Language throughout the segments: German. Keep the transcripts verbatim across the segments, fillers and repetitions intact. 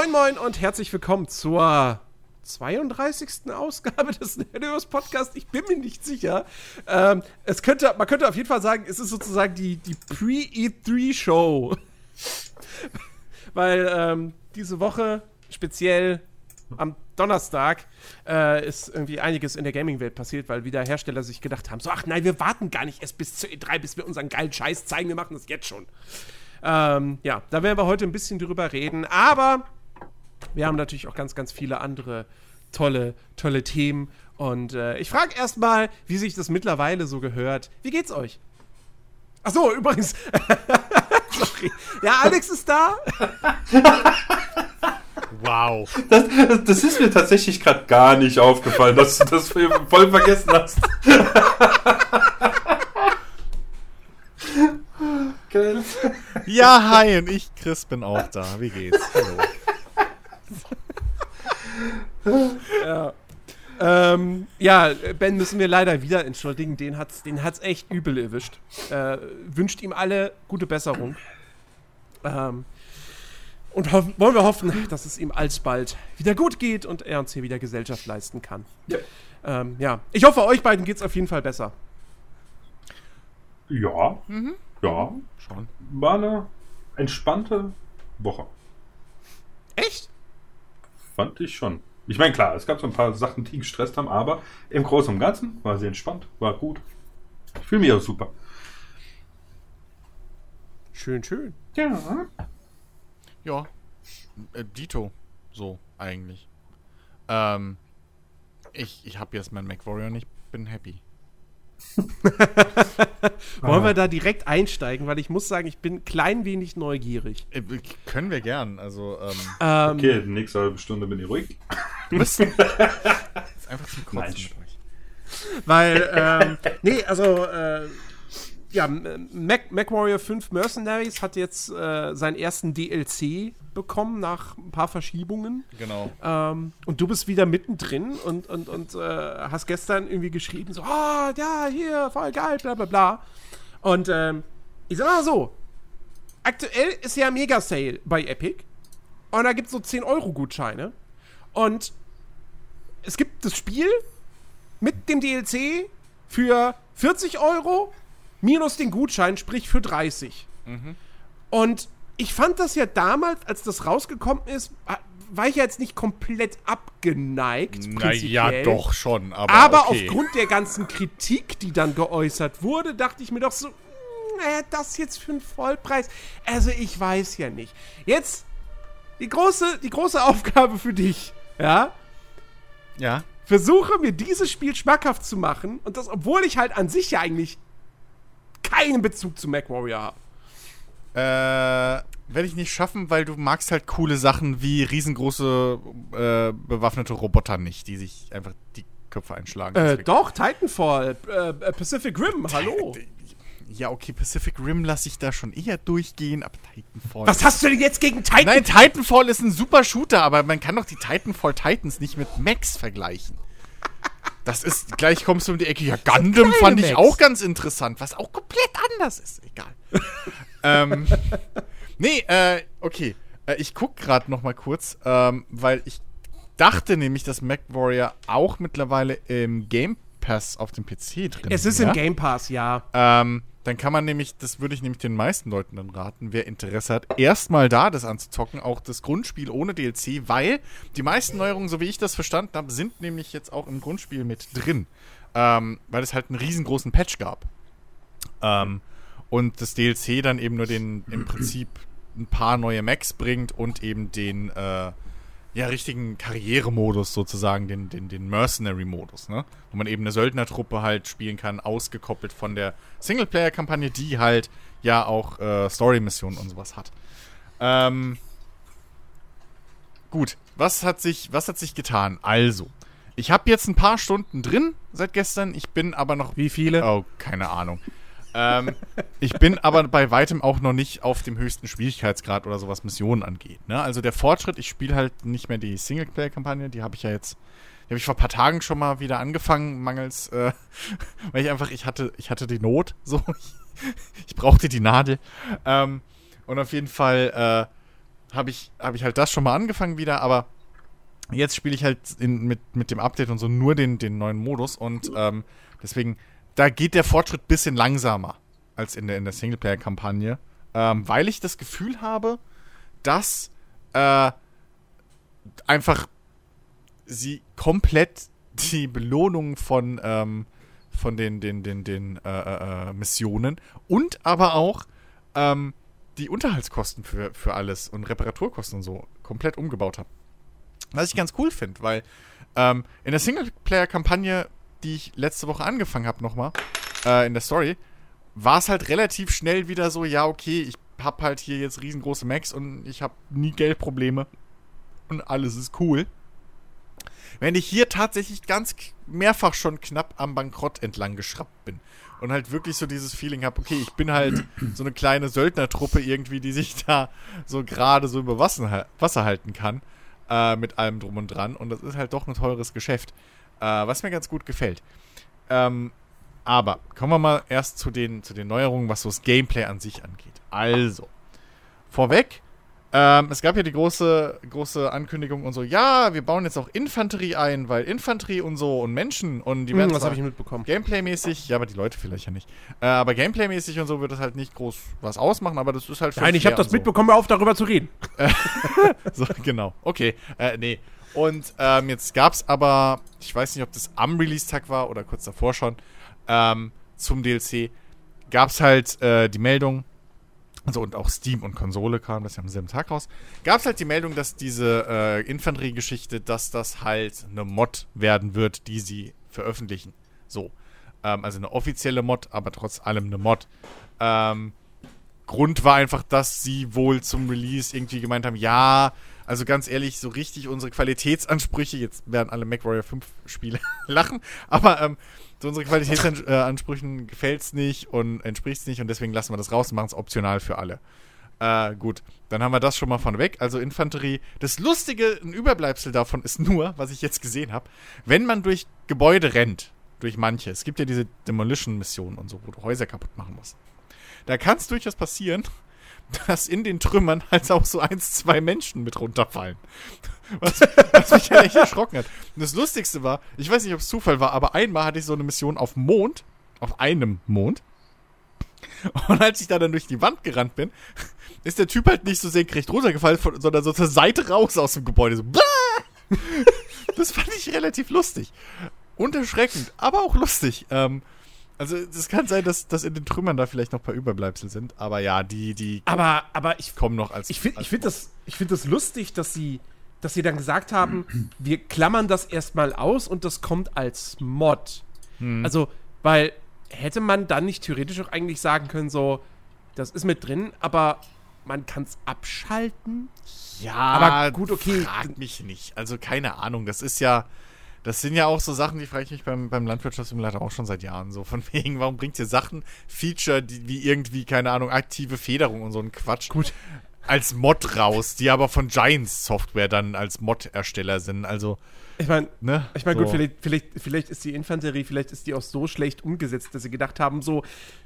Moin Moin und herzlich willkommen zur zweiunddreißigsten Ausgabe des Nerdiverse Podcast. Ich bin mir nicht sicher. Ähm, es könnte, man könnte auf jeden Fall sagen, es ist sozusagen die, die Pre-E drei Show. Weil ähm, diese Woche, speziell am Donnerstag, äh, ist irgendwie einiges in der Gaming-Welt passiert, weil wieder Hersteller sich gedacht haben, so, ach nein, wir warten gar nicht erst bis zur E drei, bis wir unseren geilen Scheiß zeigen, wir machen das jetzt schon. Ähm, ja, da werden wir heute ein bisschen drüber reden, aber wir haben natürlich auch ganz, ganz viele andere tolle, tolle Themen und äh, ich frage erstmal, wie sich das mittlerweile so gehört. Wie geht's euch? Ach so, übrigens. Sorry. Ja, Alex ist da. Wow. Das, das ist mir tatsächlich gerade gar nicht aufgefallen, dass du das voll vergessen hast. Ja, hi, und ich, Chris, bin auch da. Wie geht's? Hallo. Ja. Ähm, ja, Ben müssen wir leider wieder entschuldigen. Den hat's, den hat's echt übel erwischt. Äh, wünscht ihm alle gute Besserung. Ähm, und hoff- wollen wir hoffen, dass es ihm alsbald wieder gut geht und er uns hier wieder Gesellschaft leisten kann. Ja. Ähm, ja. Ich hoffe, euch beiden geht's auf jeden Fall besser. Ja, Mhm. ja. Schon. War eine entspannte Woche. Echt? Fand ich schon. Ich meine, klar, es gab so ein paar Sachen, die gestresst haben, aber im Großen und Ganzen war sie entspannt, war gut. Ich fühle mich auch super. Schön, schön. Ja. Ja. Äh, Dito. So, eigentlich. Ähm, ich ich habe jetzt meinen MacWarrior und ich bin happy. Wollen wir da direkt einsteigen, weil ich muss sagen, ich bin ein klein wenig neugierig. Äh, können wir gern, also, ähm... Ähm, Okay, die nächste halbe Stunde bin ich ruhig. ist einfach zum Nein, Kotzen mit euch. Weil, ähm, nee, also, äh, ja, Mac, MacWarrior fünf Mercenaries hat jetzt äh, seinen ersten D L C bekommen nach ein paar Verschiebungen. Genau. Ähm, und du bist wieder mittendrin und, und, und äh, hast gestern irgendwie geschrieben, so, ah, oh, ja, hier, voll geil, bla bla bla. Und ähm, ich sag mal so, aktuell ist ja Mega-Sale bei Epic und da gibt es so zehn Euro Gutscheine und es gibt das Spiel mit dem D L C für vierzig Euro minus den Gutschein, sprich für dreißig. Mhm. Und ich fand das ja damals, als das rausgekommen ist, war ich ja jetzt nicht komplett abgeneigt. Naja, doch schon, aber Aber okay. aufgrund der ganzen Kritik, die dann geäußert wurde, dachte ich mir doch so, äh, das jetzt für einen Vollpreis. Also ich weiß ja nicht. Jetzt die große, die große Aufgabe für dich, ja? Ja. Versuche mir dieses Spiel schmackhaft zu machen und das, obwohl ich halt an sich ja eigentlich keinen Bezug zu MacWarrior habe. Äh, werde ich nicht schaffen, weil du magst halt coole Sachen wie riesengroße äh, bewaffnete Roboter nicht, die sich einfach die Köpfe einschlagen. Äh, Deswegen- doch, Titanfall, äh, Pacific Rim, hallo. Ja, okay, Pacific Rim lasse ich da schon eher durchgehen, aber Titanfall... Was hast du denn jetzt gegen Titanfall? Nein, Titanfall ist ein super Shooter, aber man kann doch die Titanfall Titans nicht mit Max vergleichen. Das ist, gleich kommst du um die Ecke, ja, Gundam fand ich Max. auch ganz interessant, was auch komplett anders ist. Egal. ähm, nee, äh, okay. Äh, ich guck gerade noch mal kurz, ähm, weil ich dachte nämlich, dass MacWarrior auch mittlerweile im Game Pass auf dem P C drin ist. Es ist ja? im Game Pass, ja. Ähm, dann kann man nämlich, das würde ich nämlich den meisten Leuten dann raten, wer Interesse hat, erstmal da das anzuzocken, auch das Grundspiel ohne D L C, weil die meisten Neuerungen, so wie ich das verstanden habe, sind nämlich jetzt auch im Grundspiel mit drin. Ähm, weil es halt einen riesengroßen Patch gab. Ähm, und das D L C dann eben nur den, im Prinzip ein paar neue Macs bringt und eben den, äh, ja, richtigen Karrieremodus sozusagen, den, den, den Mercenary-Modus, ne? Wo man eben eine Söldnertruppe halt spielen kann, ausgekoppelt von der Singleplayer-Kampagne, die halt ja auch äh, Story-Missionen und sowas hat. Ähm, gut, was hat sich, was hat sich getan? Also, ich habe jetzt ein paar Stunden drin seit gestern, ich bin aber noch... Wie viele? Oh, keine Ahnung. ähm, ich bin aber bei weitem auch noch nicht auf dem höchsten Schwierigkeitsgrad oder so, was Missionen angeht. Ne? Also der Fortschritt, ich spiele halt nicht mehr die Singleplayer-Kampagne, die habe ich ja jetzt, die habe ich vor ein paar Tagen schon mal wieder angefangen, mangels, äh, weil ich einfach, ich hatte, ich hatte die Not, so, ich, ich brauchte die Nadel. Ähm, und auf jeden Fall, äh, habe ich, hab ich halt das schon mal angefangen wieder, aber jetzt spiele ich halt in, mit, mit dem Update und so nur den, den neuen Modus und ähm, deswegen, da geht der Fortschritt ein bisschen langsamer als in der, in der Singleplayer-Kampagne, ähm, weil ich das Gefühl habe, dass äh, einfach sie komplett die Belohnung von, ähm, von den, den, den, den äh, äh, Missionen und aber auch ähm, die Unterhaltskosten für, für alles und Reparaturkosten und so komplett umgebaut habe. Was ich ganz cool finde, weil ähm, in der Singleplayer-Kampagne, die ich letzte Woche angefangen habe nochmal, äh, in der Story, war es halt relativ schnell wieder so, ja okay, ich habe halt hier jetzt riesengroße Macs und ich habe nie Geldprobleme und alles ist cool. Wenn ich hier tatsächlich ganz k- mehrfach schon knapp am Bankrott entlang geschraubt bin und halt wirklich so dieses Feeling habe, okay, ich bin halt so eine kleine Söldnertruppe irgendwie, die sich da so gerade so über Wasser, Wasser halten kann, äh, mit allem drum und dran und das ist halt doch ein teures Geschäft, äh, was mir ganz gut gefällt. Ähm, aber kommen wir mal erst zu den, zu den Neuerungen, was so das Gameplay an sich angeht. Also, vorweg, Ähm, es gab ja die große, große Ankündigung und so, ja, wir bauen jetzt auch Infanterie ein, weil Infanterie und so und Menschen und die werden Hm, was zwar habe ich mitbekommen? Gameplay-mäßig, ja, aber die Leute vielleicht ja nicht, äh, aber Gameplay-mäßig und so wird das halt nicht groß was ausmachen, aber das ist halt schon Nein, ich fair habe das und so. mitbekommen, hör auf, darüber zu reden. So, genau, okay, äh, nee. Und ähm, jetzt gab's aber, ich weiß nicht, ob das am Release-Tag war oder kurz davor schon, ähm, zum D L C, gab's halt äh, die Meldung, also und auch Steam und Konsole kam das ja am selben Tag raus, gab es halt die Meldung, dass diese äh, Infanterie-Geschichte, dass das halt eine Mod werden wird, die sie veröffentlichen. So. Ähm, also eine offizielle Mod, aber trotz allem eine Mod. Ähm, Grund war einfach, dass sie wohl zum Release irgendwie gemeint haben, ja, also ganz ehrlich, so richtig unsere Qualitätsansprüche, jetzt werden alle MechWarrior fünf Spiele lachen, aber ähm, so unsere Qualitätsansprüchen gefällt's nicht und entspricht's nicht und deswegen lassen wir das raus und machen es optional für alle. Äh, gut, dann haben wir das schon mal von weg. Also Infanterie. Das Lustige, ein Überbleibsel davon ist nur, was ich jetzt gesehen habe, wenn man durch Gebäude rennt, durch manche, es gibt ja diese Demolition-Missionen und so, wo du Häuser kaputt machen musst. Da kann es durchaus passieren, dass in den Trümmern halt auch so eins, zwei Menschen mit runterfallen. Was, was mich ja echt erschrocken hat. Und das Lustigste war, ich weiß nicht, ob es Zufall war, aber einmal hatte ich so eine Mission auf dem Mond, auf einem Mond. Und als ich da dann durch die Wand gerannt bin, ist der Typ halt nicht so senkrecht runtergefallen, sondern so zur Seite raus aus dem Gebäude. So, Bäh! Das fand ich relativ lustig. Und erschreckend, aber auch lustig. Ähm, also es kann sein, dass, dass in den Trümmern da vielleicht noch ein paar Überbleibsel sind. Aber ja, die, die Aber, aber ich, kommen noch als ich finde als ich find das, ich find das lustig, dass sie, dass sie dann gesagt haben, wir klammern das erstmal aus und das kommt als Mod. Hm. Also, weil hätte man dann nicht theoretisch auch eigentlich sagen können, so, das ist mit drin, aber man kann es abschalten? Ja, aber gut, okay. Frag mich nicht. Also keine Ahnung. Das ist ja, das sind ja auch so Sachen, die frage ich mich beim, beim Landwirtschaftssimulator auch schon seit Jahren so. Von wegen, warum bringt ihr Sachen, Feature, die, wie irgendwie, keine Ahnung, aktive Federung und so ein Quatsch, Gut. als Mod raus, die aber von Giants Software dann als Mod-Ersteller sind. Also, Ich meine, ne? ich meine, so. gut, vielleicht, vielleicht, vielleicht ist die Infanterie, vielleicht ist die auch so schlecht umgesetzt, dass sie gedacht haben, so,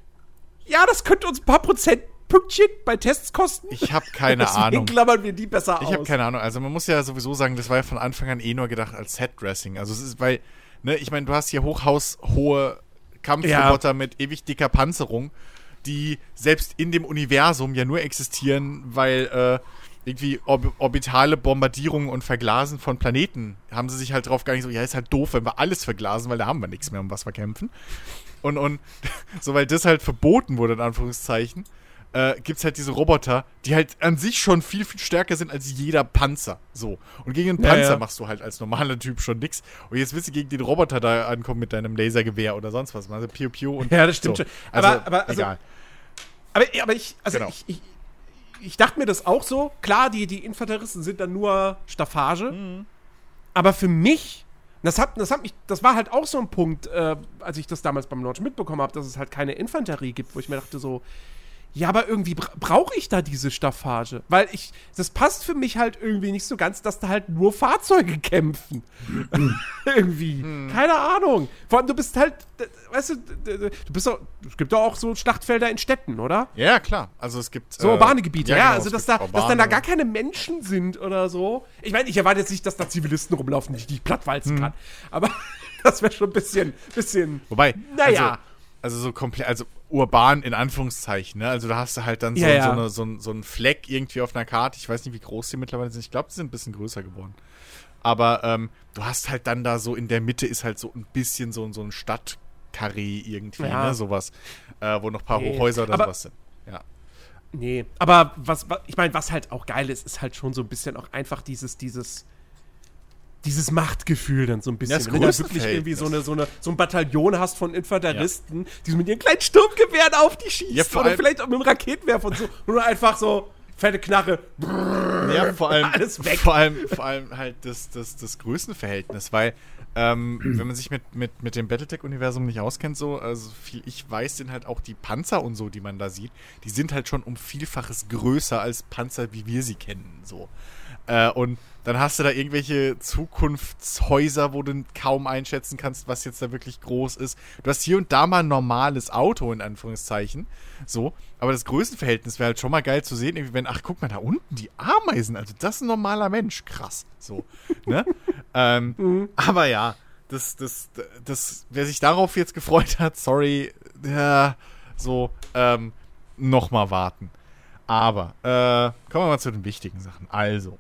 ja, das könnte uns ein paar Prozentpünktchen bei Tests kosten. Ich habe keine Deswegen Ahnung. klammern wir die besser aus. Ich habe keine Ahnung. Also man muss ja sowieso sagen, das war ja von Anfang an eh nur gedacht als Set-Dressing. Also es ist, weil, ne, ich meine, du hast hier hochhaushohe Kampfroboter Ja. mit ewig dicker Panzerung, die selbst in dem Universum ja nur existieren, weil äh, irgendwie orb- orbitale Bombardierungen und Verglasen von Planeten haben sie sich halt drauf gar nicht so, ja, ist halt doof, wenn wir alles verglasen, weil da haben wir nichts mehr, um was wir kämpfen. Und, und so, weil das halt verboten wurde, in Anführungszeichen, äh, gibt's halt diese Roboter, die halt an sich schon viel, viel stärker sind als jeder Panzer. So. Und gegen einen Ja, Panzer ja. machst du halt als normaler Typ schon nix. Und jetzt willst du gegen den Roboter da ankommen mit deinem Lasergewehr oder sonst was. Also Piu Piu und Ja, das stimmt so. schon. Also, Aber- aber, also, egal. Aber, aber ich, also Genau. ich, ich, ich dachte mir das auch so. Klar, die, die Infanteristen sind dann nur Staffage. Mhm. Aber für mich, das hat, das hat mich, das war halt auch so ein Punkt, äh, als ich das damals beim Launch mitbekommen habe, dass es halt keine Infanterie gibt, wo ich mir dachte so, ja, aber irgendwie bra- brauche ich da diese Staffage. Weil ich, das passt für mich halt irgendwie nicht so ganz, dass da halt nur Fahrzeuge kämpfen. irgendwie. Hm. Keine Ahnung. Vor allem, du bist halt, weißt du, du bist auch, es gibt doch auch so Schlachtfelder in Städten, oder? Ja, klar. Also es gibt so urbane Gebiete, ja, ja, genau, also dass, da, dass dann da gar keine Menschen sind oder so. Ich meine, ich erwarte jetzt nicht, dass da Zivilisten rumlaufen, die ich nicht plattwalzen hm. kann. Aber das wäre schon ein bisschen, bisschen, wobei, naja. Also, Also so komplett, also urban in Anführungszeichen, ne? Also da hast du halt dann so, ja, ja. so, eine, so, ein, so einen Fleck irgendwie auf einer Karte. Ich weiß nicht, wie groß die mittlerweile sind. Ich glaube, die sind ein bisschen größer geworden. Aber ähm, du hast halt dann da so in der Mitte ist halt so ein bisschen so, so ein Stadtkarree irgendwie, ja. ne? Sowas, äh, wo noch ein paar nee. Hochhäuser oder aber, sowas sind. Ja. Nee, aber was, was ich meine, was halt auch geil ist, ist halt schon so ein bisschen auch einfach dieses, dieses dieses Machtgefühl dann so ein bisschen. Ja, wenn du da wirklich irgendwie so, eine, so, eine, so ein Bataillon hast von Infanteristen, ja. die so mit ihren kleinen Sturmgewehren auf die schießen ja, oder vielleicht auch mit einem Raketenwerfer und so. Und nur einfach so, fette Knarre. Ja, vor allem, alles weg. Vor allem, vor allem halt das, das, das Größenverhältnis, weil ähm, wenn man sich mit, mit, mit dem Battletech-Universum nicht auskennt, so, also viel ich weiß, sind halt auch die Panzer und so, die man da sieht, die sind halt schon um Vielfaches größer als Panzer, wie wir sie kennen, so. Äh, und dann hast du da irgendwelche Zukunftshäuser, wo du kaum einschätzen kannst, was jetzt da wirklich groß ist. Du hast hier und da mal ein normales Auto, in Anführungszeichen. So, aber das Größenverhältnis wäre halt schon mal geil zu sehen, irgendwie wenn, ach, guck mal, da unten die Ameisen, also das ist ein normaler Mensch, krass. So, ne? ähm, mhm. Aber ja, das, das, das, wer sich darauf jetzt gefreut hat, sorry, ja, so, ähm, noch mal warten. Aber, äh, kommen wir mal zu den wichtigen Sachen. Also,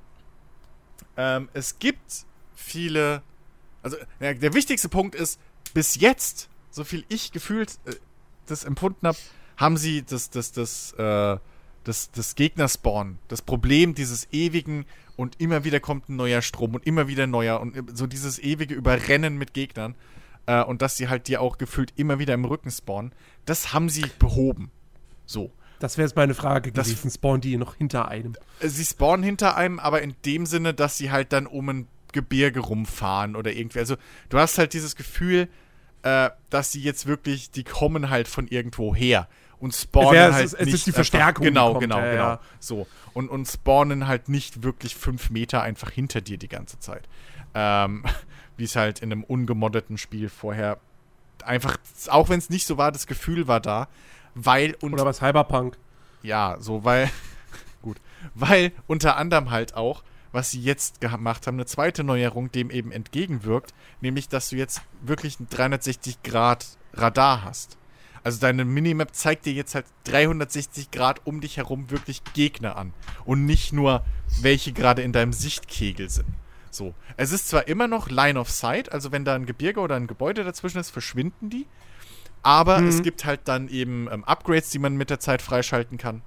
Ähm, es gibt viele, also ja, der wichtigste Punkt ist, bis jetzt, so viel ich gefühlt äh, das empfunden habe, haben sie das, das, das, äh, das, das Gegnerspawn, das Problem dieses ewigen und immer wieder kommt ein neuer Strom und immer wieder neuer und so dieses ewige Überrennen mit Gegnern äh, und dass sie halt dir auch gefühlt immer wieder im Rücken spawnen, das haben sie behoben. So. Das wäre jetzt meine Frage das gewesen, spawnen die noch hinter einem? Sie spawnen hinter einem, aber in dem Sinne, dass sie halt dann um ein Gebirge rumfahren oder irgendwie. Also du hast halt dieses Gefühl, äh, dass sie jetzt wirklich, die kommen halt von irgendwo her und spawnen ja, es halt ist, es nicht. ist die Verstärkung. Einfach, genau, kommt, genau, ja, genau. Ja. So. Und, und spawnen halt nicht wirklich fünf Meter einfach hinter dir die ganze Zeit. Ähm, wie es halt in einem ungemoddeten Spiel vorher einfach, auch wenn es nicht so war, das Gefühl war da. Weil und Oder was Cyberpunk. Ja, so, weil gut, weil unter anderem halt auch, was sie jetzt gemacht haben, eine zweite Neuerung dem eben entgegenwirkt, nämlich, dass du jetzt wirklich ein dreihundertsechzig Grad Radar hast. Also deine Minimap zeigt dir jetzt halt dreihundertsechzig Grad um dich herum wirklich Gegner an und nicht nur, welche gerade in deinem Sichtkegel sind. So, es ist zwar immer noch Line of Sight, also wenn da ein Gebirge oder ein Gebäude dazwischen ist, verschwinden die. Aber mhm. es gibt halt dann eben ähm, Upgrades, die man mit der Zeit freischalten kann.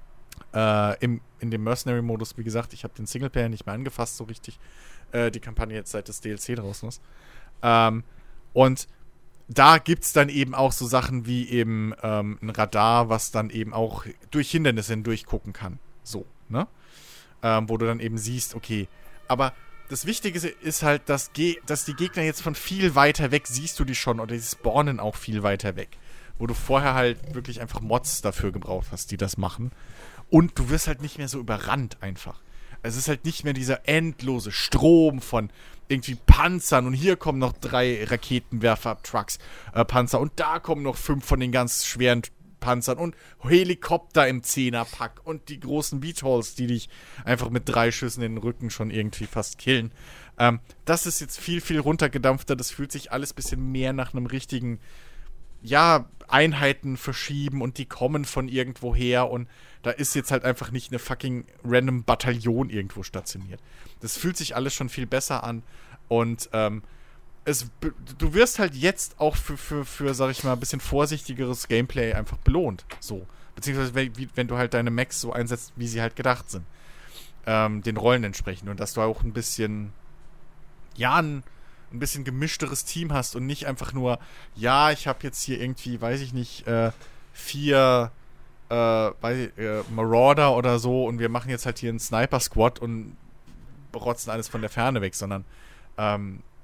Äh, im, in dem Mercenary-Modus, wie gesagt, ich habe den Singleplayer nicht mehr angefasst so richtig. Äh, die Kampagne jetzt seit das D L C draußen ist. Ähm, und da gibt es dann eben auch so Sachen wie eben ähm, ein Radar, was dann eben auch durch Hindernisse hindurch gucken kann. So, ne? Ähm, wo du dann eben siehst, okay, aber das Wichtige ist halt, dass, Ge- dass die Gegner jetzt von viel weiter weg, siehst du die schon, oder die spawnen auch viel weiter weg. Wo du vorher halt wirklich einfach Mods dafür gebraucht hast, die das machen. Und du wirst halt nicht mehr so überrannt einfach. Es ist halt nicht mehr dieser endlose Strom von irgendwie Panzern und hier kommen noch drei Raketenwerfer-Trucks, äh, Panzer und da kommen noch fünf von den ganz schweren Panzern und Helikopter im Zehnerpack und die großen Beatholes, die dich einfach mit drei Schüssen in den Rücken schon irgendwie fast killen. Ähm, das ist jetzt viel, viel runtergedampfter. Das fühlt sich alles ein bisschen mehr nach einem richtigen, ja, Einheiten verschieben und die kommen von irgendwo her und da ist jetzt halt einfach nicht eine fucking random Bataillon irgendwo stationiert. Das fühlt sich alles schon viel besser an und ähm, Es, du wirst halt jetzt auch für, für, für, sag ich mal, ein bisschen vorsichtigeres Gameplay einfach belohnt. So. Beziehungsweise, wenn, wie, wenn du halt deine Mechs so einsetzt, wie sie halt gedacht sind. Ähm, den Rollen entsprechend. Und dass du auch ein bisschen, ja, ein, ein bisschen gemischteres Team hast und nicht einfach nur, ja, ich habe jetzt hier irgendwie, weiß ich nicht, äh, vier, äh, weiß ich, äh, Marauder oder so und wir machen jetzt halt hier einen Sniper-Squad und rotzen alles von der Ferne weg, sondern, ähm,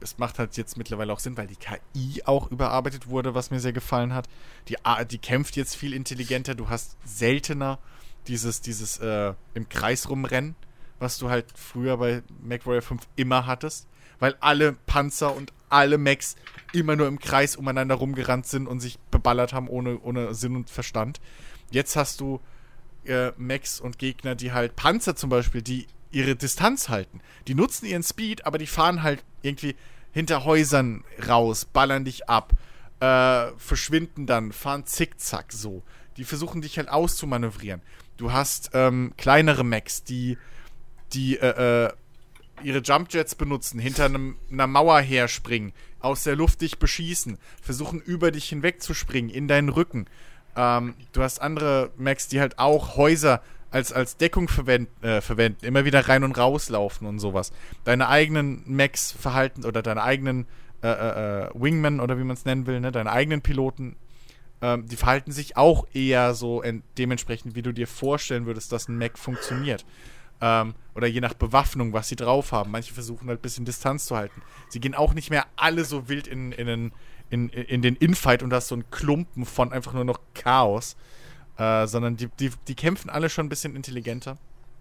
es macht halt jetzt mittlerweile auch Sinn, weil die K I auch überarbeitet wurde, was mir sehr gefallen hat. Die, die kämpft jetzt viel intelligenter. Du hast seltener dieses, dieses äh, im Kreis rumrennen, was du halt früher bei MechWarrior fünf immer hattest. Weil alle Panzer und alle Mechs immer nur im Kreis umeinander rumgerannt sind und sich beballert haben ohne, ohne Sinn und Verstand. Jetzt hast du äh, Mechs und Gegner, die halt Panzer zum Beispiel, die ihre Distanz halten. Die nutzen ihren Speed, aber die fahren halt irgendwie hinter Häusern raus, ballern dich ab, äh, verschwinden dann, fahren zickzack so. Die versuchen dich halt auszumanövrieren. Du hast ähm, kleinere Mechs, die, die äh, äh, ihre Jumpjets benutzen, hinter einem, einer Mauer herspringen, aus der Luft dich beschießen, versuchen über dich hinweg zu springen, in deinen Rücken. Ähm, du hast andere Mechs, die halt auch Häuser als, als Deckung verwend, äh, verwenden, immer wieder rein und rauslaufen und sowas. Deine eigenen Mechs verhalten oder deine eigenen äh, äh, Wingmen oder wie man es nennen will, ne, deine eigenen Piloten, ähm, die verhalten sich auch eher so ent- dementsprechend, wie du dir vorstellen würdest, dass ein Mech funktioniert. Ähm, oder je nach Bewaffnung, was sie drauf haben. Manche versuchen halt ein bisschen Distanz zu halten. Sie gehen auch nicht mehr alle so wild in, in, in, in, in den Infight und da ist so ein Klumpen von einfach nur noch Chaos. Äh, sondern die, die, die kämpfen alle schon ein bisschen intelligenter.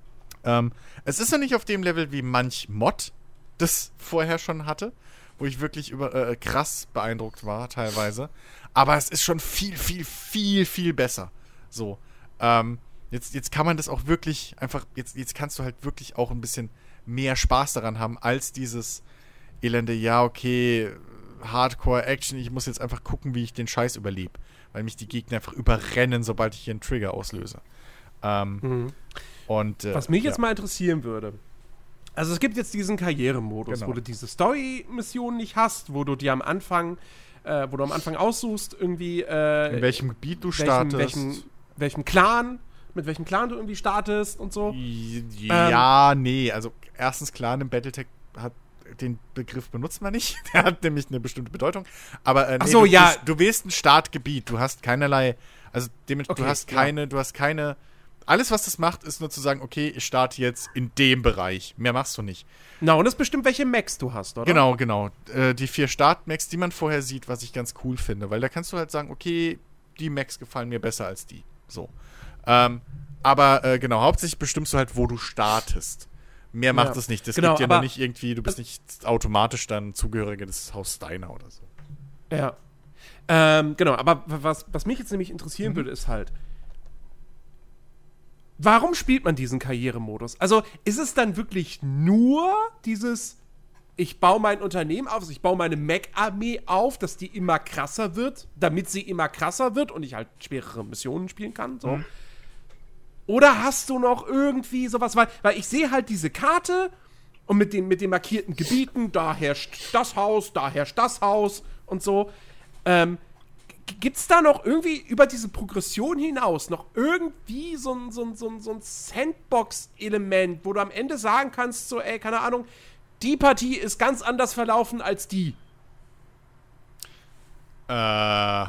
Ähm, es ist ja nicht auf dem Level, wie manch Mod das vorher schon hatte, wo ich wirklich über, äh, krass beeindruckt war, teilweise. Aber es ist schon viel, viel, viel, viel besser. So. Ähm, jetzt, jetzt kann man das auch wirklich einfach, jetzt, jetzt kannst du halt wirklich auch ein bisschen mehr Spaß daran haben, als dieses elende, ja, okay, Hardcore-Action, ich muss jetzt einfach gucken, wie ich den Scheiß überlebe. Weil mich die Gegner einfach überrennen, sobald ich hier einen Trigger auslöse. Ähm, Mhm. und, äh, Was mich ja. jetzt mal interessieren würde, also es gibt jetzt diesen Karrieremodus, Genau. wo du diese Story-Mission nicht hast, wo du dir am Anfang, äh, wo du am Anfang aussuchst, irgendwie äh, in welchem Gebiet du welchen, startest. welchen, welchen Clan, mit welchem Clan du irgendwie startest und so. Ja, ähm, nee, also erstens Clan im Battletech hat den Begriff benutzt man nicht. Der hat nämlich eine bestimmte Bedeutung. Aber äh, nee, Ach so, du, ja. du, du wählst ein Startgebiet. Du hast keinerlei, also dementsprechend, Okay, du hast ja. keine, du hast keine, alles, was das macht, ist nur zu sagen, okay, ich starte jetzt in dem Bereich. Mehr machst du nicht. Na, und das bestimmt, welche Max du hast, oder? Genau, genau. Äh, die vier Start-Max, die man vorher sieht, was ich ganz cool finde. Weil da kannst du halt sagen, okay, die Max gefallen mir besser als die. So. Ähm, aber äh, genau, hauptsächlich bestimmst du halt, wo du startest. Mehr macht Ja. es nicht. Das Genau, gibt dir aber- noch nicht irgendwie, du bist nicht automatisch dann Zugehöriger des Haus Steiner oder so. Ja. Ähm, genau, aber was, was mich jetzt nämlich interessieren Mhm. würde, ist halt, warum spielt man diesen Karrieremodus? Also, ist es dann wirklich nur dieses, ich baue mein Unternehmen auf, also ich baue meine Mech-Armee auf, dass die immer krasser wird, damit sie immer krasser wird und ich halt schwerere Missionen spielen kann, so? Mhm. Oder hast du noch irgendwie sowas, weil, weil ich sehe halt diese Karte und mit den, mit den markierten Gebieten, da herrscht das Haus, da herrscht das Haus und so. Ähm, g- gibt's da noch irgendwie über diese Progression hinaus noch irgendwie so ein, so ein, so ein, so ein Sandbox-Element, wo du am Ende sagen kannst, so, ey, keine Ahnung, die Partie ist ganz anders verlaufen als die. Äh,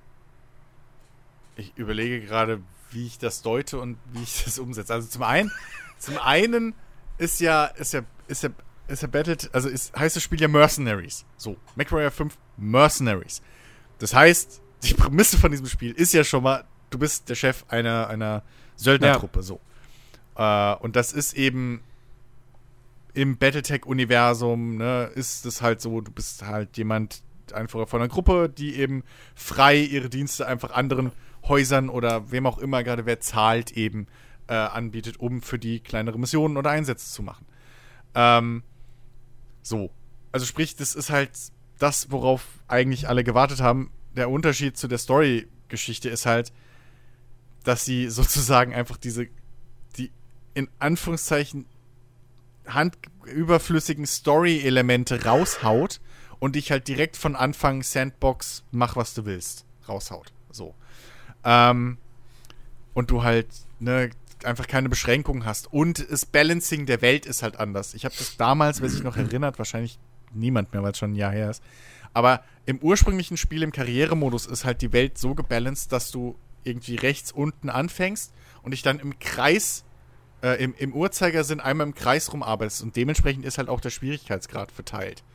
ich überlege gerade, wie ich das deute und wie ich das umsetze. Also zum einen, zum einen ist ja, ist ja, ist ja, ist ja Battled, also ist, heißt das Spiel ja Mercenaries. So, MechWarrior fünf Mercenaries. Das heißt, die Prämisse von diesem Spiel ist ja schon mal, du bist der Chef einer, einer Söldnertruppe, so. Äh, und das ist eben im Battletech-Universum, ne, ist es halt so, du bist halt jemand, einfach von einer Gruppe, die eben frei ihre Dienste einfach anderen Häusern oder wem auch immer gerade wer zahlt eben äh, anbietet, um für die kleinere Missionen oder Einsätze zu machen. Ähm, so. Also sprich, das ist halt das, worauf eigentlich alle gewartet haben. Der Unterschied zu der Story-Geschichte ist halt, dass sie sozusagen einfach diese, die in Anführungszeichen handüberflüssigen Story-Elemente raushaut und dich halt direkt von Anfang Sandbox, mach was du willst, raushaut. So. Ähm, und du halt, ne, einfach keine Beschränkungen hast. Und das Balancing der Welt ist halt anders. Ich habe das damals, wer sich noch erinnert, wahrscheinlich niemand mehr, weil es schon ein Jahr her ist. Aber im ursprünglichen Spiel, im Karrieremodus, ist halt die Welt so gebalanced, dass du irgendwie rechts unten anfängst und dich dann im Kreis, äh, im, im Uhrzeigersinn einmal im Kreis rumarbeitest. Und dementsprechend ist halt auch der Schwierigkeitsgrad verteilt.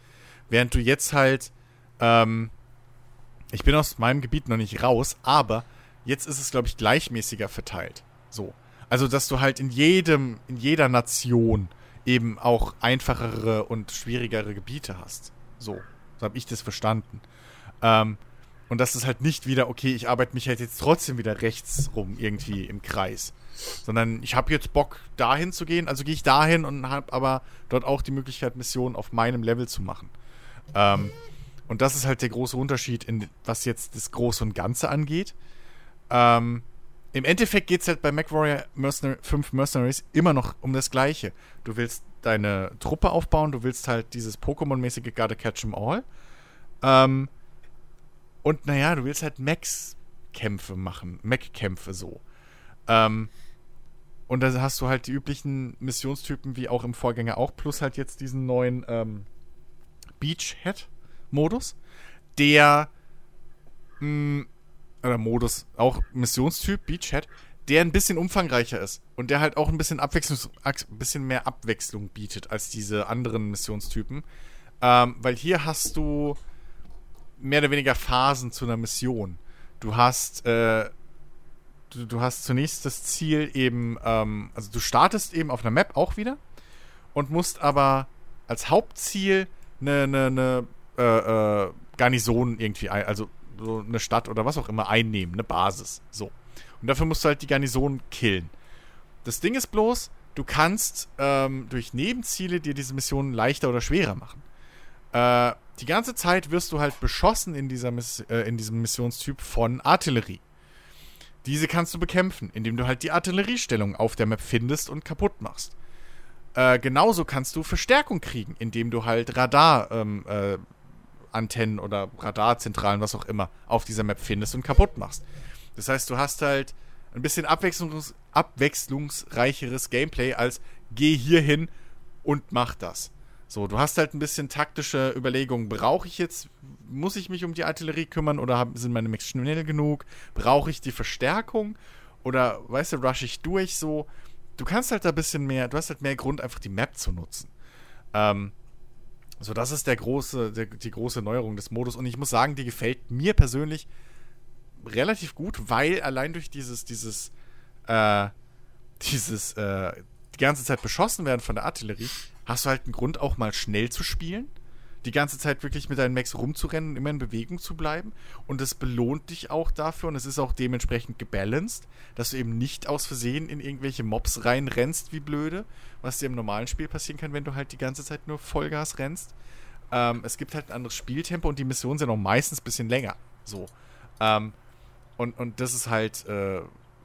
Während du jetzt halt, ähm, ich bin aus meinem Gebiet noch nicht raus, aber jetzt ist es, glaube ich, gleichmäßiger verteilt. So. Also, dass du halt in jedem, in jeder Nation eben auch einfachere und schwierigere Gebiete hast. So. So habe ich das verstanden. Ähm, und das ist halt nicht wieder, okay, ich arbeite mich halt jetzt trotzdem wieder rechts rum irgendwie im Kreis. Sondern ich habe jetzt Bock, dahin zu gehen, also gehe ich dahin und habe aber dort auch die Möglichkeit, Missionen auf meinem Level zu machen. Ähm, und das ist halt der große Unterschied, in, was jetzt das Große und Ganze angeht. Ähm, Im Endeffekt geht es halt bei MechWarrior Mercenary, fünf Mercenaries immer noch um das Gleiche. Du willst deine Truppe aufbauen, du willst halt dieses Pokémon-mäßige Gotta Catch 'em All. Ähm, und naja, du willst halt Mechs-Kämpfe machen, Mech-Kämpfe so. Ähm, und da hast du halt die üblichen Missionstypen, wie auch im Vorgänger auch, plus halt jetzt diesen neuen ähm, Beachhead-Modus, der mh, oder Modus, auch Missionstyp, Beachhead, der ein bisschen umfangreicher ist und der halt auch ein bisschen Abwechslungs, ein bisschen mehr Abwechslung bietet als diese anderen Missionstypen. Ähm, weil hier hast du mehr oder weniger Phasen zu einer Mission. Du hast, äh, du, du hast zunächst das Ziel eben, ähm, also du startest eben auf einer Map auch wieder und musst aber als Hauptziel eine, eine, eine äh, äh, Garnison irgendwie, ein, also so eine Stadt oder was auch immer einnehmen, eine Basis, so. Und dafür musst du halt die Garnison killen. Das Ding ist bloß, du kannst ähm, durch Nebenziele dir diese Missionen leichter oder schwerer machen. Äh, die ganze Zeit wirst du halt beschossen in, dieser Miss- äh, in diesem Missionstyp von Artillerie. Diese kannst du bekämpfen, indem du halt die Artilleriestellung auf der Map findest und kaputt machst. Äh, genauso kannst du Verstärkung kriegen, indem du halt Radar ähm, äh, Antennen oder Radarzentralen, was auch immer, auf dieser Map findest und kaputt machst. Das heißt, du hast halt ein bisschen abwechslungs- abwechslungsreicheres Gameplay als geh hier hin und mach das. So, du hast halt ein bisschen taktische Überlegungen. Brauche ich jetzt, muss ich mich um die Artillerie kümmern oder hab, sind meine Mechs schnell genug? Brauche ich die Verstärkung? Oder, weißt du, rush ich durch so? Du kannst halt da ein bisschen mehr, du hast halt mehr Grund, einfach die Map zu nutzen. Ähm, so, das ist der große, der, die große Neuerung des Modus. Und ich muss sagen, die gefällt mir persönlich relativ gut, weil allein durch dieses, dieses, äh, dieses, äh, die ganze Zeit beschossen werden von der Artillerie, hast du halt einen Grund, auch mal schnell zu spielen. Die ganze Zeit wirklich mit deinen Mechs rumzurennen und immer in Bewegung zu bleiben. Und es belohnt dich auch dafür und es ist auch dementsprechend gebalanced, dass du eben nicht aus Versehen in irgendwelche Mobs reinrennst wie blöde, was dir im normalen Spiel passieren kann, wenn du halt die ganze Zeit nur Vollgas rennst. Ähm, es gibt halt ein anderes Spieltempo und die Missionen sind auch meistens ein bisschen länger. So. Ähm, und, und das ist halt äh,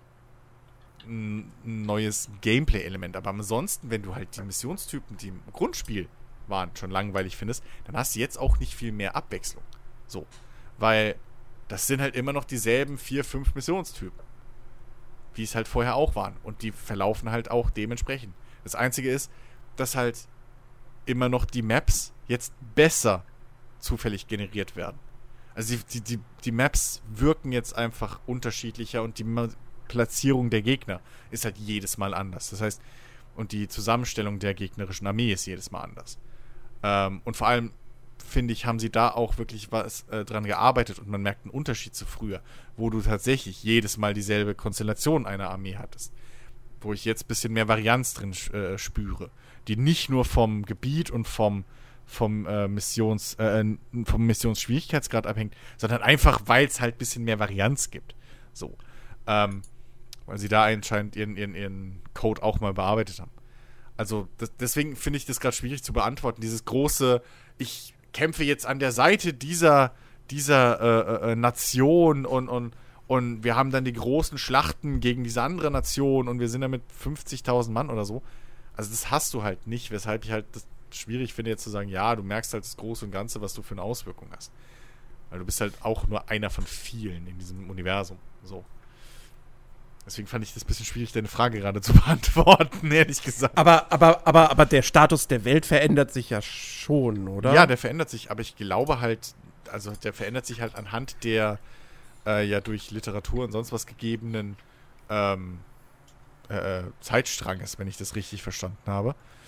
ein neues Gameplay-Element. Aber ansonsten, wenn du halt die Missionstypen, die im Grundspiel waren, schon langweilig findest, dann hast du jetzt auch nicht viel mehr Abwechslung. So. Weil das sind halt immer noch dieselben vier, fünf Missionstypen. Wie es halt vorher auch waren. Und die verlaufen halt auch dementsprechend. Das Einzige ist, dass halt immer noch die Maps jetzt besser zufällig generiert werden. Also die, die, die, die Maps wirken jetzt einfach unterschiedlicher und die Ma- Platzierung der Gegner ist halt jedes Mal anders. Das heißt, und die Zusammenstellung der gegnerischen Armee ist jedes Mal anders. Ähm, und vor allem, finde ich, haben sie da auch wirklich was äh, dran gearbeitet und man merkt einen Unterschied zu früher, wo du tatsächlich jedes Mal dieselbe Konstellation einer Armee hattest. Wo ich jetzt ein bisschen mehr Varianz drin äh, spüre, die nicht nur vom Gebiet und vom vom äh, Missions äh, vom Missionsschwierigkeitsgrad abhängt, sondern einfach, weil es halt ein bisschen mehr Varianz gibt. So. Ähm, weil sie da anscheinend ihren, ihren, ihren Code auch mal bearbeitet haben. Also das, deswegen finde ich das gerade schwierig zu beantworten. Dieses große, ich kämpfe jetzt an der Seite dieser, dieser äh, äh, Nation und, und, und wir haben dann die großen Schlachten gegen diese andere Nation und wir sind da mit fünfzigtausend Mann oder so. Also das hast du halt nicht, weshalb ich halt das schwierig finde jetzt zu sagen, ja, du merkst halt das Große und Ganze, was du für eine Auswirkung hast. Weil du bist halt auch nur einer von vielen in diesem Universum. So. Deswegen fand ich das ein bisschen schwierig, deine Frage gerade zu beantworten, ehrlich gesagt. Aber, aber, aber, aber der Status der Welt verändert sich ja schon, oder? Ja, der verändert sich, aber ich glaube halt, also der verändert sich halt anhand der äh, ja durch Literatur und sonst was gegebenen ähm, äh, Zeitstranges, wenn ich das richtig verstanden habe.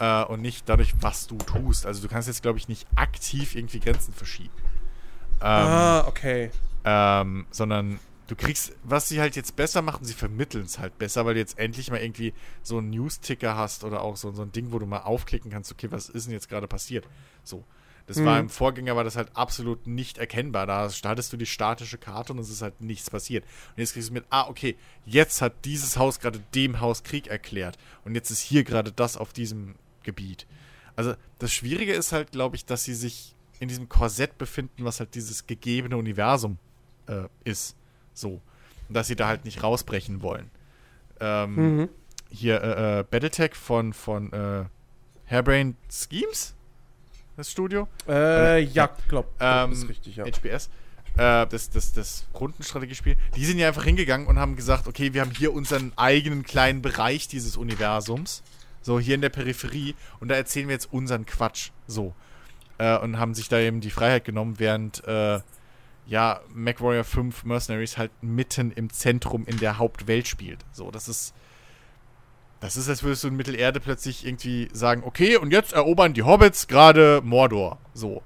äh, und nicht dadurch, was du tust. Also du kannst jetzt, glaube ich, nicht aktiv irgendwie Grenzen verschieben. Ähm, ah, okay. Ähm, sondern du kriegst, was sie halt jetzt besser machen, sie vermitteln es halt besser, weil du jetzt endlich mal irgendwie so einen News-Ticker hast oder auch so, so ein Ding, wo du mal aufklicken kannst, okay, was ist denn jetzt gerade passiert? So. Das Mhm. war im Vorgänger, war das halt absolut nicht erkennbar. Da startest du die statische Karte und es ist halt nichts passiert. Und jetzt kriegst du mit, ah, okay, jetzt hat dieses Haus gerade dem Haus Krieg erklärt. Und jetzt ist hier gerade das auf diesem Gebiet. Also das Schwierige ist halt, glaube ich, dass sie sich in diesem Korsett befinden, was halt dieses gegebene Universum äh, ist. So. Und dass sie da halt nicht rausbrechen wollen. Ähm, Mhm. Hier, äh, äh, Battletech von, von äh, Harebrained Schemes? Das Studio? Äh, ja, glaub, glaub Ähm, ist richtig, ja. H B S. Äh, das, das, das Rundenstrategiespiel. Die sind ja einfach hingegangen und haben gesagt, okay, wir haben hier unseren eigenen kleinen Bereich dieses Universums. So, hier in der Peripherie. Und da erzählen wir jetzt unseren Quatsch. So. Äh, und haben sich da eben die Freiheit genommen, während, äh, ja, MechWarrior fünf Mercenaries halt mitten im Zentrum in der Hauptwelt spielt. So, das ist Das ist, als würdest du in Mittelerde plötzlich irgendwie sagen, okay, und jetzt erobern die Hobbits gerade Mordor. So.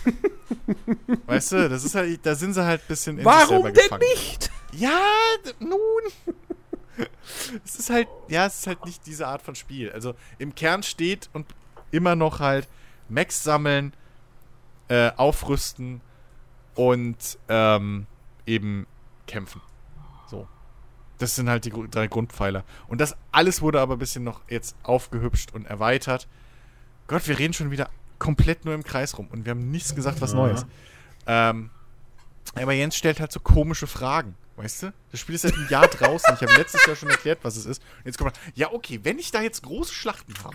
Weißt du, das ist halt, da sind sie halt ein bisschen in sich Warum selber denn gefangen. nicht? Ja, d- nun. Es ist halt, ja, es ist halt nicht diese Art von Spiel. Also im Kern steht und immer noch halt Mechs sammeln, äh, aufrüsten und ähm, eben kämpfen. So. Das sind halt die gru- drei Grundpfeiler. Und das alles wurde aber ein bisschen noch jetzt aufgehübscht und erweitert. Gott, wir reden schon wieder komplett nur im Kreis rum und wir haben nichts gesagt, was Ja. Neues. Ähm, aber Jens stellt halt so komische Fragen, weißt du? Das Spiel ist seit einem Jahr draußen. Ich habe letztes Jahr schon erklärt, was es ist. Und jetzt kommt man, ja okay, wenn ich da jetzt große Schlachten habe.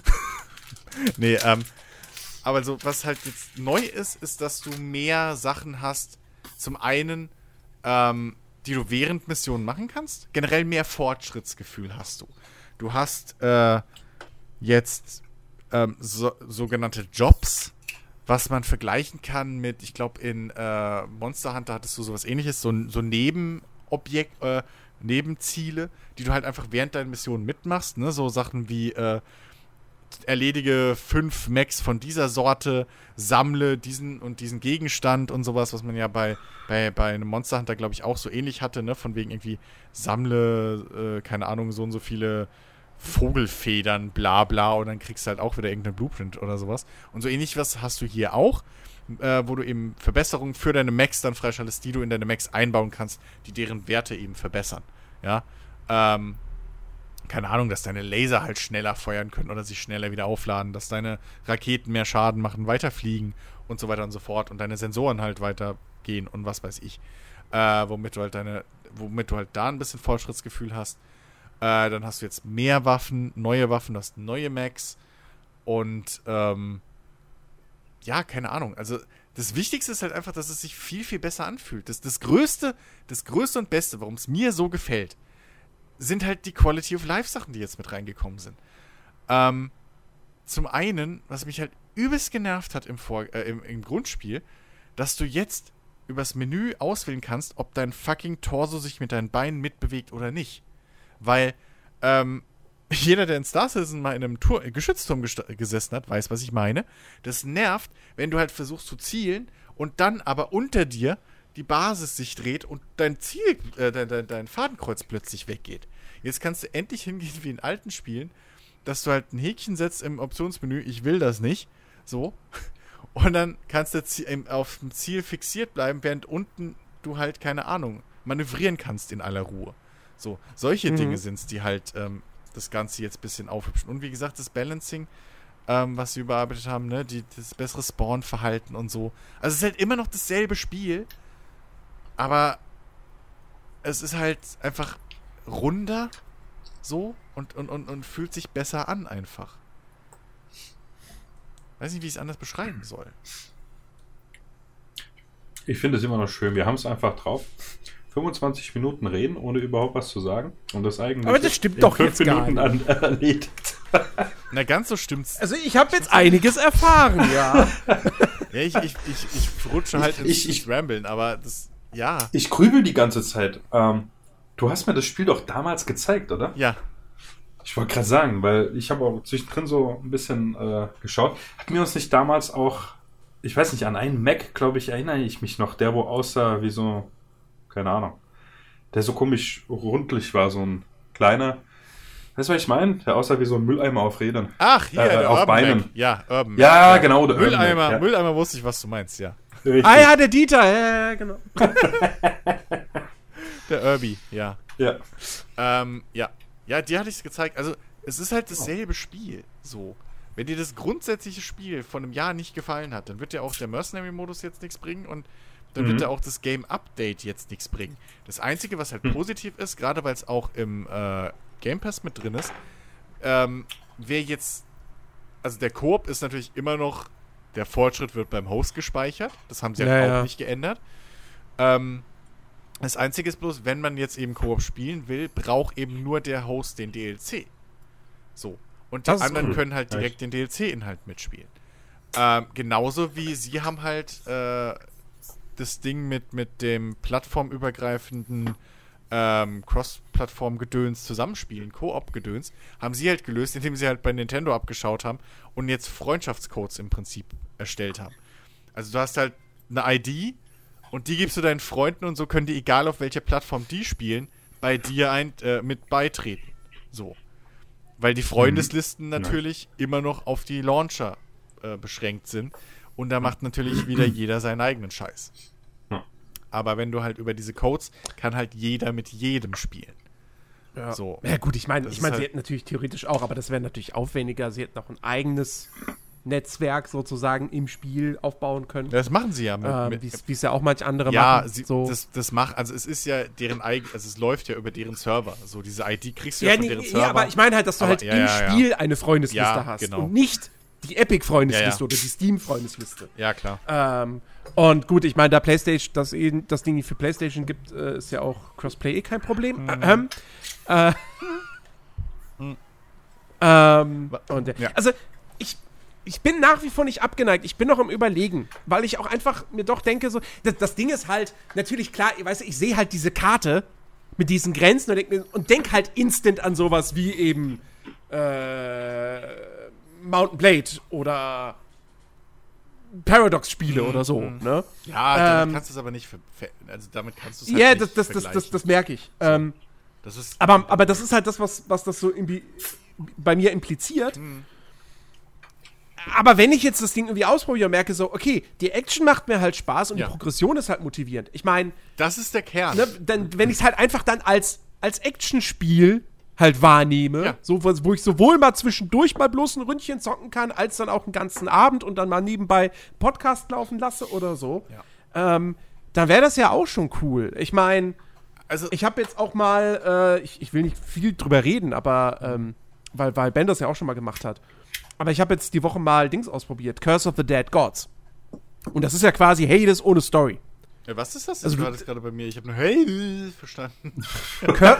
nee, ähm, aber so, was halt jetzt neu ist, ist, dass du mehr Sachen hast. Zum einen, ähm, die du während Missionen machen kannst. Generell mehr Fortschrittsgefühl hast du. Du hast äh, jetzt ähm, so, sogenannte Jobs, was man vergleichen kann mit, ich glaube, in äh, Monster Hunter hattest du sowas ähnliches, so, so Nebenobjekt, äh, Nebenziele, die du halt einfach während deiner Mission mitmachst, ne? So Sachen wie äh, erledige fünf Mechs von dieser Sorte, sammle diesen und diesen Gegenstand und sowas, was man ja bei, bei, bei einem Monster Hunter, glaube ich, auch so ähnlich hatte, ne? Von wegen irgendwie sammle, äh, keine Ahnung, so und so viele Vogelfedern, bla bla, und dann kriegst du halt auch wieder irgendeinen Blueprint oder sowas. Und so ähnlich was hast du hier auch, äh, wo du eben Verbesserungen für deine Mechs dann freischaltest, die du in deine Mechs einbauen kannst, die deren Werte eben verbessern. Ja, ähm, keine Ahnung, dass deine Laser halt schneller feuern können oder sich schneller wieder aufladen, dass deine Raketen mehr Schaden machen, weiterfliegen und so weiter und so fort und deine Sensoren halt weitergehen und was weiß ich. Äh, womit du halt deine, womit du halt da ein bisschen Fortschrittsgefühl hast. Äh, dann hast du jetzt mehr Waffen, neue Waffen, du hast neue Mechs und ähm, ja, keine Ahnung. Also das Wichtigste ist halt einfach, dass es sich viel, viel besser anfühlt. Das, das Größte, das Größte und Beste, warum es mir so gefällt, sind halt die Quality of Life Sachen, die jetzt mit reingekommen sind. Ähm, zum einen, was mich halt übelst genervt hat im, Vor äh, im, im Grundspiel, dass du jetzt übers Menü auswählen kannst, ob dein fucking Torso sich mit deinen Beinen mitbewegt oder nicht. Weil, ähm, jeder, der in Star Citizen mal in einem Tur- Geschützturm gest- gesessen hat, weiß, was ich meine. Das nervt, wenn du halt versuchst zu zielen und dann aber unter dir die Basis sich dreht und dein Ziel, äh, dein, dein, dein Fadenkreuz plötzlich weggeht. Jetzt kannst du endlich hingehen wie in alten Spielen, dass du halt ein Häkchen setzt im Optionsmenü, ich will das nicht, so, und dann kannst du zie- im, auf dem Ziel fixiert bleiben, während unten du halt, keine Ahnung, manövrieren kannst in aller Ruhe. So, solche Mhm. Dinge sind es, die halt ähm, das Ganze jetzt ein bisschen aufhübschen. Und wie gesagt, das Balancing, ähm, was sie überarbeitet haben, ne, die, das bessere Spawn-Verhalten und so. Also es ist halt immer noch dasselbe Spiel, aber es ist halt einfach runder so und, und, und, und fühlt sich besser an einfach. Weiß nicht, wie ich es anders beschreiben soll. Ich finde es immer noch schön. Wir haben es einfach drauf. fünfundzwanzig Minuten reden, ohne überhaupt was zu sagen. Und das eigentlich Aber das stimmt in doch fünf jetzt gar Minuten an, erledigt. Na, ganz so stimmt's. Also ich habe jetzt einiges erfahren, ja. Ja, ich, ich, ich, ich rutsche halt ins, ich- ich- ins Ramblen, aber das, ja. Ich grübel die ganze Zeit. Ähm, du hast mir das Spiel doch damals gezeigt, oder? Ja. Ich wollte gerade sagen, weil ich habe auch zwischendrin so ein bisschen äh, geschaut. Hatten wir uns nicht damals auch, ich weiß nicht, an einen Mac, glaube ich, erinnere ich mich noch, der wo aussah wie so, keine Ahnung, der so komisch rundlich war, so ein kleiner, weißt du, was ich meine? Der aussah wie so ein Mülleimer auf Rädern. Ach, hier, äh, der auf Urban Beinen. Mac. Ja, Urban Ja, Mac. genau, der Mülleimer, Urban Mac, ja. Mülleimer wusste ich, was du meinst, ja. Richtig. Ah ja, der Dieter, ja, ja, genau. Der Urbi, ja. Ja. Ähm, ja. Ja, dir hatte ich es gezeigt. Also, es ist halt dasselbe Spiel. So. Wenn dir das grundsätzliche Spiel von einem Jahr nicht gefallen hat, dann wird dir auch der Mercenary-Modus jetzt nichts bringen und dann Mhm. wird dir auch das Game-Update jetzt nichts bringen. Das Einzige, was halt Mhm. positiv ist, gerade weil es auch im äh, Game Pass mit drin ist, ähm, wer jetzt, also der Koop ist natürlich immer noch, der Fortschritt wird beim Host gespeichert. Das haben sie halt Ja, auch ja. nicht geändert. Ähm, das Einzige ist bloß, wenn man jetzt eben Koop spielen will, braucht eben nur der Host den D L C. So. Und die Das ist anderen cool. können halt direkt Echt? den D L C-Inhalt mitspielen. Ähm, genauso wie sie haben halt äh, das Ding mit, mit dem plattformübergreifenden ähm, Cross-Plattform-Gedöns zusammenspielen, Koop-Gedöns, haben sie halt gelöst, indem sie halt bei Nintendo abgeschaut haben und jetzt Freundschaftscodes im Prinzip erstellt haben. Also du hast halt eine I D und die gibst du deinen Freunden und so können die, egal auf welcher Plattform die spielen, bei dir ein, äh, mit beitreten. So. Weil die Freundeslisten natürlich immer noch auf die Launcher äh, beschränkt sind und da macht natürlich wieder jeder seinen eigenen Scheiß. Ja. Aber wenn du halt über diese Codes, kann halt jeder mit jedem spielen. Ja. So. Ja gut, ich meine, Das ich ist meine, sie halt- hätten natürlich theoretisch auch, aber das wäre natürlich aufwendiger. Sie hätten auch ein eigenes Netzwerk sozusagen im Spiel aufbauen können. Das machen sie ja mit, ähm, mit Wie es ja auch manch andere ja, machen. sie, so. das, das macht, also es ist ja deren eigen, also es läuft ja über deren Server. So diese I D kriegst du ja, ja, von nee, deren ja, Server. aber ich meine halt, dass du Aber- halt ja, im ja, ja. Spiel eine Freundesliste Ja, hast genau. und nicht die Epic-Freundesliste Ja, ja. oder die Steam-Freundesliste. Ja, klar. Ähm, und gut, ich meine, da PlayStation, das, eh, das Ding nicht für PlayStation gibt, äh, ist ja auch Crossplay eh kein Problem. Ähm, äh, ähm, und, äh, Ja. Also, ich, ich bin nach wie vor nicht abgeneigt. Ich bin noch im Überlegen, weil ich auch einfach mir doch denke, so, das, das Ding ist halt, natürlich klar, weißt du, ich sehe halt diese Karte mit diesen Grenzen und denk, mir- und denk halt instant an sowas wie eben äh, Mountain Blade oder Paradox-Spiele oder so, ne? Ja, damit Ähm, kannst du es aber nicht ver ver also damit kannst du es Ja, halt das, nicht das, das, das, vergleichen. das merke ich. Ähm, Das ist aber, aber das ist halt das, was, was das so irgendwie bei mir impliziert. Aber wenn ich jetzt das Ding irgendwie ausprobiere und merke so, okay, die Action macht mir halt Spaß und Ja. die Progression ist halt motivierend. Ich meine, das ist der Kern. ne, dann, wenn ich es halt einfach dann als, als Actionspiel halt wahrnehme, Ja. so, wo wo ich sowohl mal zwischendurch mal bloß ein Ründchen zocken kann, als dann auch einen ganzen Abend und dann mal nebenbei Podcast laufen lasse oder so, Ja. ähm, dann wäre das ja auch schon cool. Ich meine, Also ich habe jetzt auch mal, äh, ich, ich will nicht viel drüber reden, aber, ähm, weil, weil Ben das ja auch schon mal gemacht hat. Aber ich habe jetzt die Woche mal Dings ausprobiert, Curse of the Dead Gods. Und das ist ja quasi Hades ohne Story. Ja, was ist das? Also Also, du- gerade ist gerade bei mir. Ich habe nur Hey verstanden. Cur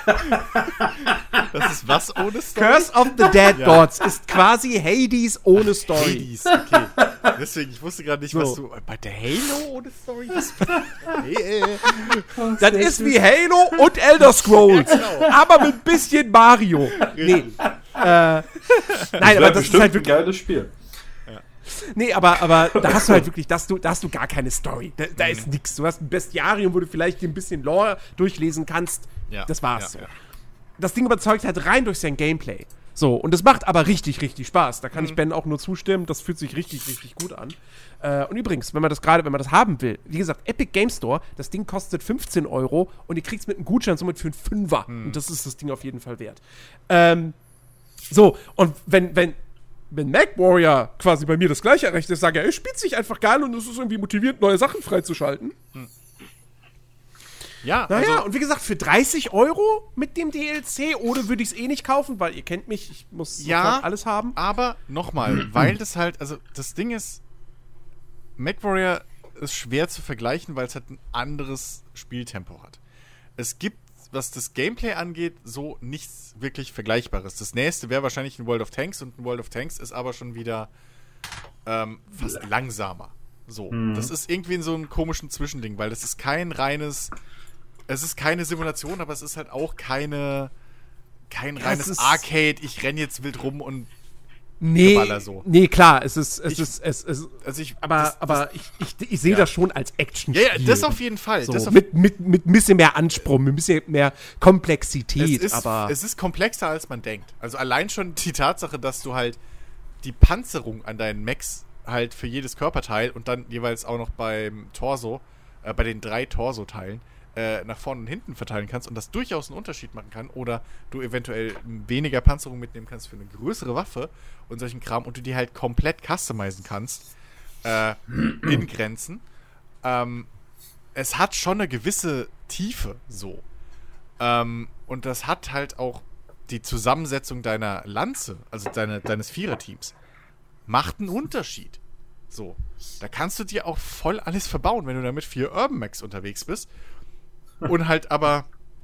Das ist was ohne Story? Curse of the Dead Ja. Gods ist quasi Hades ohne Story. Hades, okay. Deswegen, ich wusste gerade nicht, So. was du. Bei der Halo ohne Story? Was? Hey, ey. Das ist wie Halo und Elder Scrolls. Aber mit ein bisschen Mario. Nee. Äh, nein, aber Wäre das ist bestimmt halt ein wirklich. geiles Spiel. Nee, aber, aber da hast du halt wirklich, da hast du, da hast du gar keine Story. Da, da Mhm. ist nix. Du hast ein Bestiarium, wo du vielleicht dir ein bisschen Lore durchlesen kannst. Ja, Das war's ja, so. ja. Das Ding überzeugt halt rein durch sein Gameplay. So, und das macht aber richtig, richtig Spaß. Da kann Mhm. ich Ben auch nur zustimmen. Das fühlt sich richtig, richtig gut an. Äh, und übrigens, wenn man das gerade, wenn man das haben will, wie gesagt, Epic Game Store, das Ding kostet fünfzehn Euro und ihr kriegt es mit einem Gutschein somit für einen Fünfer. Mhm. Und das ist das Ding auf jeden Fall wert. Ähm, so, und wenn, wenn, wenn MacWarrior quasi bei mir das gleiche erreicht ist, sage er, es spielt sich einfach geil und es ist irgendwie motiviert, neue Sachen freizuschalten. Ja, Naja, also, und wie gesagt, für dreißig Euro mit dem D L C, oder würde ich es eh nicht kaufen, weil ihr kennt mich, ich muss Ja. sofort alles haben. aber nochmal, weil das halt, also das Ding ist, MacWarrior ist schwer zu vergleichen, weil es halt ein anderes Spieltempo hat. Es gibt, was das Gameplay angeht, so nichts wirklich Vergleichbares. Das nächste wäre wahrscheinlich ein World of Tanks und ein World of Tanks ist aber schon wieder ähm, fast langsamer. So, das ist irgendwie in so einem komischen Zwischending, weil das ist kein reines, es ist keine Simulation, aber es ist halt auch keine kein Ja, reines es ist- Arcade, ich renn jetzt wild rum und Nee, Geballer so. nee, klar, es ist, es Ich- ist, es ist, also ich aber, das, aber ich, ich, ich sehe Ja. das schon als Action. Ja, ja, das auf jeden Fall. So, das auf, mit, mit, mit ein bisschen mehr Anspruch, mit ein bisschen mehr Komplexität, es, ist, aber es ist komplexer, als man denkt. Also allein schon die Tatsache, dass du halt die Panzerung an deinen Mechs halt für jedes Körperteil und dann jeweils auch noch beim Torso, äh, bei den drei Torso-Teilen, äh, nach vorne und hinten verteilen kannst und das durchaus einen Unterschied machen kann. Oder du eventuell weniger Panzerung mitnehmen kannst für eine größere Waffe und solchen Kram und du die halt komplett customizen kannst. Äh, in Grenzen. Ähm, es hat schon eine gewisse Tiefe, so. Ähm, und das hat halt auch die Zusammensetzung deiner Lanze, also deine, deines Viererteams, macht einen Unterschied. So. Da kannst du dir auch voll alles verbauen, wenn du da mit vier Urban Mechs unterwegs bist. Und halt aber,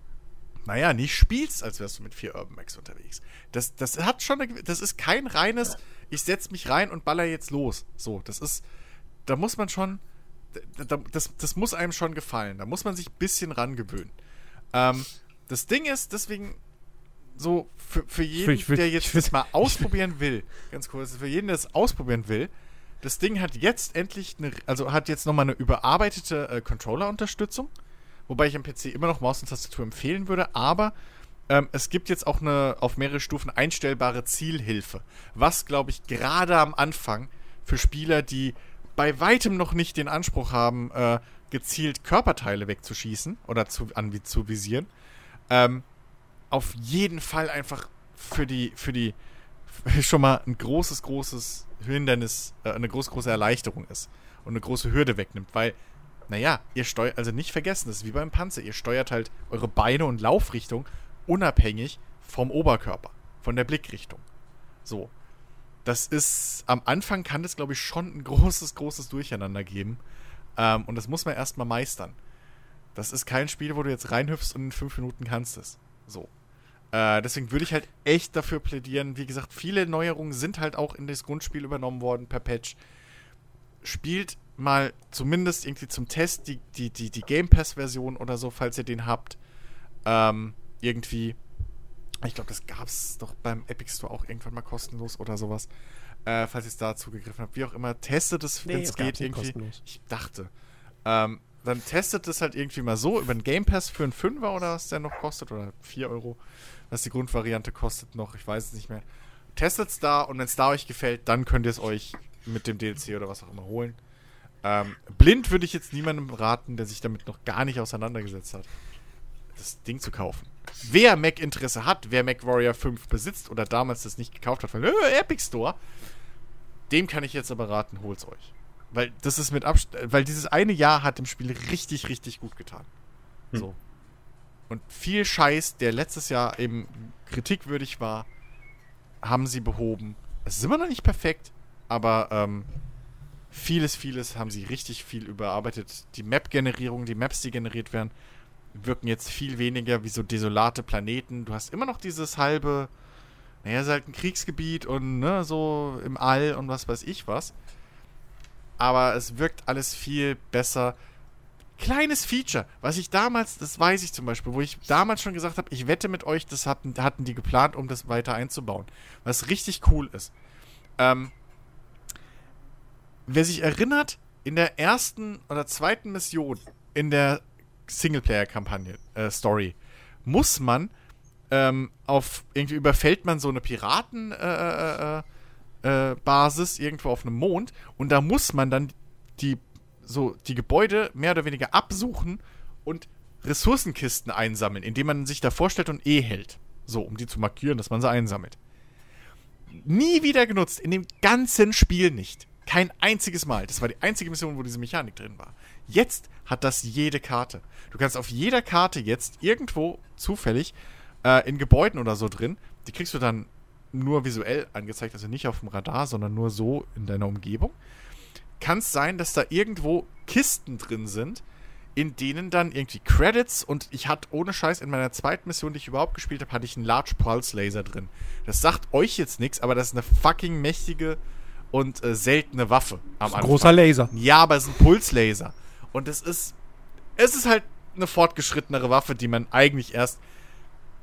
naja, nicht spielst, als wärst du mit vier Urban Mechs unterwegs. Das, das hat schon eine, das ist kein reines, ich setz mich rein und baller jetzt los. So, das ist, da muss man schon, da, das, das muss einem schon gefallen. Da muss man sich ein bisschen rangewöhnen. Ähm, das Ding ist, deswegen, so, für, für jeden, Ich will- der ich jetzt will- das mal ausprobieren will, ganz kurz, für jeden, der es ausprobieren will, das Ding hat jetzt endlich eine, also hat jetzt nochmal eine überarbeitete äh, Controller-Unterstützung, wobei ich am P C immer noch Maus und Tastatur empfehlen würde, aber ähm, es gibt jetzt auch eine auf mehrere Stufen einstellbare Zielhilfe, was, glaube ich, gerade am Anfang für Spieler, die bei weitem noch nicht den Anspruch haben, äh, gezielt Körperteile wegzuschießen oder zu, an, zu visieren, ähm, auf jeden Fall einfach für die, für die schon mal ein großes, großes Hindernis, äh, eine große, große Erleichterung ist und eine große Hürde wegnimmt, weil, naja, ihr steuert, also nicht vergessen, das ist wie beim Panzer, ihr steuert halt eure Beine und Laufrichtung unabhängig vom Oberkörper, von der Blickrichtung. So. Das ist, am Anfang kann das, glaube ich, schon ein großes, großes Durcheinander geben. Ähm, und das muss man erstmal meistern. Das ist kein Spiel, wo du jetzt reinhüpfst und in fünf Minuten kannst es. So. Äh, deswegen würde ich halt echt dafür plädieren. Wie gesagt, viele Neuerungen sind halt auch in das Grundspiel übernommen worden per Patch. Spielt mal zumindest irgendwie zum Test die, die, die, die Game Pass-Version oder so, falls ihr den habt. Ähm, irgendwie. Ich glaube, das gab es doch beim Epic Store auch irgendwann mal kostenlos oder sowas. Äh, falls ihr es da zugegriffen habt. Wie auch immer, testet es, Nee, wenn es es gab's geht, nicht irgendwie. kostenlos. Ich dachte. Ähm, dann testet es halt irgendwie mal so über den Game Pass für einen Fünfer oder was der noch kostet. Oder vier Euro, was die Grundvariante kostet noch. Ich weiß es nicht mehr. Testet es da und wenn es da euch gefällt, dann könnt ihr es euch mit dem D L C oder was auch immer holen. Ähm, blind würde ich jetzt niemandem raten, der sich damit noch gar nicht auseinandergesetzt hat, das Ding zu kaufen. Wer Mac-Interesse hat, wer MacWarrior fünf besitzt oder damals das nicht gekauft hat, weil äh, Epic Store, dem kann ich jetzt aber raten, holt's euch. Weil das ist mit Abst- weil dieses eine Jahr hat dem Spiel richtig, richtig gut getan. Hm. So. Und viel Scheiß, der letztes Jahr eben kritikwürdig war, haben sie behoben. Es ist immer noch nicht perfekt, aber ähm, vieles, vieles haben sie richtig viel überarbeitet. Die Map-Generierung, die Maps, die generiert werden, wirken jetzt viel weniger wie so desolate Planeten. Du hast immer noch dieses halbe, naja, es ist halt ein Kriegsgebiet und ne, so im All und was weiß ich was. Aber es wirkt alles viel besser. Kleines Feature, was ich damals, das weiß ich zum Beispiel, wo ich damals schon gesagt habe, ich wette mit euch, das hatten, hatten die geplant, um das weiter einzubauen. Was richtig cool ist. Ähm, wer sich erinnert, in der ersten oder zweiten Mission in der Singleplayer-Kampagne, äh, Story, muss man ähm, auf, irgendwie überfällt man so eine Piraten äh, äh, äh, Basis irgendwo auf einem Mond und da muss man dann die so die Gebäude mehr oder weniger absuchen und Ressourcenkisten einsammeln, indem man sich da vorstellt und E hält. So, um die zu markieren, dass man sie einsammelt. Nie wieder genutzt, in dem ganzen Spiel nicht. Kein einziges Mal. Das war die einzige Mission, wo diese Mechanik drin war. Jetzt hat das jede Karte. Du kannst auf jeder Karte jetzt irgendwo zufällig äh, in Gebäuden oder so drin, die kriegst du dann nur visuell angezeigt, also nicht auf dem Radar, sondern nur so in deiner Umgebung. Kann es sein, dass da irgendwo Kisten drin sind, in denen dann irgendwie Credits und ich hatte ohne Scheiß in meiner zweiten Mission, die ich überhaupt gespielt habe, hatte ich einen Large Pulse Laser drin. Das sagt euch jetzt nichts, aber das ist eine fucking mächtige und äh, seltene Waffe am Anfang. Großer Laser. Ja, aber es ist ein Pulslaser. Und es ist, es ist halt eine fortgeschrittenere Waffe, die man eigentlich erst,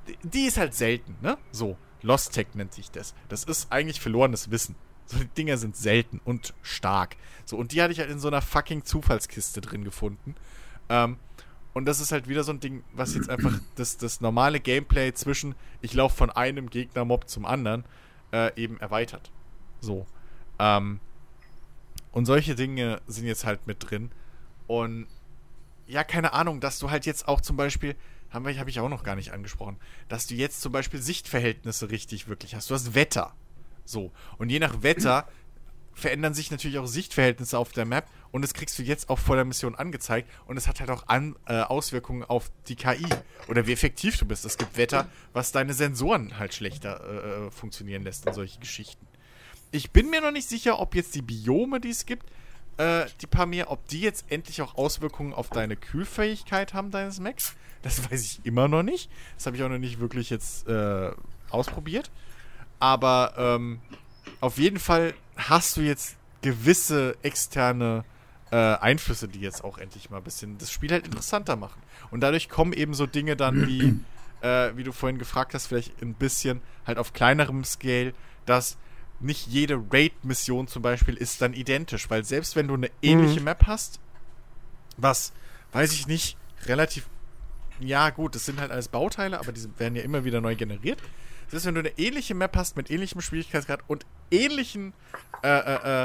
die ist halt selten, ne? So, Lost Tech nennt sich das. Das ist eigentlich verlorenes Wissen. So, die Dinger sind selten und stark. So, und die hatte ich halt in so einer fucking Zufallskiste drin gefunden. Ähm, und das ist halt wieder so ein Ding, was jetzt einfach das, das normale Gameplay zwischen, ich laufe von einem Gegnermob zum anderen, äh, eben erweitert. So. Ähm, und solche Dinge sind jetzt halt mit drin. Und ja, keine Ahnung, dass du halt jetzt auch zum Beispiel, haben wir, habe ich auch noch gar nicht angesprochen, dass du jetzt zum Beispiel Sichtverhältnisse richtig wirklich hast. Du hast Wetter. So. Und je nach Wetter verändern sich natürlich auch Sichtverhältnisse auf der Map und das kriegst du jetzt auch vor der Mission angezeigt und es hat halt auch an, äh, Auswirkungen auf die K I oder wie effektiv du bist. Es gibt Wetter, was deine Sensoren halt schlechter äh, funktionieren lässt und solche Geschichten. Ich bin mir noch nicht sicher, ob jetzt die Biome, die es gibt, äh, die paar mehr, ob die jetzt endlich auch Auswirkungen auf deine Kühlfähigkeit haben deines Macs. Das weiß ich immer noch nicht. Das habe ich auch noch nicht wirklich jetzt äh, ausprobiert. Aber ähm, auf jeden Fall hast du jetzt gewisse externe äh, Einflüsse, die jetzt auch endlich mal ein bisschen das Spiel halt interessanter machen. Und dadurch kommen eben so Dinge dann wie, äh, wie du vorhin gefragt hast, vielleicht ein bisschen halt auf kleinerem Scale, dass nicht jede Raid-Mission zum Beispiel ist dann identisch, weil selbst wenn du eine ähnliche mhm. Map hast, was, weiß ich nicht, relativ, ja gut, das sind halt alles Bauteile, aber die werden ja immer wieder neu generiert. Das heißt, wenn du eine ähnliche Map hast mit ähnlichem Schwierigkeitsgrad und ähnlichen äh, äh, äh,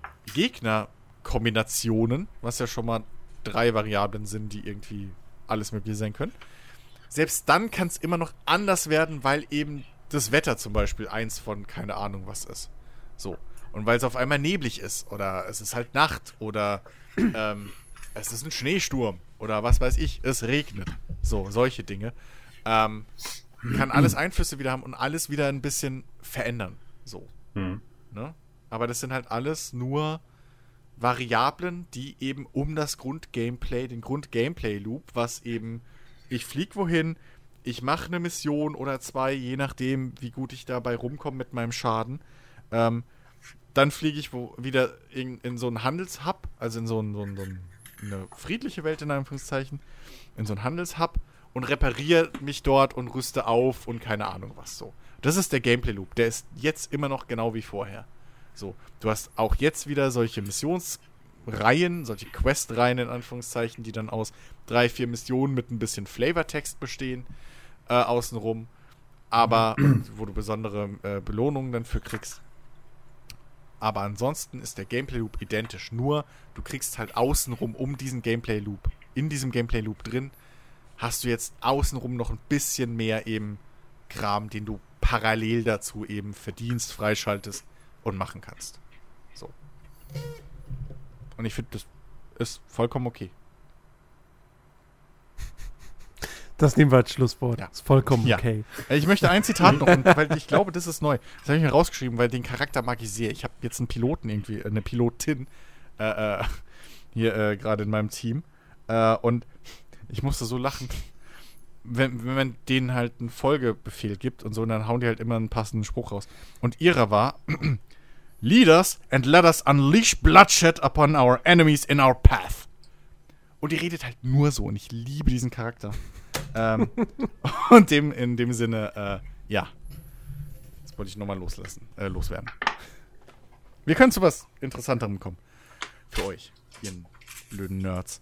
Gegnerkombinationen, was ja schon mal drei Variablen sind, die irgendwie alles mögliche sein können, selbst dann kann es immer noch anders werden, weil eben das Wetter zum Beispiel eins von keine Ahnung was ist. So. Und weil es auf einmal neblig ist oder es ist halt Nacht oder ähm, es ist ein Schneesturm oder was weiß ich, es regnet. So, solche Dinge. Ähm, kann alles Einflüsse wieder haben und alles wieder ein bisschen verändern. So. Mhm. Ne? Aber das sind halt alles nur Variablen, die eben um das Grundgameplay, den Grund-Gameplay-Loop, was eben, ich flieg wohin, ich mache eine Mission oder zwei, je nachdem, wie gut ich dabei rumkomme mit meinem Schaden. Ähm, dann fliege ich wo wieder in, in so einen Handelshub, also in so, ein, so, ein, so eine friedliche Welt in Anführungszeichen, in so einen Handelshub und repariere mich dort und rüste auf und keine Ahnung was so. Das ist der Gameplay-Loop. Der ist jetzt immer noch genau wie vorher. So, du hast auch jetzt wieder solche Missionsreihen, solche Questreihen in Anführungszeichen, die dann aus drei, vier Missionen mit ein bisschen Flavortext bestehen, äh, außenrum. Aber, wo du besondere äh, Belohnungen dann für kriegst. Aber ansonsten ist der Gameplay-Loop identisch. Nur, du kriegst halt außenrum um diesen Gameplay-Loop, in diesem Gameplay-Loop drin, hast du jetzt außenrum noch ein bisschen mehr eben Kram, den du parallel dazu eben verdienst, freischaltest und machen kannst. So. Und ich finde, das ist vollkommen okay. Das nehmen wir als Schlusswort. Ja. Ist vollkommen ja. okay. Ich möchte ein Zitat noch, und, weil ich glaube, das ist neu. Das habe ich mir rausgeschrieben, weil den Charakter mag ich sehr. Ich habe jetzt einen Piloten irgendwie, eine Pilotin äh, äh, hier äh, gerade in meinem Team. Äh, und ich musste so lachen, wenn, wenn man denen halt einen Folgebefehl gibt und so, und dann hauen die halt immer einen passenden Spruch raus. Und ihrer war: Lead us and let us unleash bloodshed upon our enemies in our path. Und die redet halt nur so und ich liebe diesen Charakter. ähm, und dem, in dem Sinne, äh, ja. Das wollte ich nochmal loslassen, äh, loswerden. Wir können zu was Interessanterem kommen. Für euch, ihr blöden Nerds.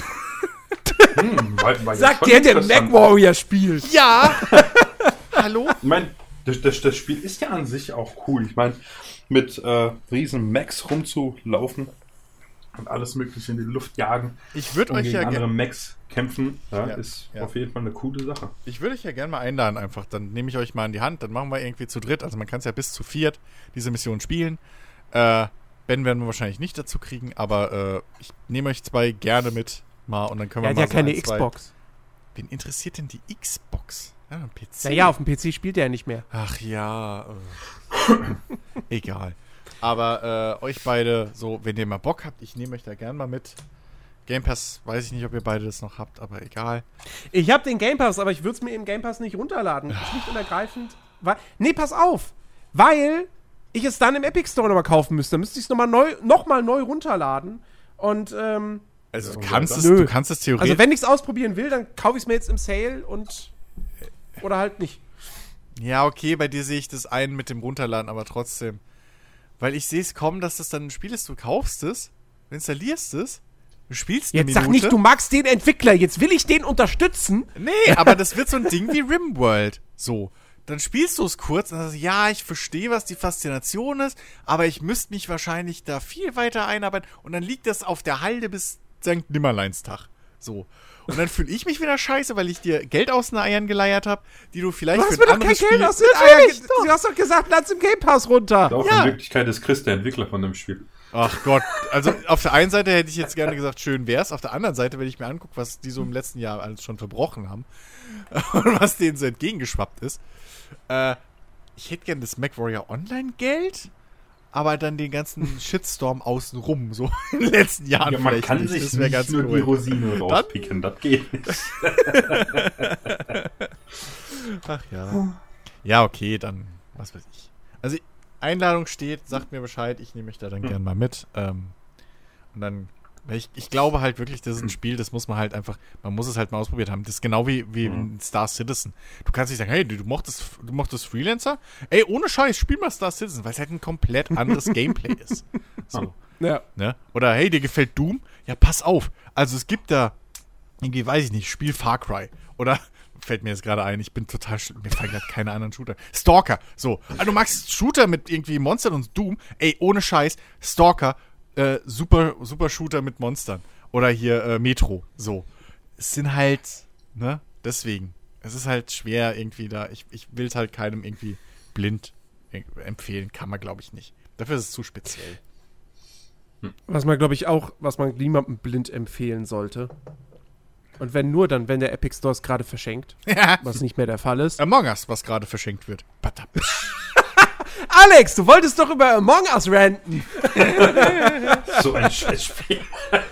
Hm, war, war Sagt der, der MechWarrior spielt. Ja! Hallo? Ich meine, das, das, das Spiel ist ja an sich auch cool. Ich meine, mit äh, riesen Mechs rumzulaufen und alles Mögliche in die Luft jagen. Ich würde euch gegen ja andere gerne Mechs kämpfen, ja, ja, ist ja. auf jeden Fall eine coole Sache. Ich würde euch ja gerne mal einladen einfach. Dann nehme ich euch mal in die Hand. Dann machen wir irgendwie zu dritt. Also man kann es ja bis zu viert diese Mission spielen. Äh, Ben werden wir wahrscheinlich nicht dazu kriegen, aber äh, ich nehme euch zwei gerne mit mal und dann können wir Er mal hat ja so keine ein, zwei- Xbox. Wen interessiert denn die Xbox? Ja, ein P C. Naja, auf dem P C spielt er ja nicht mehr. Ach ja. Äh. Egal. Aber äh, euch beide, so, wenn ihr mal Bock habt, ich nehme euch da gern mal mit. Game Pass, weiß ich nicht, ob ihr beide das noch habt, aber egal. Ich habe den Game Pass, aber ich würde es mir im Game Pass nicht runterladen. Schlicht und ergreifend. Weil, nee, pass auf. Weil ich es dann im Epic Store nochmal kaufen müsste. Dann müsste ich es nochmal neu, noch mal neu runterladen. Und, ähm... Also du Ja, kannst, es, nö. du kannst es theoretisch... Also wenn ich es ausprobieren will, dann kaufe ich es mir jetzt im Sale und... oder halt nicht. Ja, okay, bei dir sehe ich das ein mit dem Runterladen, aber trotzdem. Weil ich sehe es kommen, dass das dann ein Spiel ist, du kaufst es, du installierst es, du spielst eine Jetzt sag Minute. nicht, du magst den Entwickler, jetzt will ich den unterstützen. Nee, aber das wird so ein Ding wie RimWorld. So. Dann spielst du es kurz und dann sagst du, ja, ich verstehe, was die Faszination ist, aber ich müsste mich wahrscheinlich da viel weiter einarbeiten und dann liegt das auf der Halde bis Sankt Nimmerleinstag. So. Und dann fühle ich mich wieder scheiße, weil ich dir Geld aus den Eiern geleiert habe, die du vielleicht Du hast für mir ein doch kein anderes Geld Spiel... aus den Eiern. ge- Du hast doch gesagt, lad's im Game Pass runter. Doch, Ja. in Wirklichkeit ist Chris der Entwickler von dem Spiel. Ach Gott, also auf der einen Seite hätte ich jetzt gerne gesagt, schön wär's. Auf der anderen Seite, wenn ich mir angucke, was die so im letzten Jahr alles schon verbrochen haben und was denen so entgegengeschwappt ist, äh, ich hätte gerne das MechWarrior Online Geld, aber dann den ganzen Shitstorm außenrum, so in den letzten Jahren Ja, man vielleicht kann nicht. sich Das wär nicht ganz nur cool. die Rosine rauspicken, das geht nicht. Ach ja. Ja, okay, dann, was weiß ich. Also, Einladung steht, sagt mir Bescheid, ich nehme mich da dann gern mal mit. Ähm, und dann, weil ich, ich glaube halt wirklich, das ist ein Spiel, das muss man halt einfach, man muss es halt mal ausprobiert haben. Das ist genau wie, wie Mhm. in Star Citizen. Du kannst nicht sagen, hey, du, du mochtest, du mochtest Freelancer? Ey, ohne Scheiß, spiel mal Star Citizen, weil es halt ein komplett anderes Gameplay ist. So. Ja. Ne? Oder hey, dir gefällt Doom? Ja, pass auf. Also es gibt da, irgendwie weiß ich nicht, Spiel Far Cry. Oder, fällt mir jetzt gerade ein, ich bin total, sch- mir fallen gerade keine anderen Shooter. Stalker, so. Also du magst Shooter mit irgendwie Monstern und Doom? Ey, ohne Scheiß, Stalker, äh, super, super Shooter mit Monstern. Oder hier äh, Metro, so. Es sind halt, ne, deswegen. Es ist halt schwer irgendwie da, ich, ich will es halt keinem irgendwie blind äh, empfehlen, kann man glaube ich nicht. Dafür ist es zu speziell. Was man, glaube ich, auch, was man niemandem blind empfehlen sollte. Und wenn nur dann, wenn der Epic Store es gerade verschenkt, was nicht mehr der Fall ist. Among Us, was gerade verschenkt wird. Patap. Alex, du wolltest doch über Among Us ranten. So ein Scheißspiel.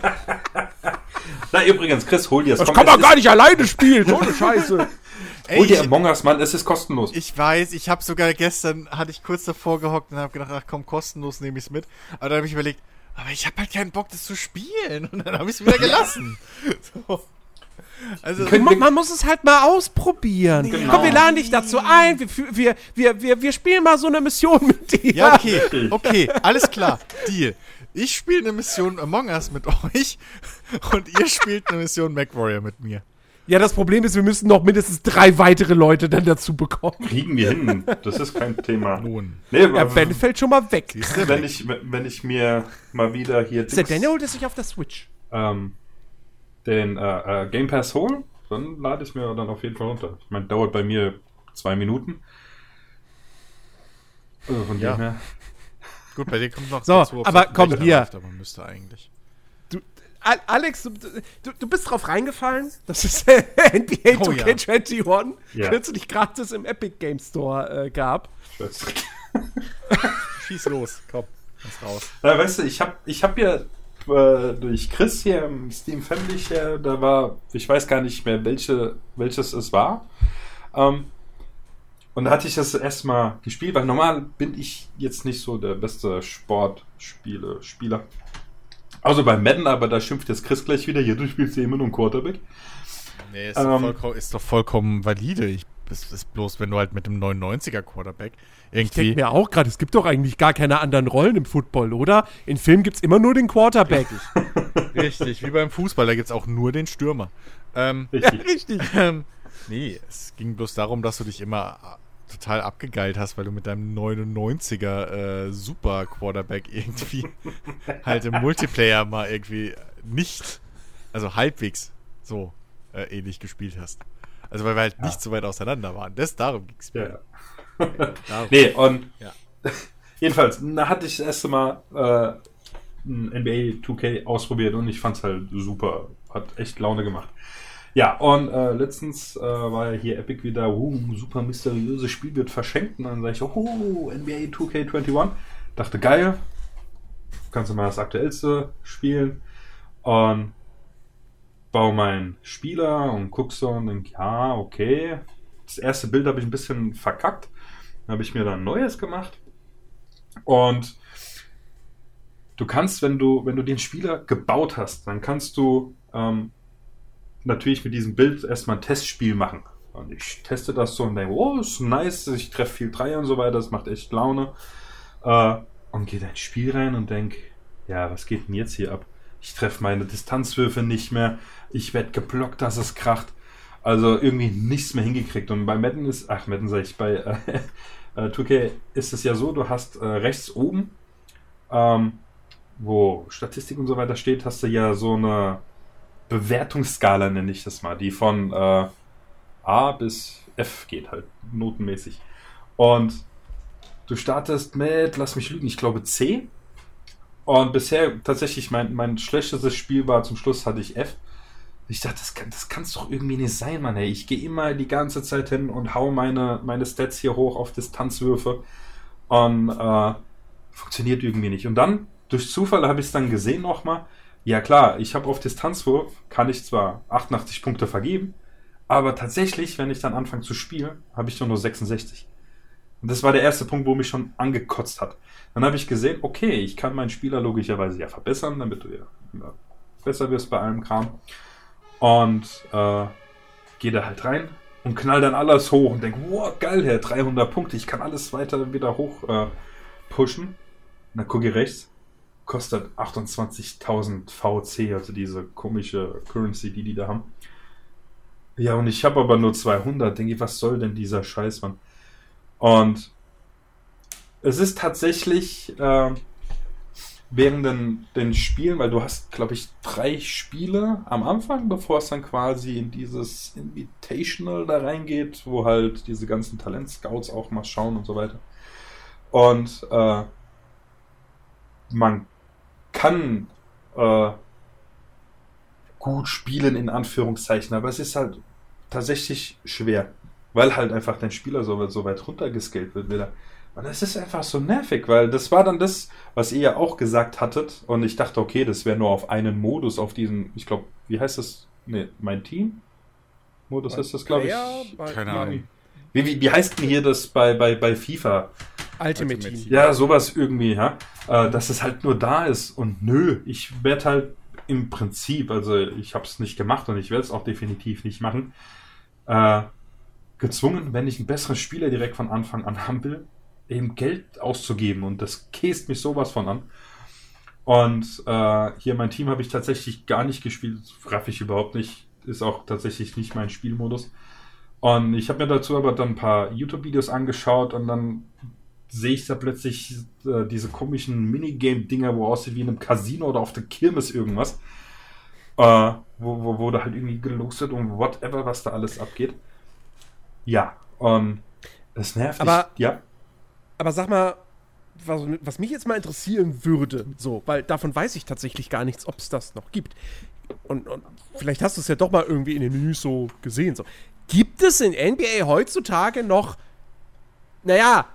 Na, übrigens, Chris, hol dir das. Das Komm, kann man es gar ist- nicht alleine spielen, ohne Scheiße. Ey, Hol dir ich, Among Us, Mann, es ist kostenlos. ich weiß, ich habe sogar gestern, hatte ich kurz davor gehockt und habe gedacht, ach komm, kostenlos nehme ich's mit. Aber dann habe ich überlegt, aber ich habe halt keinen Bock, das zu spielen. Und dann habe ich es wieder gelassen. So. Also, Können Man, man muss es halt mal ausprobieren. Genau. Komm, wir laden dich dazu ein. Wir, wir, wir, wir, wir spielen mal so eine Mission mit dir. ja, okay, okay, alles klar, Deal. Ich spiele eine Mission Among Us mit euch und ihr spielt eine Mission MechWarrior mit mir. Ja, das Problem ist, wir müssen noch mindestens drei weitere Leute dann dazu bekommen. Kriegen wir hin. Das ist kein Thema. Nun. Nee, Ja, aber Ben fällt schon mal weg. wenn ich, wenn ich mir mal wieder hier Der Dings, Daniel holt es sich auf der Switch. ähm, den äh, äh, Game Pass hole, dann lade ich es mir dann auf jeden Fall runter. Ich meine, dauert bei mir zwei Minuten. Also von Ja. dem her. Gut, bei dir kommt noch So, dazu, ob aber es komm, Recht hier. läuft, aber müsste eigentlich. Du, Al- Alex, du, du, du bist drauf reingefallen, dass es N B A Oh, zwei K einundzwanzig Ja. kürzlich gratis im Epic Game Store äh, gab. Ich weiß. Schieß los, komm, lass raus. Ja, weißt du, ich habe ich hab ja äh, durch Chris hier im Steam Family Share, da war, ich weiß gar nicht mehr, welche, welches es war. Ähm, und da hatte ich das erstmal gespielt, weil normal bin ich jetzt nicht so der beste Sportspiele-Spieler. Also bei Madden, aber da schimpft jetzt Chris gleich wieder, hier, du spielst ja immer nur einen Quarterback. Nee, ist, Ähm, doch, vollkommen, ist doch vollkommen valide. Ich, es ist bloß, wenn du halt mit dem neunundneunziger Quarterback Ich irgendwie. denke mir auch gerade, es gibt doch eigentlich gar keine anderen Rollen im Football, oder? In Filmen gibt es immer nur den Quarterback. Richtig, wie beim Fußball, da gibt es auch nur den Stürmer. Ähm, Richtig. Richtig. ähm, nee, es ging bloß darum, dass du dich immer äh, total abgegeilt hast, weil du mit deinem neunundneunziger äh, Super Quarterback irgendwie halt im Multiplayer mal irgendwie nicht, also halbwegs so äh, ähnlich gespielt hast. Also weil wir halt nicht so weit auseinander waren. Das, darum ging es mir. Ja. Darum. Nee, und Ja. jedenfalls, da hatte ich das erste Mal äh, ein N B A zwei K ausprobiert und ich fand's halt super. Hat echt Laune gemacht. Ja, und äh, letztens äh, war ja hier Epic wieder, uh, ein super mysteriöses Spiel wird verschenkt. Und dann sage ich, oh, N B A zwei K einundzwanzig. Dachte, geil, kannst du mal das aktuellste spielen. Und baue meinen Spieler und guck so und denk, ja, okay. Das erste Bild habe ich ein bisschen verkackt. Dann habe ich mir dann ein neues gemacht. Und du kannst, wenn du, wenn du den Spieler gebaut hast, dann kannst du ähm, natürlich mit diesem Bild erstmal ein Testspiel machen. Und ich teste das so und denke, oh, ist nice, ich treffe viel Dreier und so weiter, das macht echt Laune. Äh, und gehe da ins Spiel rein und denke, ja, was geht denn jetzt hier ab? Ich treffe meine Distanzwürfe nicht mehr, ich werde geblockt, dass es kracht. Also irgendwie nichts mehr hingekriegt. Und bei Madden ist, ach Madden sag ich, bei äh, zwei K ist es ja so, du hast äh, rechts oben, ähm, wo Statistik und so weiter steht, hast du ja so eine Bewertungsskala, nenne ich das mal, die von äh, A bis F geht halt, notenmäßig. Und du startest mit, lass mich lügen, ich glaube C. Und bisher tatsächlich mein, mein schlechtestes Spiel war, zum Schluss hatte ich F. Ich dachte, das kann das kann's doch irgendwie nicht sein, Mann. Ey. Ich gehe immer die ganze Zeit hin und hau meine, meine Stats hier hoch auf Distanzwürfe. Und äh, funktioniert irgendwie nicht. Und dann, durch Zufall habe ich es dann gesehen nochmal. Ja klar, ich habe auf Distanzwurf, kann ich zwar achtundachtzig Punkte vergeben, aber tatsächlich, wenn ich dann anfange zu spielen, habe ich doch nur sechsundsechzig. Und das war der erste Punkt, wo mich schon angekotzt hat. Dann habe ich gesehen, okay, ich kann meinen Spieler logischerweise ja verbessern, damit du ja immer besser wirst bei allem Kram. Und äh, gehe da halt rein und knall dann alles hoch und denke, wow, geil, Herr, dreihundert Punkte, ich kann alles weiter wieder hoch äh, pushen. Und dann gucke ich rechts, kostet achtundzwanzigtausend V C, also diese komische Currency, die die da haben. Ja, und ich habe aber nur zweihundert, denke ich, was soll denn dieser Scheiß, Mann? Und es ist tatsächlich äh, während den, den Spielen, weil du hast, glaube ich, drei Spiele am Anfang, bevor es dann quasi in dieses Invitational da reingeht, wo halt diese ganzen Talent-Scouts auch mal schauen und so weiter. Und äh, man kann äh, gut spielen, in Anführungszeichen, aber es ist halt tatsächlich schwer, weil halt einfach dein Spieler so weit, so weit runtergescaled wird wieder. Und das ist einfach so nervig, weil das war dann das, was ihr ja auch gesagt hattet. Und ich dachte, okay, das wäre nur auf einen Modus, auf diesen, ich glaube, wie heißt das? Ne, mein Team? Modus ist das, glaube ich. Keine Ahnung. Wie, wie, wie heißt denn hier das bei, bei, bei FIFA? Ultimate Team. Ja, sowas irgendwie, ja. Äh, dass es halt nur da ist. Und nö, ich werde halt im Prinzip, also ich habe es nicht gemacht und ich werde es auch definitiv nicht machen, äh, gezwungen, wenn ich einen besseren Spieler direkt von Anfang an haben will, eben Geld auszugeben, und das käst mich sowas von an. Und äh, hier mein Team habe ich tatsächlich gar nicht gespielt, raff ich überhaupt nicht, ist auch tatsächlich nicht mein Spielmodus. Und ich habe mir dazu aber dann ein paar YouTube-Videos angeschaut und dann sehe ich da plötzlich äh, diese komischen Minigame-Dinger, wo aussieht wie in einem Casino oder auf der Kirmes irgendwas, äh, wo, wo, wo da halt irgendwie gelost wird und whatever, was da alles abgeht. Ja, und es nervt. Aber ich, ja. Aber sag mal, was, was mich jetzt mal interessieren würde, so, weil davon weiß ich tatsächlich gar nichts, ob es das noch gibt. Und, und vielleicht hast du es ja doch mal irgendwie in den Menüs so gesehen. So. Gibt es in N B A heutzutage noch, naja,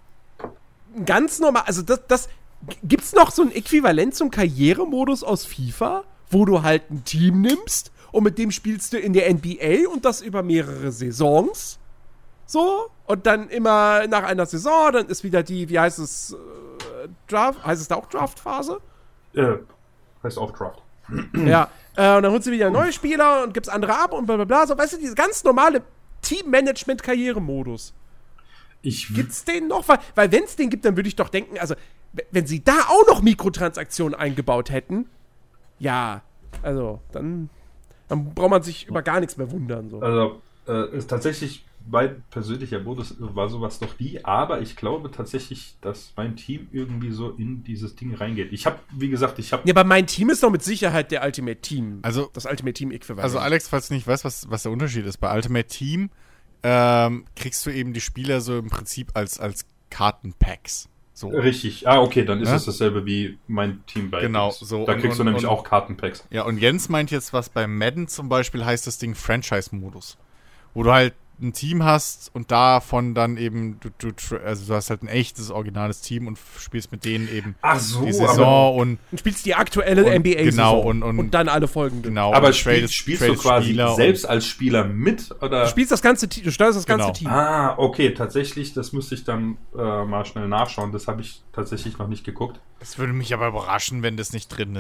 ganz normal, also das, das gibt es noch so ein Äquivalent zum Karrieremodus aus FIFA, wo du halt ein Team nimmst und mit dem spielst du in der N B A und das über mehrere Saisons? So, und dann immer nach einer Saison, dann ist wieder die, wie heißt es, äh, Draft, heißt es da auch Draft-Phase? Äh, heißt auch Draft. Ja, äh, und dann holst du wieder neue Spieler und gibst andere ab und bla bla bla. So, weißt du, diese ganz normale Team-Management-Karrieremodus. Ich w- Gibt's den noch? Weil, weil wenn es den gibt, dann würde ich doch denken, also, w- wenn sie da auch noch Mikrotransaktionen eingebaut hätten, ja, also, dann, dann braucht man sich über gar nichts mehr wundern. So. Also, äh, ist tatsächlich mein persönlicher Modus war sowas noch nie, aber ich glaube tatsächlich, dass mein Team irgendwie so in dieses Ding reingeht. Ich habe, wie gesagt, ich habe... Ja, aber mein Team ist doch mit Sicherheit der Ultimate Team. Also, das Ultimate Team-Äquivalent. Also Alex, falls du nicht weißt, was, was der Unterschied ist, bei Ultimate Team ähm, kriegst du eben die Spieler so im Prinzip als, als Kartenpacks. So. Richtig. Ah, okay, dann ist Ja? es dasselbe wie mein Team bei Genau, Xbox. so. Da Und- kriegst und- du nämlich und- auch Kartenpacks. Ja, und Jens meint jetzt, was bei Madden zum Beispiel heißt, das Ding Franchise-Modus. Wo du halt ein Team hast und davon dann eben, du, du, also du hast halt ein echtes, originales Team und spielst mit denen eben Ach so, die Saison und Und spielst die aktuelle Und- N B A-Saison. genau, und- und- dann alle folgenden. genau. aber und spiel, tradest- spielst du tradest quasi Spieler und- selbst als Spieler mit? Oder? Du spielst das ganze Team, du steuerst das ganze Genau. Team. Ah, okay, tatsächlich, das müsste ich dann äh, mal schnell nachschauen. Das habe ich tatsächlich noch nicht geguckt. Das würde mich aber überraschen, wenn das nicht drin ist.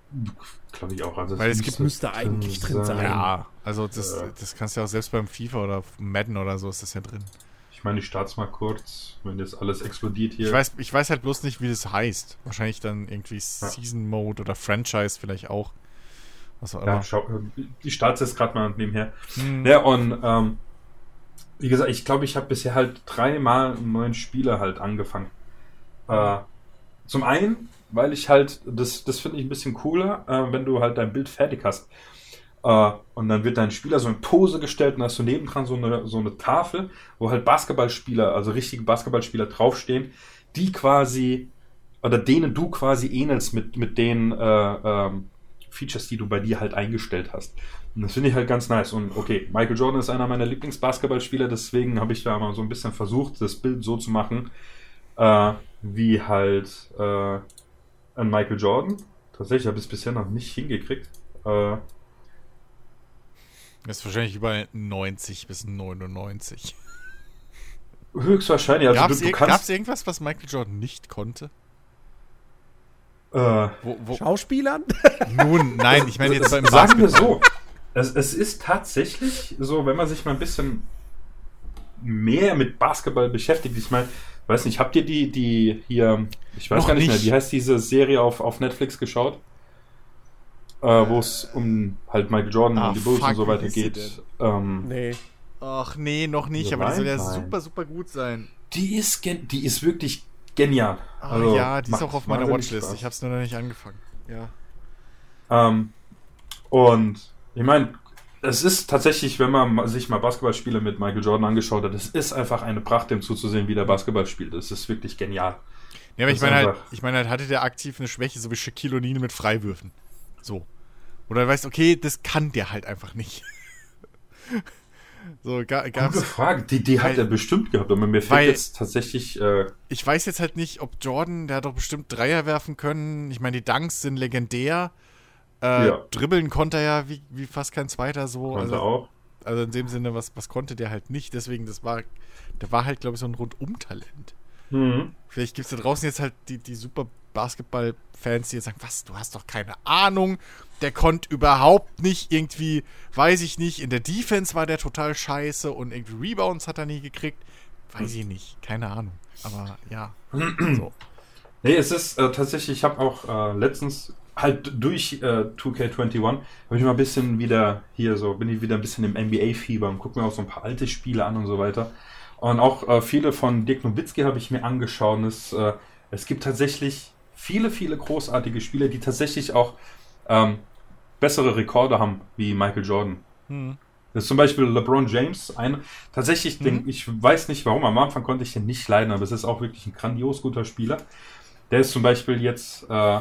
Glaube ich auch. Also Weil es gibt- müsste eigentlich drin sein. Ja, also das, Äh. das kannst du ja auch selbst beim FIFA oder Madden oder so ist das ja drin. Ich meine, ich starte es mal kurz, wenn jetzt alles explodiert hier. Ich weiß, ich weiß halt bloß nicht, wie das heißt. Wahrscheinlich dann irgendwie Season Mode oder Franchise vielleicht auch. Was auch Ja, immer. schau, ich starte es gerade mal nebenher. Hm. Ja, und ähm, wie gesagt, ich glaube, ich habe bisher halt dreimal einen neuen Spieler halt angefangen. Äh, zum einen, weil ich halt, das, das finde ich ein bisschen cooler, äh, wenn du halt dein Bild fertig hast. Äh, und dann wird dein Spieler so in Pose gestellt und hast du nebendran so eine, so eine Tafel, wo halt Basketballspieler, also richtige Basketballspieler draufstehen, die quasi, oder denen du quasi ähnelst mit, mit den äh, ähm, Features, die du bei dir halt eingestellt hast. Und das finde ich halt ganz nice. Und okay, Michael Jordan ist einer meiner Lieblingsbasketballspieler, deswegen habe ich da mal so ein bisschen versucht, das Bild so zu machen, äh, wie halt äh, ein Michael Jordan. Tatsächlich habe ich es bisher noch nicht hingekriegt. Äh, Das ist wahrscheinlich überall neunzig bis neunundneunzig. höchstwahrscheinlich. Also Gab es du, du ir- kannst, gab's irgendwas, was Michael Jordan nicht konnte? äh, Wo, wo, Schauspielern? nun, nein, ich meine jetzt beim sagen wir Basketball. so, es, es ist tatsächlich so, wenn man sich mal ein bisschen mehr mit Basketball beschäftigt. Ich meine, weiß nicht, habt ihr die, die hier, ich weiß Noch gar nicht, nicht. mehr, wie heißt diese Serie auf, auf Netflix geschaut? Äh, wo es um halt Michael Jordan Ah, und die Bulls fuck, und so wie weiter hieß die geht. Ähm, Nee. Ach nee, noch nicht, So aber die soll ja Valentine. super, super gut sein. die ist gen die ist wirklich genial. Ah, Also, ja, die ist macht auch auf meiner wahnsinnig Watchlist. Spaß. Ich habe es nur noch nicht angefangen. Ja. Ähm, und ich meine, es ist tatsächlich, wenn man ma- sich mal Basketballspiele mit Michael Jordan angeschaut hat, es ist einfach eine Pracht, dem zuzusehen, wie der Basketball spielt. Es ist wirklich genial. Ja, aber Das ich meine ist halt, einfach- ich meine halt, hatte der aktiv eine Schwäche, so wie Shaquille O'Neal mit Freiwürfen. So. Oder du weißt, okay, das kann der halt einfach nicht. so, ga, gab's. Gute Frage. Die, die hat Weil- er bestimmt gehabt, aber mir fehlt weil- jetzt tatsächlich. Äh, Ich weiß jetzt halt nicht, ob Jordan, der hat doch bestimmt Dreier werfen können. Ich meine, die Dunks sind legendär. Äh, Ja. Dribbeln konnte er ja wie, wie fast kein zweiter so. konnte Also, auch. also in dem Sinne, was, was konnte der halt nicht. Deswegen, das war, der war halt, glaube ich, so ein Rundum-Talent. Mhm. Vielleicht gibt es da draußen jetzt halt die, die super Basketball-Fans, die jetzt sagen, was, du hast doch keine Ahnung, der konnte überhaupt nicht irgendwie, weiß ich nicht, in der Defense war der total scheiße und irgendwie Rebounds hat er nie gekriegt. Weiß ich nicht, keine Ahnung. Aber ja, so. Nee, es ist äh, tatsächlich, ich habe auch äh, letztens halt durch äh, two K einundzwanzig habe ich mal ein bisschen wieder hier so, bin ich wieder ein bisschen im N B A-Fieber und gucke mir auch so ein paar alte Spiele an und so weiter. Und auch äh, viele von Dirk Nowitzki habe ich mir angeschaut. Und es, äh, es gibt tatsächlich viele, viele großartige Spieler, die tatsächlich auch ähm, bessere Rekorde haben wie Michael Jordan. Hm. Das ist zum Beispiel LeBron James. Ein, tatsächlich, Mhm. den, ich weiß nicht warum, am Anfang konnte ich den nicht leiden, aber es ist auch wirklich ein grandios guter Spieler. Der ist zum Beispiel jetzt äh,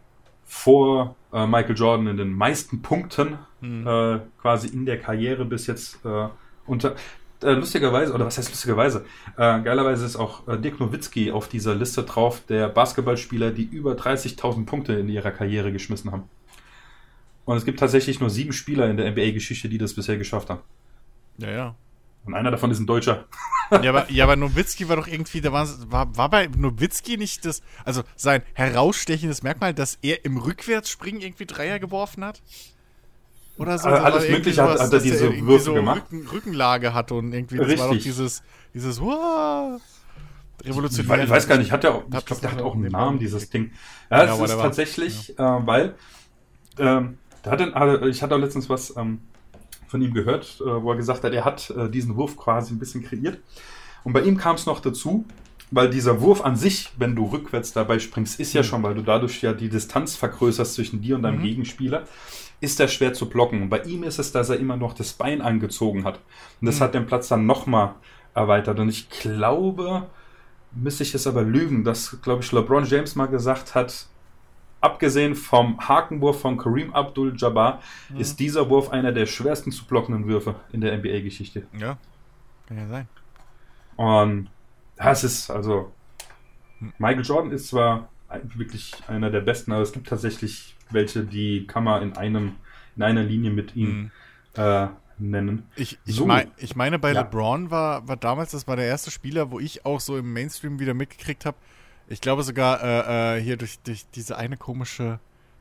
vor äh, Michael Jordan in den meisten Punkten Mhm. äh, quasi in der Karriere bis jetzt äh, unter. Äh, lustigerweise, oder was heißt lustigerweise? Äh, geilerweise ist auch äh, Dirk Nowitzki auf dieser Liste drauf, der Basketballspieler, die über dreißigtausend Punkte in ihrer Karriere geschmissen haben. Und es gibt tatsächlich nur sieben Spieler in der N B A-Geschichte, die das bisher geschafft haben. Ja, ja. Und einer davon ist ein Deutscher. Ja, aber, ja, aber Nowitzki war doch irgendwie, da war, war, war bei Nowitzki nicht das, also sein herausstechendes Merkmal, dass er im Rückwärtsspringen irgendwie Dreier geworfen hat? Oder so? Äh, Da war alles irgendwie Mögliche hat- sowas, hat er dass der diese irgendwie Würfe so gemacht. Rücken, Rückenlage hatte und irgendwie, das war doch Richtig. dieses, dieses, wow, Ich revolutionär. weiß, ich weiß gar nicht, hat der auch, ich Hab glaube, das der hat noch auch einen nebenbei Namen, dieses mitgekriegt. Ding. Ja, Ja, es ist whatever. tatsächlich, äh, weil ähm, da hat er, ich hatte auch letztens was ähm, von ihm gehört, äh, wo er gesagt hat, er hat äh, diesen Wurf quasi ein bisschen kreiert. Und bei ihm kam es noch dazu, weil dieser Wurf an sich, wenn du rückwärts dabei springst, ist ja schon, weil du dadurch ja die Distanz vergrößerst zwischen dir und deinem Mhm. Gegenspieler, ist der schwer zu blocken. Und bei ihm ist es, dass er immer noch das Bein angezogen hat. Und das Mhm. hat den Platz dann nochmal erweitert. Und ich glaube, müsste ich es aber lügen, dass, glaube ich, LeBron James mal gesagt hat, abgesehen vom Hakenwurf von Kareem Abdul-Jabbar, Mhm. ist dieser Wurf einer der schwersten zu blockenden Würfe in der N B A-Geschichte. Ja, kann ja sein. Und das ist, also, Hm. Michael Jordan ist zwar ein- wirklich einer der besten, aber es gibt tatsächlich welche, die kann man in einem, in einer Linie mit ihm Mhm. äh, nennen. Ich, ich, So. mein, ich meine, bei Ja. LeBron war, war damals, das war der erste Spieler, wo ich auch so im Mainstream wieder mitgekriegt habe. Ich glaube sogar äh, äh, hier durch, durch diese eine komische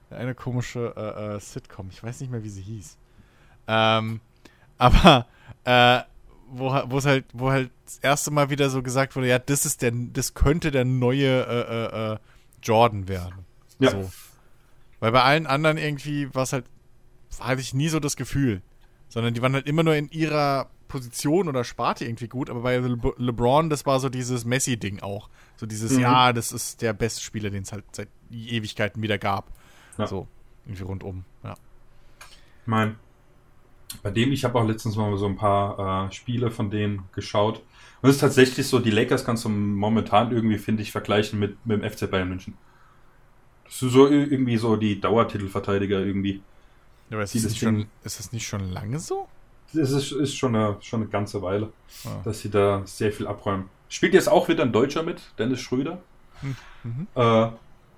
eine komische äh, äh, Sitcom. Ich weiß nicht mehr, wie sie hieß. Ähm, aber äh, wo wo es halt, wo halt das erste Mal wieder so gesagt wurde, ja, das ist der, das könnte der neue äh, äh, Jordan werden. Ja. So. Weil bei allen anderen irgendwie war es halt, hatte ich nie so das Gefühl. Sondern die waren halt immer nur in ihrer Position oder Sparte irgendwie gut, aber bei Le- LeBron, das war so dieses Messi-Ding auch. So dieses, Mhm. ja, das ist der beste Spieler, den es halt seit Ewigkeiten wieder gab. Ja. So, irgendwie rundum, ja. Ich meine, bei dem, ich habe auch letztens mal so ein paar äh, Spiele von denen geschaut. Und es ist tatsächlich so, die Lakers kannst du momentan irgendwie, finde ich, vergleichen mit, mit dem F C Bayern München. Das ist so irgendwie so die Dauertitelverteidiger irgendwie. Ja, aber ist Die das, das nicht schon, Ding- ist das nicht schon lange so? Das ist, ist schon, eine, schon eine ganze Weile, Ah. dass sie da sehr viel abräumen. Spielt jetzt auch wieder ein Deutscher mit, Dennis Schröder. Mhm. Äh,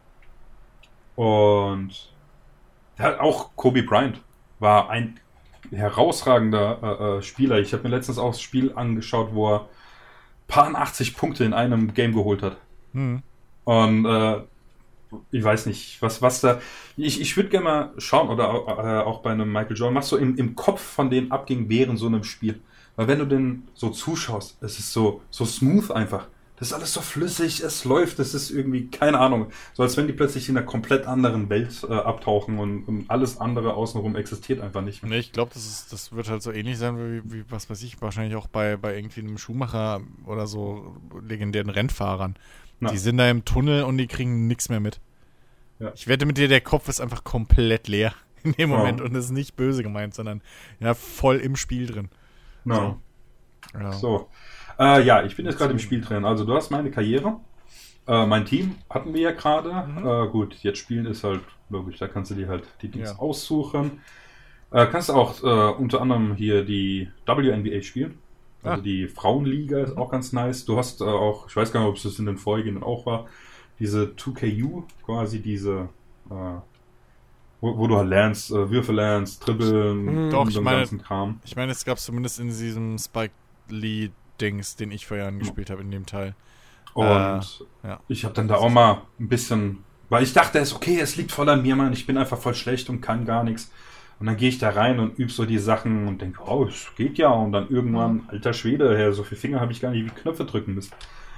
und ja, auch Kobe Bryant war ein herausragender äh, äh, Spieler. Ich habe mir letztens auch das Spiel angeschaut, wo er paar achtzig Punkte in einem Game geholt hat. Mhm. Und äh, ich weiß nicht, was, was da. Ich, ich würde gerne mal schauen, oder äh, auch bei einem Michael Jordan, was so im, im Kopf von denen abging während so einem Spiel. Weil wenn du den so zuschaust, es ist so, so smooth einfach. Das ist alles so flüssig, es läuft, es ist irgendwie, keine Ahnung, so als wenn die plötzlich in einer komplett anderen Welt äh, abtauchen und, und alles andere außenrum existiert einfach nicht mehr. Nee, ich glaube, das, ist- das wird halt so ähnlich sein, wie, wie, was weiß ich, wahrscheinlich auch bei, bei irgendwie einem Schuhmacher oder so legendären Rennfahrern. Ja. Die sind da im Tunnel und die kriegen nichts mehr mit. Ja. Ich wette mit dir, der Kopf ist einfach komplett leer in dem Ja. Moment und das ist nicht böse gemeint, sondern ja, voll im Spiel drin. Ja. Ja. So. Äh, ja, ich bin jetzt gerade im Spiel drin. Also du hast meine Karriere. Äh, mein Team hatten wir ja gerade. Mhm. Äh, gut, jetzt spielen ist halt logisch. Da kannst du dir halt die Dings Ja. aussuchen. Äh, kannst auch äh, unter anderem hier die W N B A spielen. Also Ah. die Frauenliga ist auch ganz nice. Du hast äh, auch, ich weiß gar nicht, ob es das in den vorherigen auch war, diese zwei K U, quasi diese, äh, wo, wo du halt lernst, äh, Würfe lernst, Dribbeln Mhm. Doch, und ich den meine- ganzen Kram. Ich meine, es gab zumindest in diesem Spike Lee-Dings, den ich vor Jahren gespielt habe, in dem Teil. Und Äh, ja. ich habe dann da auch mal ein bisschen, weil ich dachte, es ist okay, es liegt voll an mir, Mann, ich bin einfach voll schlecht und kann gar nichts. Und dann gehe ich da rein und übe so die Sachen und denke, oh, es geht ja. Und dann irgendwann, alter Schwede, ja, so viele Finger habe ich gar nicht, wie Knöpfe drücken müssen.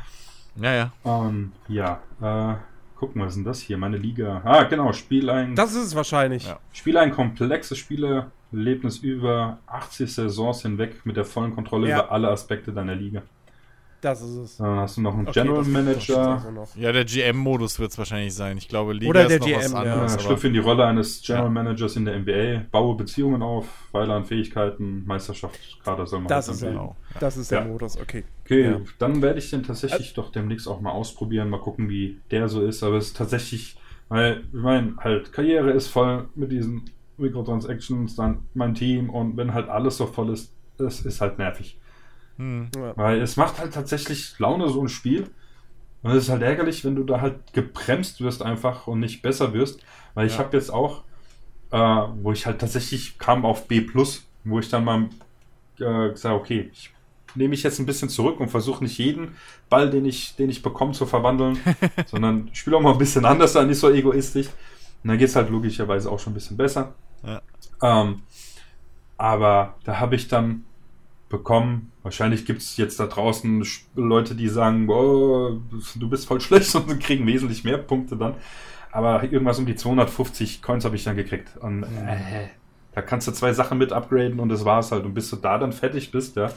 Ja, ja. Und ja, äh, gucken, was ist denn das hier? Meine Liga. Ah, genau, Spiel ein, Das ist es wahrscheinlich. Ja. Spiel ein komplexes Spielerlebnis über achtzig Saisons hinweg mit der vollen Kontrolle Ja. über alle Aspekte deiner Liga. Das ist es. Dann hast du noch einen Okay, General das- das Manager. steht's also noch. Ja, der G M-Modus wird es wahrscheinlich sein. Ich glaube, Liga Oder ist der noch G was M, ja. anderes. Ja, aber- schlüpfe in die Rolle eines General Ja. Managers in der N B A, baue Beziehungen auf, Pfeiler an Fähigkeiten, Meisterschaft, Kader soll man Das halt ist dann er. wählen. Genau. Ja. Das ist der Ja. Modus, okay. Okay, Ja. dann werde ich den tatsächlich doch demnächst auch mal ausprobieren, mal gucken, wie der so ist. Aber es ist tatsächlich, weil, ich meine, halt, Karriere ist voll mit diesen Microtransactions, dann mein Team und wenn halt alles so voll ist, das ist halt nervig. Hm. Ja. Weil es macht halt tatsächlich Laune, so ein Spiel. Und es ist halt ärgerlich, wenn du da halt gebremst wirst einfach und nicht besser wirst. Weil ich Ja. habe jetzt auch, äh, wo ich halt tatsächlich kam auf B plus, wo ich dann mal äh, gesagt okay, ich nehme mich jetzt ein bisschen zurück und versuche nicht jeden Ball, den ich, den ich bekomme, zu verwandeln, sondern spiele auch mal ein bisschen anders, dann nicht so egoistisch. Und dann geht es halt logischerweise auch schon ein bisschen besser. Ja. Ähm, aber da habe ich dann bekommen, wahrscheinlich gibt es jetzt da draußen Sch- Leute, die sagen, oh, du bist voll schlecht und kriegen wesentlich mehr Punkte dann. Aber irgendwas um die zweihundertfünfzig Coins habe ich dann gekriegt. Und äh, da kannst du zwei Sachen mit upgraden und das war's halt. Und bis du da dann fertig bist, ja,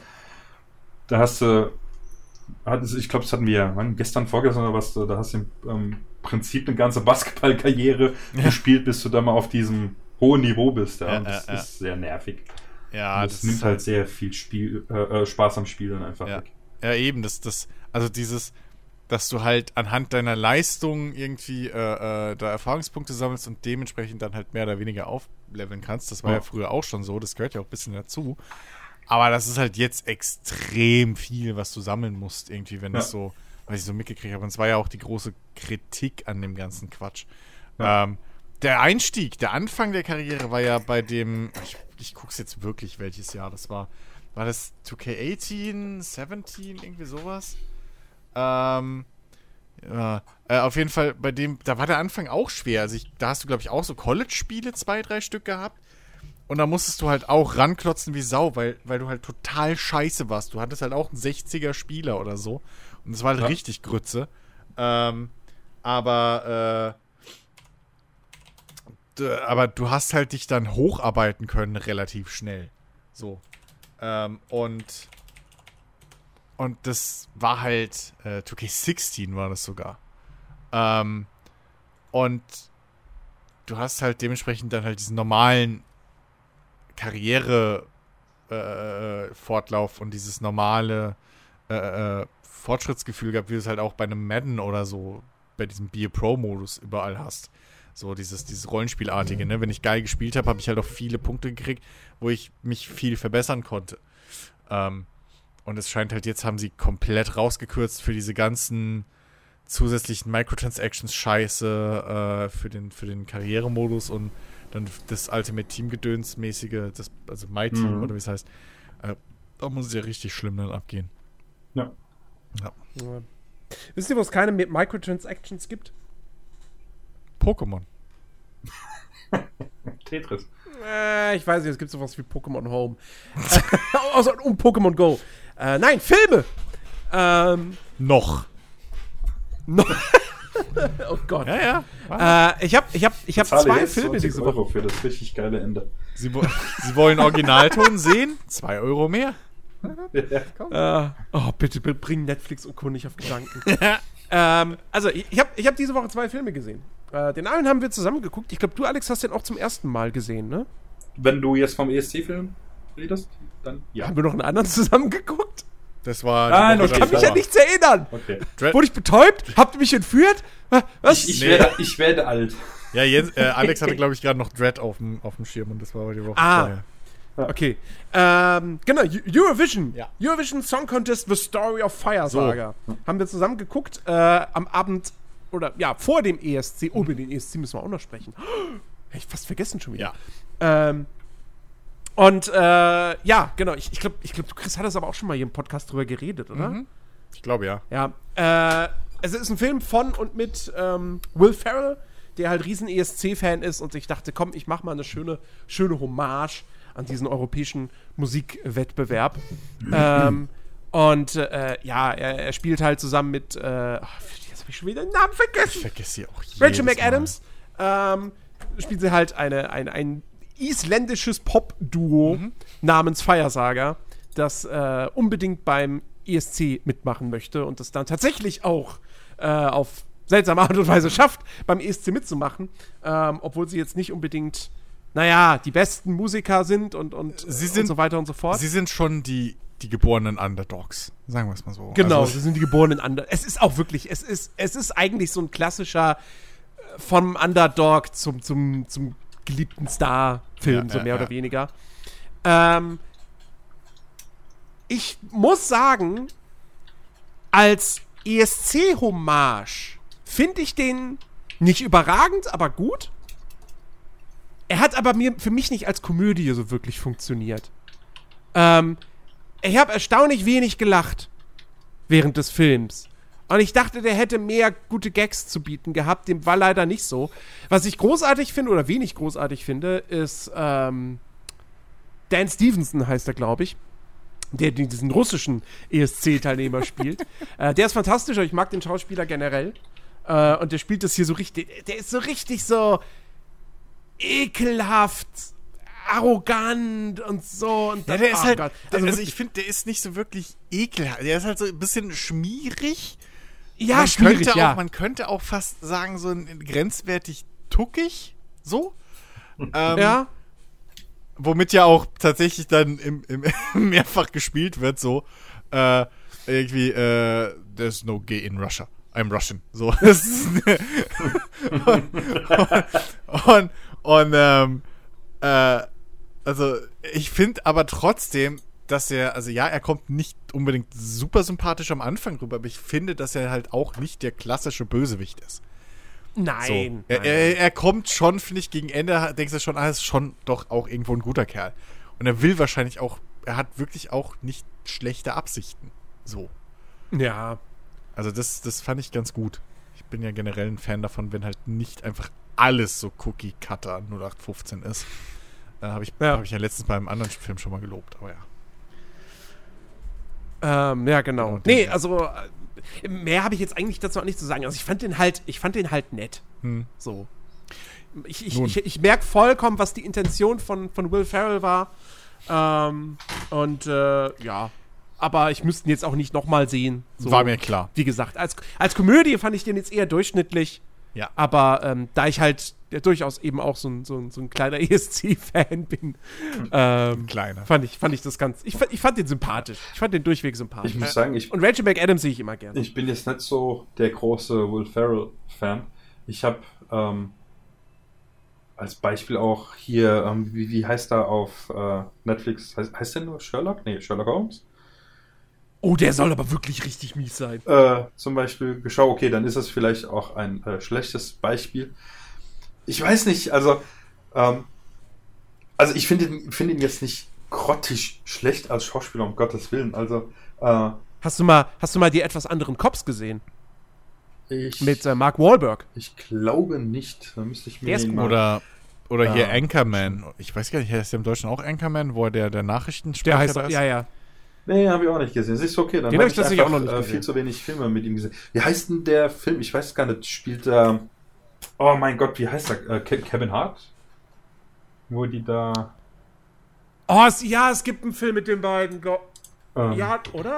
da hast du, hat es- ich glaube, das hatten wir wann, gestern, vorgestern oder was, da hast du im ähm, Prinzip eine ganze Basketballkarriere gespielt, bis du da mal auf diesem hohen Niveau bist. Ja, Ja, und das ja, ja. ist sehr nervig. Ja, das, nimmt halt sehr viel Spiel, äh, äh, Spaß am Spiel dann einfach Ja. weg. Ja, eben, das, das, also dieses, dass du halt anhand deiner Leistung irgendwie äh, äh, da Erfahrungspunkte sammelst und dementsprechend dann halt mehr oder weniger aufleveln kannst. Das war ja, Ja. früher auch schon so, das gehört ja auch ein bisschen dazu. Aber das ist halt jetzt extrem viel, was du sammeln musst, irgendwie, wenn Ja. das so, was ich so mitgekriegt habe. Und es war ja auch die große Kritik an dem ganzen Quatsch. Ja. Ähm, der Einstieg, der Anfang der Karriere war ja bei dem, ich, ich guck's jetzt wirklich, welches Jahr das war. War das zwei K achtzehn, siebzehn, irgendwie sowas? Ähm, Ja, äh, auf jeden Fall bei dem, da war der Anfang auch schwer. Also ich, da hast du, glaube ich, auch so College-Spiele, zwei, drei Stück gehabt. Und da musstest du halt auch ranklotzen wie Sau, weil, weil du halt total scheiße warst. Du hattest halt auch einen sechziger Spieler oder so. Und das war halt ja. richtig Grütze. Ähm, aber, äh, d- aber du hast halt dich dann hocharbeiten können relativ schnell. So. Ähm, und und das war halt äh, zwei K sechzehn war das sogar. Ähm, und du hast halt dementsprechend dann halt diesen normalen Karriere-Fortlauf äh, und dieses normale äh, äh, Fortschrittsgefühl gehabt, wie du es halt auch bei einem Madden oder so, bei diesem Be a Pro-Modus überall hast. So dieses, dieses Rollenspielartige, ne? Wenn ich geil gespielt habe, habe ich halt auch viele Punkte gekriegt, wo ich mich viel verbessern konnte. Ähm, und es scheint halt, jetzt haben sie komplett rausgekürzt für diese ganzen zusätzlichen Microtransactions-Scheiße, äh, für den, für den Karrieremodus und dann das Ultimate Team-Gedöns-mäßige, das, also My Team, mhm. oder wie es heißt. Äh, da muss es ja richtig schlimm dann abgehen. Ja. ja. ja. Wisst ihr, wo es keine Microtransactions gibt? Pokémon. Tetris. Äh, ich weiß nicht, es gibt sowas wie Pokémon Home. Außer um Pokémon Go. Äh, nein, Filme! Ähm, Noch. Noch. Oh Gott. Ja, ja. Äh, ich habe ich hab, ich hab zwei Filme diese Woche. Euro für das richtig geile Ende. Sie, wo, Sie wollen Originalton sehen? Zwei Euro mehr. Ja, äh, oh, bitte, bitte bring Netflix und Co. nicht auf Gedanken. ähm, also, ich, ich habe ich hab diese Woche zwei Filme gesehen. Äh, den einen haben wir zusammen geguckt. Ich glaube, du, Alex, hast den auch zum ersten Mal gesehen, ne? Wenn du jetzt vom E S C-Film redest, dann ja. Haben wir noch einen anderen zusammen geguckt? Das war. Nein, ich kann mich ja nichts erinnern. Okay. Wurde ich betäubt? Habt ihr mich entführt? Was? Ich, ich, Nee. werde, ich werde alt. Ja, Jens, äh, Alex hatte, glaube ich, gerade noch Dread auf dem, auf dem Schirm und das war die Woche Ah. vorher. Okay. Ähm, genau, Eurovision. Ja. Eurovision Song Contest The Story of Fire Saga. So. Haben wir zusammen geguckt äh, am Abend oder ja, vor dem E S C. Oh, über den E S C müssen wir auch noch sprechen. Hätte ich fast vergessen schon wieder. Ja. Ähm, und äh, ja, genau. Ich, ich glaube, ich glaub, du Chris hattest aber auch schon mal hier im Podcast drüber geredet, oder? Mhm. Ich glaube, ja. Ja. Äh, es ist ein Film von und mit ähm, Will Ferrell, der halt riesen E S C-Fan ist und ich dachte, komm, ich mach mal eine schöne, schöne Hommage an diesen europäischen Musikwettbewerb. ähm, und äh, ja, er, er spielt halt zusammen mit, äh, oh, jetzt habe ich schon wieder den Namen vergessen. Ich vergesse sie auch jedes Rachel Mal. McAdams. Ähm, spielt sie halt eine, ein, ein isländisches Pop-Duo Mhm. namens Fire Saga, das äh, unbedingt beim E S C mitmachen möchte und das dann tatsächlich auch äh, auf seltsame Art und Weise schafft, beim E S C mitzumachen, ähm, obwohl sie jetzt nicht unbedingt, naja, die besten Musiker sind und, und, Sie sind, und so weiter und so fort. Sie sind schon die, die geborenen Underdogs, sagen wir es mal so. Genau, also, sie sind die geborenen Under. Es ist auch wirklich, es ist, es ist eigentlich so ein klassischer äh, vom Underdog zum, zum, zum geliebten Star-Film, Ja, so ja, mehr ja. oder weniger. Ähm, ich muss sagen, als E S C-Hommage finde ich den nicht überragend, aber gut. Er hat aber mir, für mich nicht als Komödie so wirklich funktioniert. Ähm, ich habe erstaunlich wenig gelacht während des Films. Und ich dachte, der hätte mehr gute Gags zu bieten gehabt. Dem war leider nicht so. Was ich großartig finde, oder wenig großartig finde, ist ähm, Dan Stevenson heißt er, glaube ich. Der diesen russischen E S C-Teilnehmer spielt. äh, der ist fantastisch, aber ich mag den Schauspieler generell. Äh, und der spielt das hier so richtig, der ist so richtig so ekelhaft, arrogant und so. Und Ja, der oh ist halt, Gott. also, Also ich finde, der ist nicht so wirklich ekelhaft. Der ist halt so ein bisschen schmierig. ja, man schwierig, könnte ja. Auch, man könnte auch fast sagen, so ein grenzwertig tuckig, so. ähm, ja. Womit ja auch tatsächlich dann im, im mehrfach gespielt wird, so, äh, irgendwie, äh, there's no gay in Russia. I'm Russian. So. Das ist, und, und, und, ähm, äh, also, ich finde aber trotzdem, dass er, also ja, er kommt nicht unbedingt super sympathisch am Anfang rüber, aber ich finde, dass er halt auch nicht der klassische Bösewicht ist. Nein. So. nein. Er, er, er kommt schon, finde ich, gegen Ende, denkst du schon, ah, ist schon doch auch irgendwo ein guter Kerl. Und er will wahrscheinlich auch, er hat wirklich auch nicht schlechte Absichten. So. Ja. Also das, das fand ich ganz gut. bin ja generell ein Fan davon, wenn halt nicht einfach alles so Cookie-Cutter null acht fünfzehn ist. Äh, habe ich, Ja. hab ich ja letztens beim anderen Film schon mal gelobt, aber ja. Ähm, ja, genau. Und Nee, den- also äh, mehr habe ich jetzt eigentlich dazu auch nicht zu sagen. Also ich fand den halt, ich fand den halt nett. Hm. So. Ich, ich, Nun. ich, ich merke vollkommen, was die Intention von, von Will Ferrell war. Ähm, und äh, ja. Aber ich müsste ihn jetzt auch nicht nochmal sehen. So. War mir klar. Wie gesagt, als, als Komödie fand ich den jetzt eher durchschnittlich. Ja. Aber ähm, da ich halt ja, durchaus eben auch so ein, so ein, so ein kleiner E S C-Fan bin, ähm, Kleiner. fand, ich, fand ich das ganz. Ich, fand- ich fand den sympathisch. Ich fand den durchweg sympathisch. Ich muss sagen, ich, Und Rachel McAdams sehe ich immer gerne. ich bin jetzt nicht so der große Will Ferrell-Fan. Ich habe ähm, als Beispiel auch hier, ähm, wie, wie heißt er auf äh, Netflix? Heißt, heißt der nur Sherlock? Nee, Sherlock Holmes. Oh, der soll aber wirklich richtig mies sein. Äh, zum Beispiel geschaut, okay, dann ist das vielleicht auch ein äh, schlechtes Beispiel. Ich weiß nicht, also ähm, also ich finde ihn, finde ihn jetzt nicht grottig schlecht als Schauspieler, um Gottes Willen. Also äh, Hast du mal, hast du mal die etwas anderen Cops gesehen? ich, Mit äh, Mark Wahlberg. ich glaube nicht. Da müsste ich mir Der ist ihn gut. mal- Oder, oder hier Ja. Anchorman. Ich weiß gar nicht, heißt der im Deutschen auch Anchorman, wo er der, der Nachrichtensprecher Der heißt, da ist? ja, ja. Nee, habe ich auch nicht gesehen. Es ist okay, dann Den habe hab ich ich tatsächlich einfach auch noch nicht äh, gesehen. viel zu wenig Filme mit ihm gesehen. Wie heißt denn der Film? Ich weiß gar nicht. Spielt da. Oh mein Gott, wie heißt der? Äh, Ke- Kevin Hart? Wo die da. Oh, es, ja, es gibt einen Film mit den beiden. Go Ähm, ja, oder?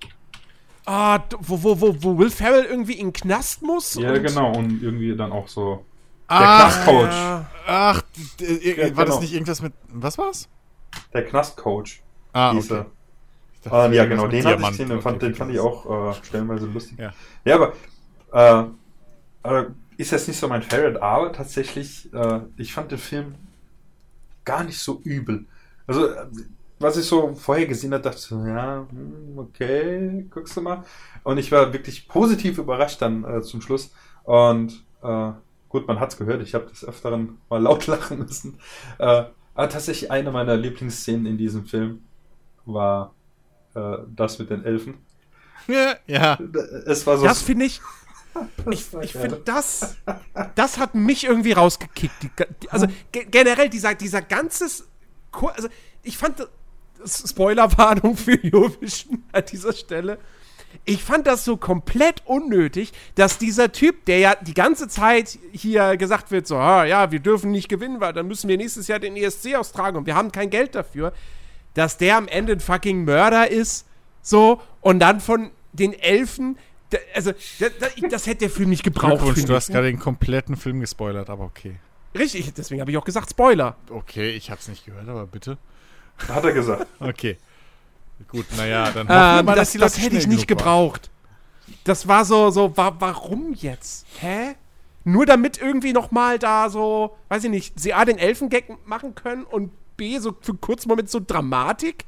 Ah, d- wo, wo, wo, wo Will Ferrell irgendwie in den Knast muss? Ja, und- genau. Und irgendwie dann auch so. Ah, Knastcoach. Ja. Ach, d- d- Ja, war das genau. nicht irgendwas mit. Was war's? Der Knastcoach. Ah, hieß okay. er. Ich dachte, Ah, ja, irgendwas genau, mit den hatte ich Diamant. gesehen, den fand, Okay, den fand ich okay. auch äh, stellenweise lustig. Ja. Ja, aber äh, äh, ist jetzt nicht so mein Favorite, aber tatsächlich, äh, ich fand den Film gar nicht so übel. Also, äh, was ich so vorher gesehen habe, dachte ich so, ja, hm, okay, guckst du mal. Und ich war wirklich positiv überrascht dann äh, zum Schluss. Und äh, gut, man hat es gehört, ich habe des Öfteren mal laut lachen müssen. Äh, aber tatsächlich eine meiner Lieblingsszenen in diesem Film war äh, das mit den Elfen. Ja, ja. Es war so. Das finde ich. Ich, war ich geil. finde, das, das hat mich irgendwie rausgekickt. Die, die, also ge generell dieser, dieser ganzes. Kur also, ich fand. Das, Spoilerwarnung für Eurovision an dieser Stelle. Ich fand das so komplett unnötig, dass dieser Typ, der ja die ganze Zeit hier gesagt wird, so, ah, ja, wir dürfen nicht gewinnen, weil dann müssen wir nächstes Jahr den E S C austragen und wir haben kein Geld dafür, dass der am Ende ein fucking Mörder ist, so, und dann von den Elfen, da, also, da, da, das hätte der Film nicht gebraucht. Glückwunsch, finde du ich, hast ne? gerade den kompletten Film gespoilert, aber okay. Richtig, deswegen habe ich auch gesagt, Spoiler. Okay, ich hab's nicht gehört, aber bitte. Hat er gesagt. Okay. Gut, naja, dann hoffen wir Ähm, mal, das dass die das Leute hätte ich schnell nicht genug waren. gebraucht. Das war so, so, wa warum jetzt? Hä? Nur damit irgendwie noch mal da so, weiß ich nicht, sie A, den Elfengag machen können und B, so für einen kurzen Moment so Dramatik.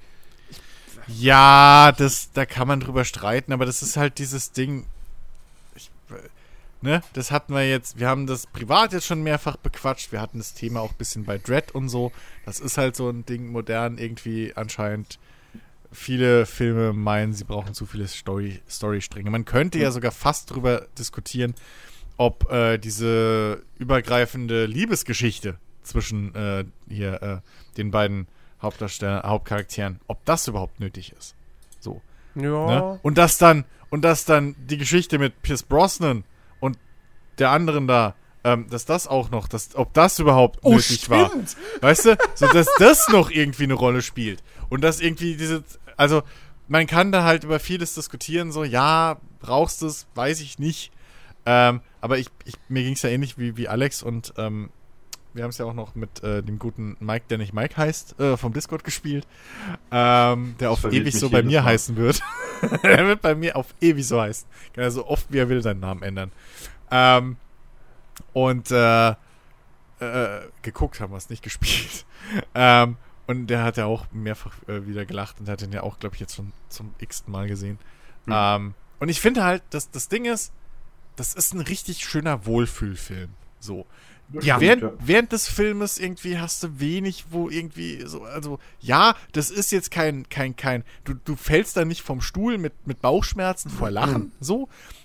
Ja, das, da kann man drüber streiten, aber das ist halt dieses Ding. Ich, ne, das hatten wir jetzt, wir haben das privat jetzt schon mehrfach bequatscht, wir hatten das Thema auch ein bisschen bei Dread und so. Das ist halt so ein Ding, modern irgendwie anscheinend. Viele Filme meinen, sie brauchen zu viele Story, Storystränge. Man könnte ja sogar fast drüber diskutieren, ob äh, diese übergreifende Liebesgeschichte zwischen äh, hier äh, den beiden Hauptdarsteller, Hauptcharakteren, ob das überhaupt nötig ist. So. Ja. Ne? Und das dann, und das dann die Geschichte mit Pierce Brosnan und der anderen da, ähm, dass das auch noch, dass, ob das überhaupt Oh, nötig war. stimmt. Weißt du? So, dass das noch irgendwie eine Rolle spielt. Und dass irgendwie diese, also, man kann da halt über vieles diskutieren, so, ja, brauchst du es, weiß ich nicht. Ähm, aber ich, ich, mir ging es ja ähnlich wie, wie Alex und, ähm, wir haben es ja auch noch mit äh, dem guten Mike, der nicht Mike heißt, äh, vom Discord gespielt, ähm, der auf verwirrt ewig mich so bei jedes mir Mal. heißen wird. Er wird bei mir auf ewig so heißen. Kann er so oft wie er will seinen Namen ändern. Ähm, und äh, äh, geguckt haben wir es, nicht gespielt. ähm, und der hat ja auch mehrfach äh, wieder gelacht und hat den ja auch, glaube ich, jetzt schon zum x-ten Mal gesehen. Mhm. Ähm, und ich finde halt, dass das Ding ist, das ist ein richtig schöner Wohlfühlfilm. So. Ja. Während, während des Filmes irgendwie hast du wenig, wo irgendwie so, also, ja, das ist jetzt kein, kein, kein, du, du fällst da nicht vom Stuhl mit, mit Bauchschmerzen vor Lachen, so,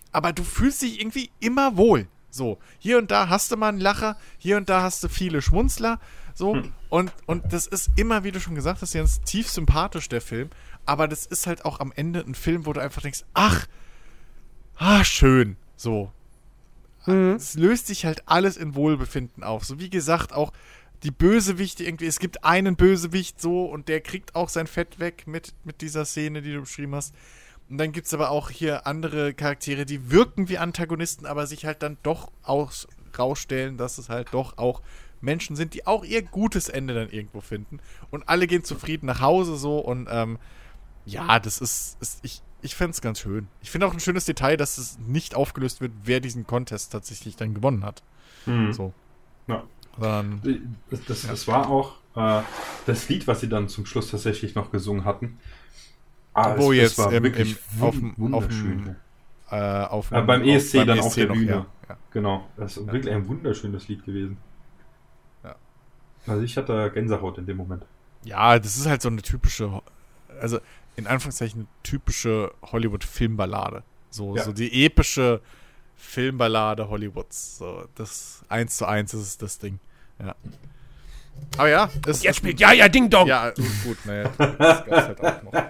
aber du fühlst dich irgendwie immer wohl. So, hier und da hast du mal einen Lacher, hier und da hast du viele Schmunzler, so, hm. und, und das ist immer, wie du schon gesagt hast, ganz tief sympathisch, der Film, aber das ist halt auch am Ende ein Film, wo du einfach denkst, ach, ah, schön, so. Mhm. Es löst sich halt alles in Wohlbefinden auf, so wie gesagt, auch die Bösewichte irgendwie, es gibt einen Bösewicht so und der kriegt auch sein Fett weg mit, mit dieser Szene, die du beschrieben hast. Und dann gibt es aber auch hier andere Charaktere, die wirken wie Antagonisten, aber sich halt dann doch aus, rausstellen, dass es halt doch auch Menschen sind, die auch ihr gutes Ende dann irgendwo finden. Und alle gehen zufrieden nach Hause so und ähm, ja, das ist, ist ich, ich fände es ganz schön. Ich finde auch ein schönes Detail, dass es nicht aufgelöst wird, wer diesen Contest tatsächlich dann gewonnen hat. Mhm. So. Ja. Dann, das, das, ja. das war auch äh, das Lied, was sie dann zum Schluss tatsächlich noch gesungen hatten. Ah, Wo es, jetzt war im, wirklich im, auf, wunderschön. Auf, äh, auf, äh, beim E S C auf, dann beim auf der noch, Bühne. Ja, ja. Genau. Das ist ja. wirklich ein wunderschönes Lied gewesen. Ja. Also ich hatte Gänsehaut in dem Moment. Ja, das ist halt so eine typische, also in Anführungszeichen eine typische Hollywood-Filmballade. So, ja. so die epische Filmballade Hollywoods. So, das eins zu eins ist das Ding. Ja. Aber ja, es jetzt spielt ja, ja, Ding Dong. Ja, gut, naja, das gab's halt auch noch.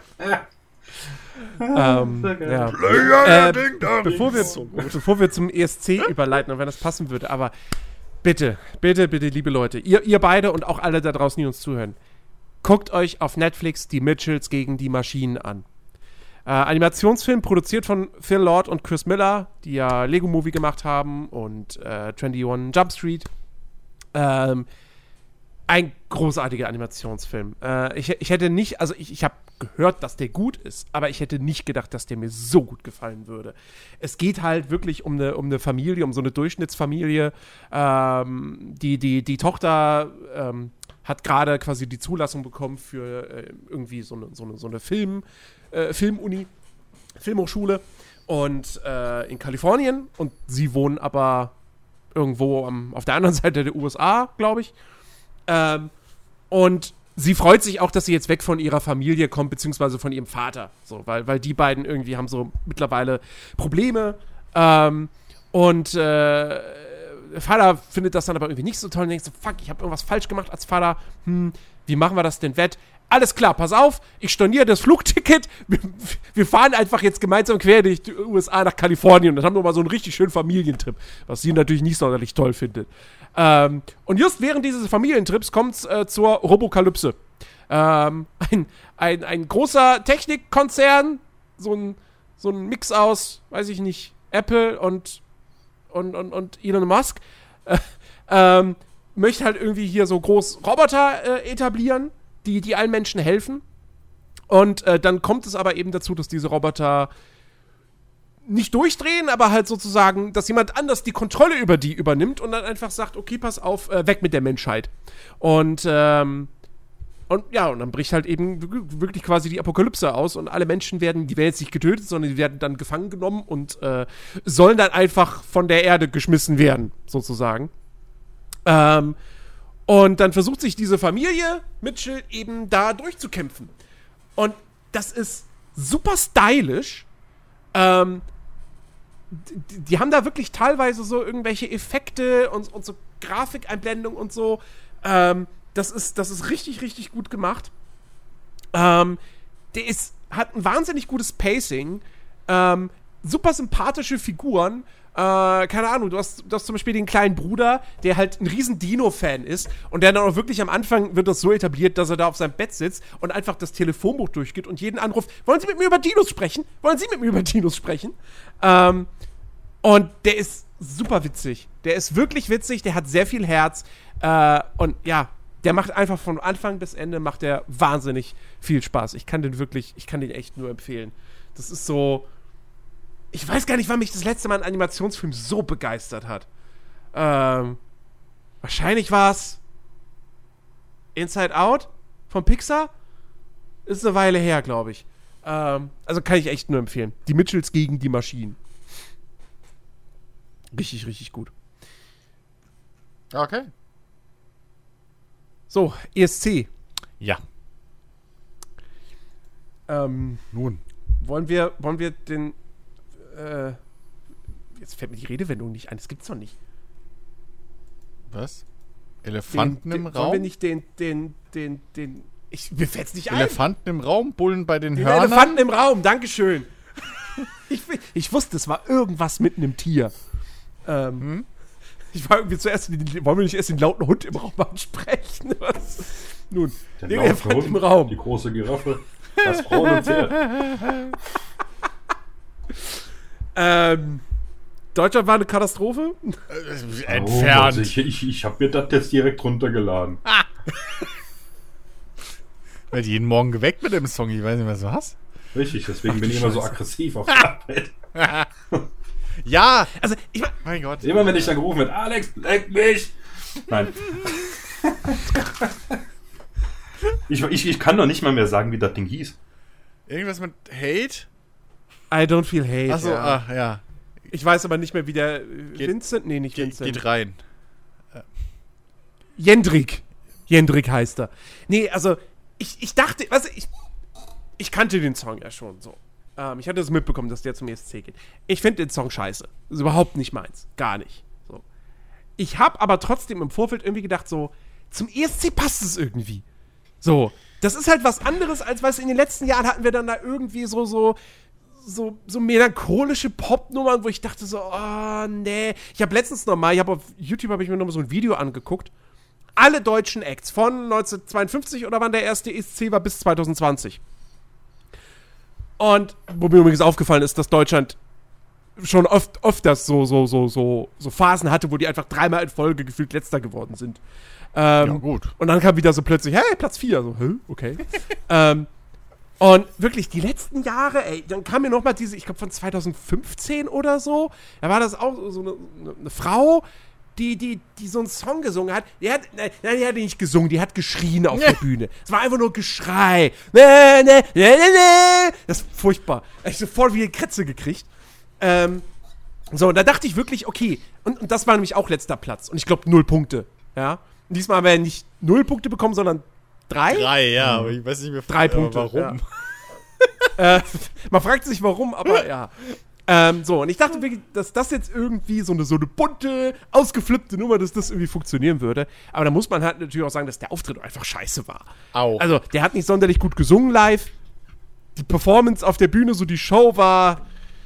ähm, ja. äh, bevor, wir, so bevor wir zum E S C überleiten, und wenn das passen würde, aber bitte, bitte, bitte, liebe Leute, ihr, ihr beide und auch alle da draußen, die uns zuhören, guckt euch auf Netflix die Mitchells gegen die Maschinen an. Äh, Animationsfilm, produziert von Phil Lord und Chris Miller, die ja Lego Movie gemacht haben und äh, einundzwanzig Jump Street. Ähm, ein großartiger Animationsfilm. Äh, ich, ich hätte nicht, also ich, ich habe gehört, dass der gut ist, aber ich hätte nicht gedacht, dass der mir so gut gefallen würde. Es geht halt wirklich um eine, um eine Familie, um so eine Durchschnittsfamilie. Ähm, die, die, die Tochter ähm, hat gerade quasi die Zulassung bekommen für äh, irgendwie so eine, so eine, so eine Film, äh, Filmuni, Filmhochschule und äh, in Kalifornien, und sie wohnen aber irgendwo am, auf der anderen Seite der U S A, glaube ich. Ähm, und sie freut sich auch, dass sie jetzt weg von ihrer Familie kommt, beziehungsweise von ihrem Vater. So, weil, weil die beiden irgendwie haben so mittlerweile Probleme. Ähm, und äh, Vater findet das dann aber irgendwie nicht so toll und denkt so, fuck, ich habe irgendwas falsch gemacht als Vater. Hm, wie machen wir das denn wett? Alles klar, pass auf, ich storniere das Flugticket. Wir, wir fahren einfach jetzt gemeinsam quer durch die U S A nach Kalifornien und haben nochmal so einen richtig schönen Familientrip, was sie natürlich nicht sonderlich toll findet. Ähm, und just während dieses Familientrips kommt es äh, zur Robokalypse. Ähm, ein, ein, ein großer Technikkonzern, so ein, so ein Mix aus, weiß ich nicht, Apple und, und, und, und Elon Musk, äh, ähm, möchte halt irgendwie hier so groß Roboter äh, etablieren, die, die allen Menschen helfen. Und äh, dann kommt es aber eben dazu, dass diese Roboter nicht durchdrehen, aber halt sozusagen, dass jemand anders die Kontrolle über die übernimmt und dann einfach sagt, okay, pass auf, äh, weg mit der Menschheit. Und, ähm, und ja, und dann bricht halt eben wirklich quasi die Apokalypse aus und alle Menschen werden, die werden jetzt nicht getötet, sondern die werden dann gefangen genommen und äh, sollen dann einfach von der Erde geschmissen werden, sozusagen. Ähm, und dann versucht sich diese Familie Mitchell eben da durchzukämpfen. Und das ist super stylisch. Ähm, die, die haben da wirklich teilweise so irgendwelche Effekte und, und so Grafikeinblendungen und so. Ähm, das ist, das ist richtig, richtig gut gemacht. Ähm, der ist, hat ein wahnsinnig gutes Pacing. Ähm, super sympathische Figuren. Äh, keine Ahnung, du hast, du hast zum Beispiel den kleinen Bruder, der halt ein riesen Dino-Fan ist und der dann auch wirklich am Anfang wird das so etabliert, dass er da auf seinem Bett sitzt und einfach das Telefonbuch durchgeht und jeden anruft, wollen Sie mit mir über Dinos sprechen? Wollen Sie mit mir über Dinos sprechen? Ähm, und der ist super witzig. Der ist wirklich witzig, der hat sehr viel Herz äh, und ja, der macht einfach von Anfang bis Ende macht der wahnsinnig viel Spaß. Ich kann den wirklich, ich kann den echt nur empfehlen. Das ist so, ich weiß gar nicht, wann mich das letzte Mal ein Animationsfilm so begeistert hat. Ähm, wahrscheinlich war es Inside Out von Pixar. Ist eine Weile her, glaube ich. Ähm, also kann ich echt nur empfehlen. Die Mitchells gegen die Maschinen. Richtig, richtig gut. Okay. So, E S C. Ja. Ähm, Nun. Wollen wir, wollen wir den Äh, jetzt fällt mir die Redewendung nicht ein, das gibt's doch nicht. Was? Elefanten den, im den, Raum? Wollen wir nicht den, den, den, den, ich, mir fällt's nicht ein. Elefanten im Raum, Bullen bei den Den Hörnern? Elefanten im Raum, Dankeschön. ich, ich wusste, es war irgendwas mit einem Tier. Ähm, hm? Ich war irgendwie zuerst, wollen wir nicht erst den lauten Hund im Raum ansprechen? Was? Nun, Der den laute Elefant Hund, im Raum. Die große Giraffe, das braune Pferd. ähm, Deutschland war eine Katastrophe. Äh, Oh, entfernt. also ich ich, ich habe mir das jetzt direkt runtergeladen. Ah. Werd jeden Morgen geweckt mit dem Song, ich weiß nicht, was du hast. Richtig, deswegen Ach, bin ich immer so Scheiße. aggressiv auf der Arbeit. Ja, Also, ich mein, mein Gott. Immer wenn ich dann gerufen werde, Alex, leck mich! Nein. ich, ich, ich kann doch nicht mal mehr sagen, wie das Ding hieß. Irgendwas mit Hate? I don't feel hate. Achso, ja. ach ja. Ich weiß aber nicht mehr, wie der äh, Geht- Vincent, nee, nicht Ge Vincent. geht rein. Jendrik. Jendrik heißt er. Nee, also, ich, ich dachte, was ich, ich kannte den Song ja schon so. Ähm, ich hatte es mitbekommen, dass der zum E S C geht. Ich finde den Song scheiße. Das ist überhaupt nicht meins. Gar nicht. So. Ich habe aber trotzdem im Vorfeld irgendwie gedacht, so, zum E S C passt es irgendwie. So. Das ist halt was anderes, als was in den letzten Jahren hatten wir dann da irgendwie so, so, so, so melancholische Popnummern, wo ich dachte so, oh, nee. Ich habe letztens noch mal, ich habe auf YouTube habe ich mir noch mal so ein Video angeguckt. Alle deutschen Acts von neunzehnhundertzweiundfünfzig oder wann der erste E S C war bis zwanzig zwanzig. Und wo mir übrigens aufgefallen ist, dass Deutschland schon oft öfters so, so, so, so, so Phasen hatte, wo die einfach dreimal in Folge gefühlt Letzter geworden sind. Ähm, Ja, gut. Und dann kam wieder so plötzlich, hey, Platz vier. So, hä, okay. ähm, und wirklich, die letzten Jahre, ey, dann kam mir noch mal diese, ich glaube von zwanzig fünfzehn oder so, da war das auch so eine, eine Frau, die, die, die so einen Song gesungen hat. Die hat, nein, die hat nicht gesungen, die hat geschrien auf der Bühne. Es war einfach nur Geschrei. Ne, ne, ne, ne, ne. Das ist furchtbar. Ich sofort wie eine Kretze gekriegt. Ähm, so, und da dachte ich wirklich, okay, und, und das war nämlich auch letzter Platz. Und ich glaube, null Punkte. Ja. Und diesmal haben wir nicht null Punkte bekommen, sondern drei. Drei, ja, aber ich weiß nicht mehr. Drei äh, Punkte. Warum? Ja. äh, man fragt sich warum, aber ja. Ähm, so, und ich dachte wirklich, dass das jetzt irgendwie so eine, so eine bunte, ausgeflippte Nummer, dass das irgendwie funktionieren würde. Aber da muss man halt natürlich auch sagen, dass der Auftritt einfach scheiße war. Auch. Also, der hat nicht sonderlich gut gesungen live. Die Performance auf der Bühne, so die Show war.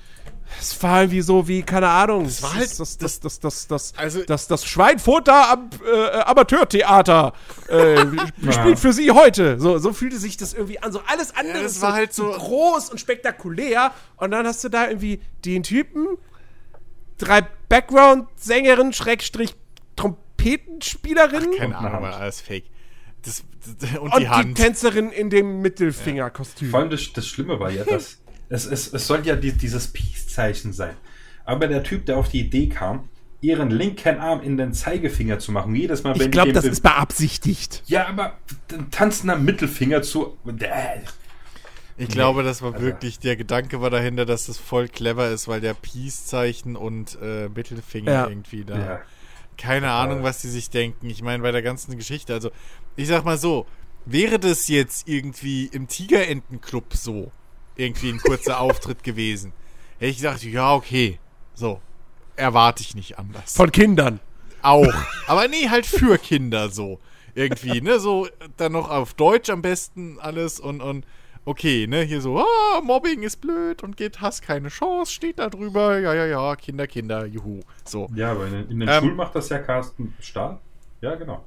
Es war irgendwie so wie, keine Ahnung. Das war halt- das, das, das, das, das, Also- das, das Schweinfurter am äh, Amateurtheater äh, spielt für sie heute. So, so fühlte sich das irgendwie an. So alles andere Ja, das ist war halt so- groß und spektakulär. Und dann hast du da irgendwie den Typen, drei Background-Sängerinnen, Schrägstrich Trompetenspielerinnen Keine Und eine Ahnung, Hand. war alles fake. Das, das, und, und die die, Hand. Tänzerin in dem Mittelfingerkostüm. Vor allem das, das Schlimme war ja, dass es, es, es soll ja die, dieses Peace-Zeichen sein. Aber der Typ, der auf die Idee kam, ihren linken Arm in den Zeigefinger zu machen, jedes Mal, wenn Ich glaube, die das den- ist beabsichtigt. Ja, aber ein tanzender Mittelfinger zu. Äh, Ich glaube, das war Also- wirklich, der Gedanke war dahinter, dass das voll clever ist, weil der Peace-Zeichen und äh, Mittelfinger Ja. irgendwie da. Ja. Keine Ahnung, was die sich denken. Ich meine, bei der ganzen Geschichte, also, ich sag mal so, wäre das jetzt irgendwie im Tigerentenclub so, irgendwie ein kurzer Auftritt gewesen, hätte ich gesagt, ja, okay, so, erwarte ich nicht anders. Von Kindern. Auch. Aber nee, halt für Kinder so. Irgendwie, ne, so, dann noch auf Deutsch am besten alles und, und, okay, ne, hier so, ah, Mobbing ist blöd und geht Hass keine Chance, steht da drüber, ja, ja, ja, Kinder, Kinder, juhu, so. Ja, aber in, den- in den Ähm, Schulen macht das ja Carsten Stahl. Ja, genau.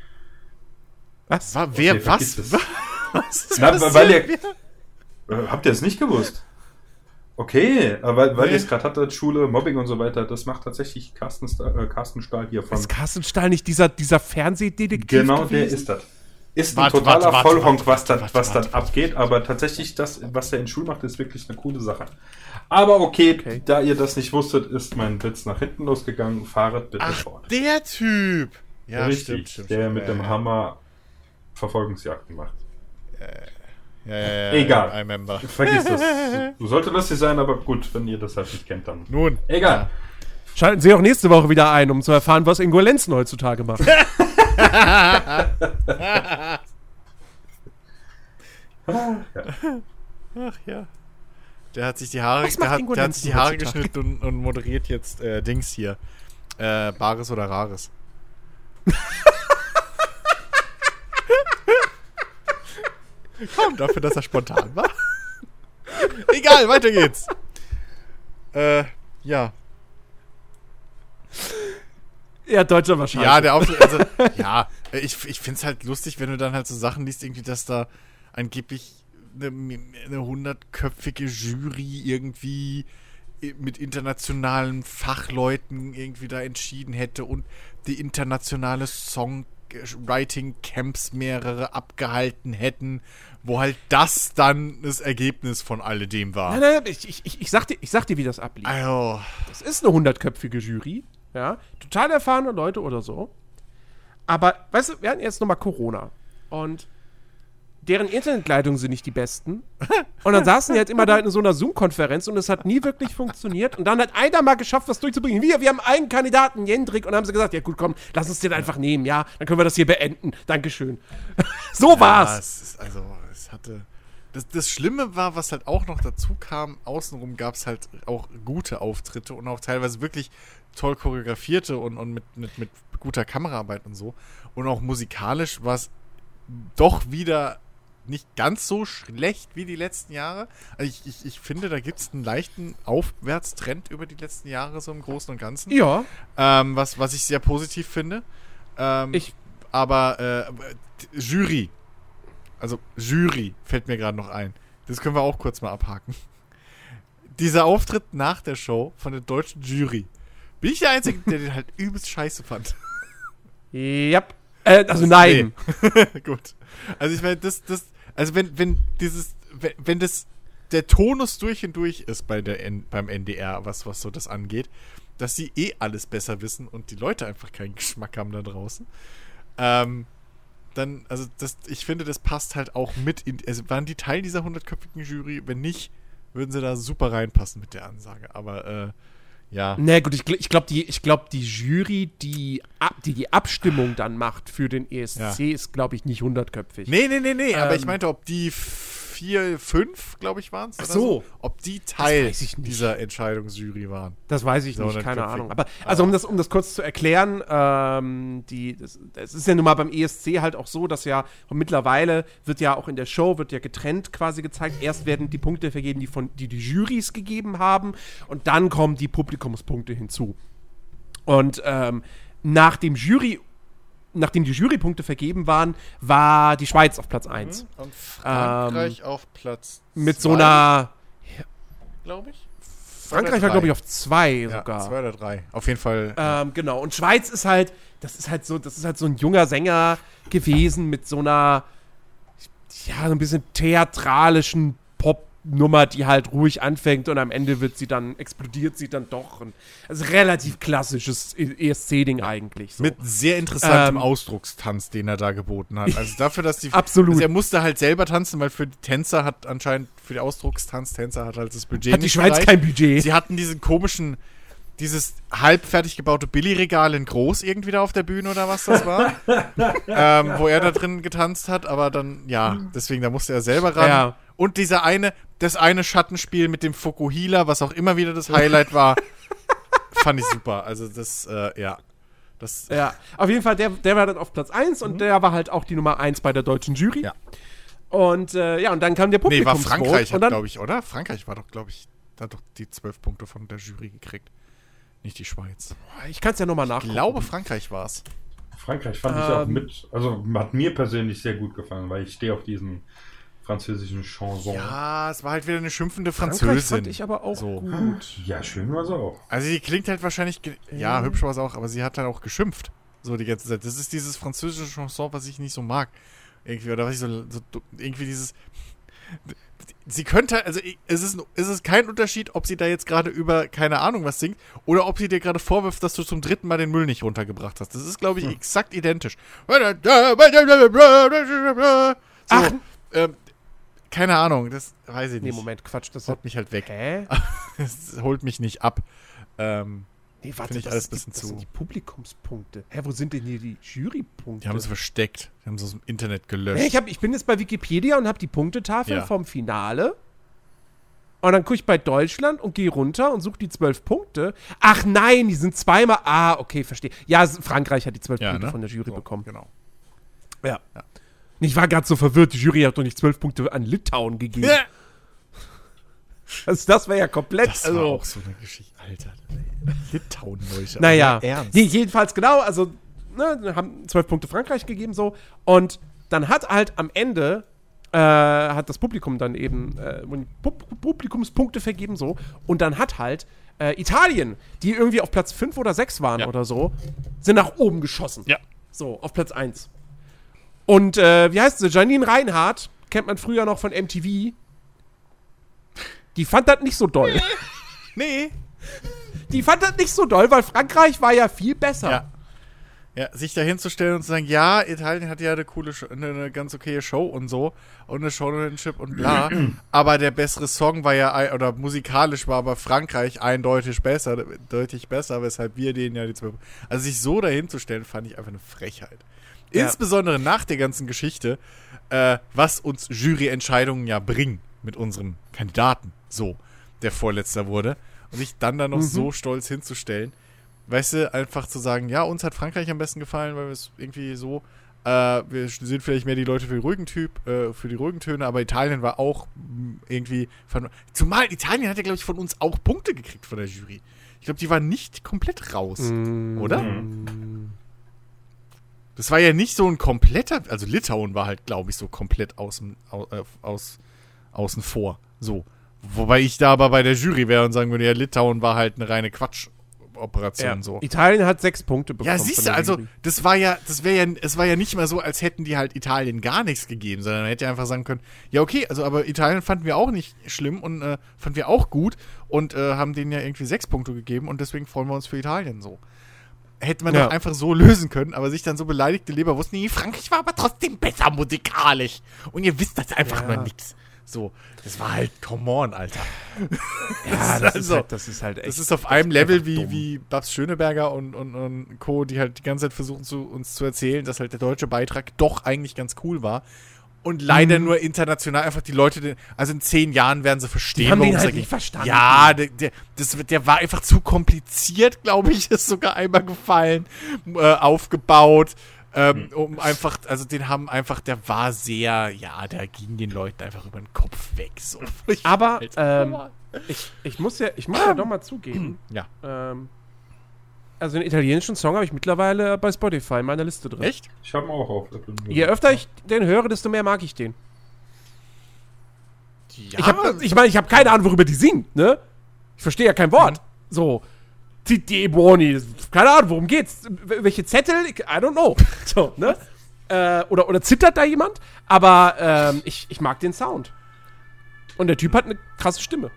Was? War, wer, Okay, was? vergiss es. Was? Na, passiert? weil ihr, Äh, habt ihr es nicht gewusst? Okay, aber weil Nee. ihr es gerade hattet, Schule, Mobbing und so weiter, das macht tatsächlich Carsten, Sta- äh, Carsten Stahl hier von. Ist Carsten Stahl nicht dieser, dieser Fernsehdetektiv Genau, gewesen? der ist das. Ist ein Warte, totaler warte, warte, Vollhonk, warte, was warte, das was warte, das abgeht, aber tatsächlich das, was er in Schule macht, ist wirklich eine coole Sache. Aber okay, Okay. da ihr das nicht wusstet, ist mein Witz nach hinten losgegangen. Fahret bitte Ach, fort. der Typ. Ja, Richtig, stimmt, stimmt. der stimmt. mit ja, dem ja. Hammer Verfolgungsjagden macht. Ja, ja, ja, Egal. I remember. Vergiss das. Sollte lustig sein, aber gut, wenn ihr das halt nicht kennt, dann. Nun. Egal. Schalten Sie auch nächste Woche wieder ein, um zu erfahren, was Ingo Lenzen heutzutage macht. Ach ja. Der hat sich die Haare, Was macht der hat, Ingo der hat sich die Haare heutzutage? geschnitten und, und moderiert jetzt äh, Dings hier. Äh, Bares oder Rares. Komm, dafür, dass er spontan war. Egal, weiter geht's. Äh, ja. Ja, Deutscher wahrscheinlich. Ja, der Auftritt, also, ja, ich, ich find's halt lustig, wenn du dann halt so Sachen liest, irgendwie, dass da angeblich eine, eine hundertköpfige Jury irgendwie mit internationalen Fachleuten irgendwie da entschieden hätte und die internationale Songwriting-Camps mehrere abgehalten hätten, wo halt das dann das Ergebnis von alledem war. Nein, nein, ich, ich, ich, ich, sag dir, ich sag dir, wie das ablief. Also, Das ist eine hundertköpfige Jury, ja, total erfahrene Leute oder so. Aber, weißt du, wir hatten jetzt nochmal Corona und deren Internetleitungen sind nicht die besten. Und dann saßen die halt immer da in so einer Zoom-Konferenz und es hat nie wirklich funktioniert. Und dann hat einer mal geschafft, was durchzubringen. Wir, wir haben einen Kandidaten, Jendrik, und dann haben sie gesagt, ja gut, komm, lass uns den einfach nehmen, ja, dann können wir das hier beenden. Dankeschön. So ja, war's. Es ist, also, es hatte. Das, das Schlimme war, was halt auch noch dazu kam, außenrum gab es halt auch gute Auftritte und auch teilweise wirklich toll choreografierte und, und mit, mit, mit guter Kameraarbeit und so. Und auch musikalisch war es doch wieder nicht ganz so schlecht wie die letzten Jahre. Also ich, ich, ich finde, da gibt es einen leichten Aufwärtstrend über die letzten Jahre so im Großen und Ganzen. Ja. Ähm, was, was ich sehr positiv finde. Ähm, Ich- aber äh, Jury. Also Jury fällt mir gerade noch ein. Das können wir auch kurz mal abhaken. Dieser Auftritt nach der Show von der deutschen Jury. Bin ich der Einzige, der den halt übelst scheiße fand? Ja. Äh, also nein. Nee. Gut. Also ich meine, das, das, also wenn, wenn dieses, wenn, wenn das der Tonus durch und durch ist bei der N, beim N D R, was, was so das angeht, dass sie eh alles besser wissen und die Leute einfach keinen Geschmack haben da draußen, ähm, dann, also das, ich finde, das passt halt auch mit in, also waren die Teil dieser hundertköpfigen Jury? Wenn nicht, würden sie da super reinpassen mit der Ansage. Aber, äh, ja. Na gut, ich, gl- ich glaube, die, ich glaub, die Jury, die, ab, die die Abstimmung dann macht für den E S C, Ja. ist, glaube ich, nicht hundertköpfig. Nee, nee, nee, nee, aber Ähm. ich meinte, ob die vier, fünf, glaube ich, waren es. Ach so. Ob die Teil weiß ich nicht. dieser Entscheidungsjury waren. Das weiß ich So, nicht, dann keine köpfig. Ahnung. Aber also um das, um das kurz zu erklären, ähm, die, das, das ist ja nun mal beim E S C halt auch so, dass ja mittlerweile wird ja auch in der Show wird ja getrennt quasi gezeigt. Erst werden die Punkte vergeben, die von die die Jurys gegeben haben, und dann kommen die Publikumspunkte hinzu. Und ähm, nach dem Jury Nachdem die Jurypunkte vergeben waren, war die Schweiz auf Platz eins. Und Frankreich Ähm, auf Platz Mit so einer. glaube ich. Frankreich war, glaube ich, auf zwei ja, sogar. zwei oder drei. Auf jeden Fall. Ähm, genau. Und Schweiz ist halt, das ist halt so, das ist halt so ein junger Sänger gewesen mit so einer, ja, so ein bisschen theatralischen Pop-Nummer, die halt ruhig anfängt und am Ende wird sie dann, explodiert sie dann doch. Und, also relativ klassisches E S C-Ding eigentlich. So. mit sehr interessantem Ähm, Ausdruckstanz, den er da geboten hat. Also dafür, dass die. Absolut. Also er musste halt selber tanzen, weil für die Tänzer hat anscheinend, für die Ausdruckstanztänzer hat halt das Budget Hat die nicht Schweiz gereicht. kein Budget. Sie hatten diesen komischen, dieses halb fertig gebaute Billigregal in groß irgendwie da auf der Bühne oder was das war. ähm, wo er da drin getanzt hat, aber dann, ja, deswegen, da musste er selber ran. Ja. Und dieser eine, das eine Schattenspiel mit dem Fukuhila, was auch immer wieder das Highlight war, fand ich super. Also das, äh, ja. Das, Ja, auf jeden Fall, der, der war dann auf Platz eins und der war halt auch die Nummer eins bei der deutschen Jury. Ja. Und äh, ja, und dann kam der nee, war Publikumsvote. Frankreich, und hat, dann, glaube ich, oder? Frankreich war doch, glaube ich, da hat doch die zwölf Punkte von der Jury gekriegt. Nicht die Schweiz. Ich kann es ja nochmal Ich nachgucken. glaube, Frankreich war es. Frankreich fand ich auch Ähm. mit, also hat mir persönlich sehr gut gefallen, weil ich stehe auf diesen französischen Chanson. Ja, es war halt wieder eine schimpfende Frankreich Französin. fand ich aber auch So. gut. Ja, schön war es auch. Also die klingt halt wahrscheinlich, ge- ja, hübsch war es auch, aber sie hat halt auch geschimpft. So die ganze Zeit. Das ist dieses französische Chanson, was ich nicht so mag. Irgendwie, oder was ich so, so irgendwie dieses. Sie könnte, also es ist, es ist kein Unterschied, ob sie da jetzt gerade über, keine Ahnung, was singt, oder ob sie dir gerade vorwirft, dass du zum dritten Mal den Müll nicht runtergebracht hast. Das ist, glaube ich, Hm. exakt identisch. So, Ach. ähm, keine Ahnung, das weiß ich Nee, nicht. Moment, Quatsch. Das Haut mich halt weg. Hä? Es holt mich nicht ab. Ähm, Nee, warte, Finde ich das, alles ist ein die, bisschen das zu. sind die Publikumspunkte. Hä, wo sind denn hier die Jurypunkte? die haben es versteckt. Die haben es aus dem Internet gelöscht. Hä, ich, hab, ich bin jetzt bei Wikipedia und habe die Punktetafel Ja. vom Finale. Und dann gucke ich bei Deutschland und gehe runter und suche die zwölf Punkte. Ach nein, die sind zweimal. Ah, okay, verstehe. Ja, Frankreich hat die zwölf Ja, Punkte ne? von der Jury So, bekommen. Genau. Ja. Ja. Ich war gerade so verwirrt, die Jury hat doch nicht zwölf Punkte an Litauen gegeben. Ja. Also das wäre ja komplett. Das also, war auch so eine Geschichte. Alter. Litauen, Leute. Naja, Aber ernst. nee, jedenfalls genau, also ne, haben zwölf Punkte Frankreich gegeben so und dann hat halt am Ende äh, hat das Publikum dann eben äh, Pub- Publikumspunkte vergeben so und dann hat halt äh, Italien, die irgendwie auf Platz fünf oder sechs waren Ja. oder so, sind nach oben geschossen. Ja. So, auf Platz eins. Und äh, wie heißt sie? Janine Reinhardt, kennt man früher noch von M T V. Die fand das nicht so doll. Nee. Die fand das nicht so doll, weil Frankreich war ja viel besser. Ja. Ja, sich da hinzustellen und zu sagen, ja, Italien hat ja eine coole, Show, eine, eine ganz okaye Show und so und eine Showmanship und bla, aber der bessere Song war ja, ein- oder musikalisch war aber Frankreich eindeutig besser, deutlich besser, weshalb wir denen ja die zwölf. Also sich so dahin zu stellen, fand ich einfach eine Frechheit. Ja. Insbesondere nach der ganzen Geschichte, äh, was uns Juryentscheidungen ja bringen mit unserem Kandidaten, so, der Vorletzter wurde, und sich dann da noch Mhm. so stolz hinzustellen. Weißt du, einfach zu sagen, ja, uns hat Frankreich am besten gefallen, weil wir es irgendwie so, äh, wir sind vielleicht mehr die Leute für die ruhigen Typ, äh, für die ruhigen Töne, aber Italien war auch mh, irgendwie, von, zumal Italien hat ja, glaube ich, von uns auch Punkte gekriegt von der Jury. Ich glaube, die waren nicht komplett raus, Mm. oder? Das war ja nicht so ein kompletter, also Litauen war halt, glaube ich, so komplett außen, au, äh, aus, außen vor, so. Wobei ich da aber bei der Jury wäre und sagen würde, ja, Litauen war halt eine reine Quatsch-Operation, Ja. so. Italien hat sechs Punkte bekommen. Ja, von siehst der du, also Jury. das war ja, das wäre ja, es war ja nicht mal so, als hätten die halt Italien gar nichts gegeben, sondern man hätte ja einfach sagen können, ja okay, also aber Italien fanden wir auch nicht schlimm und äh, fanden wir auch gut und äh, haben denen ja irgendwie sechs Punkte gegeben und deswegen freuen wir uns für Italien so. Hätte man Ja. doch einfach so lösen können, aber sich dann so beleidigte Leberwurst, nee, Frankreich war aber trotzdem besser musikalisch und ihr wisst das einfach Ja. nur nix. So, das war halt, come on, Alter. Ja, das, ist also- halt, das ist halt echt. Das ist auf einem Level einfach wie, dumm. wie Babs Schöneberger und, und, und Co., die halt die ganze Zeit versuchen, zu, uns zu erzählen, dass halt der deutsche Beitrag doch eigentlich ganz cool war. Und leider Mhm. nur international einfach die Leute, den, also in zehn Jahren werden sie verstehen, haben den warum es halt da ging. nicht verstanden. Ja, der, der, das, der war einfach zu kompliziert, glaube ich, ist sogar einmal gefallen, äh, aufgebaut. Ähm, um einfach, also den haben einfach, der war sehr, ja, der ging den Leuten einfach über den Kopf weg. So. Ich- Aber Alter, ähm, ich, ich muss ja, ich muss ja doch mal zugeben. ja. ähm, also den italienischen Song habe ich mittlerweile bei Spotify in meiner Liste drin. Echt? Ich habe ihn auch auf Apple Music. Je öfter ich den höre, desto mehr mag ich den. Ja, Ich habe, ich meine, ich habe keine Ahnung, worüber die singen, ne? Ich verstehe ja kein Wort. So, Titi Buoni, keine Ahnung, worum geht's? W- Welche Zettel? Ich- I don't know. So, ne? Äh, oder, oder zittert da jemand? Aber ähm, ich, ich mag den Sound. Und der Typ hat eine krasse Stimme.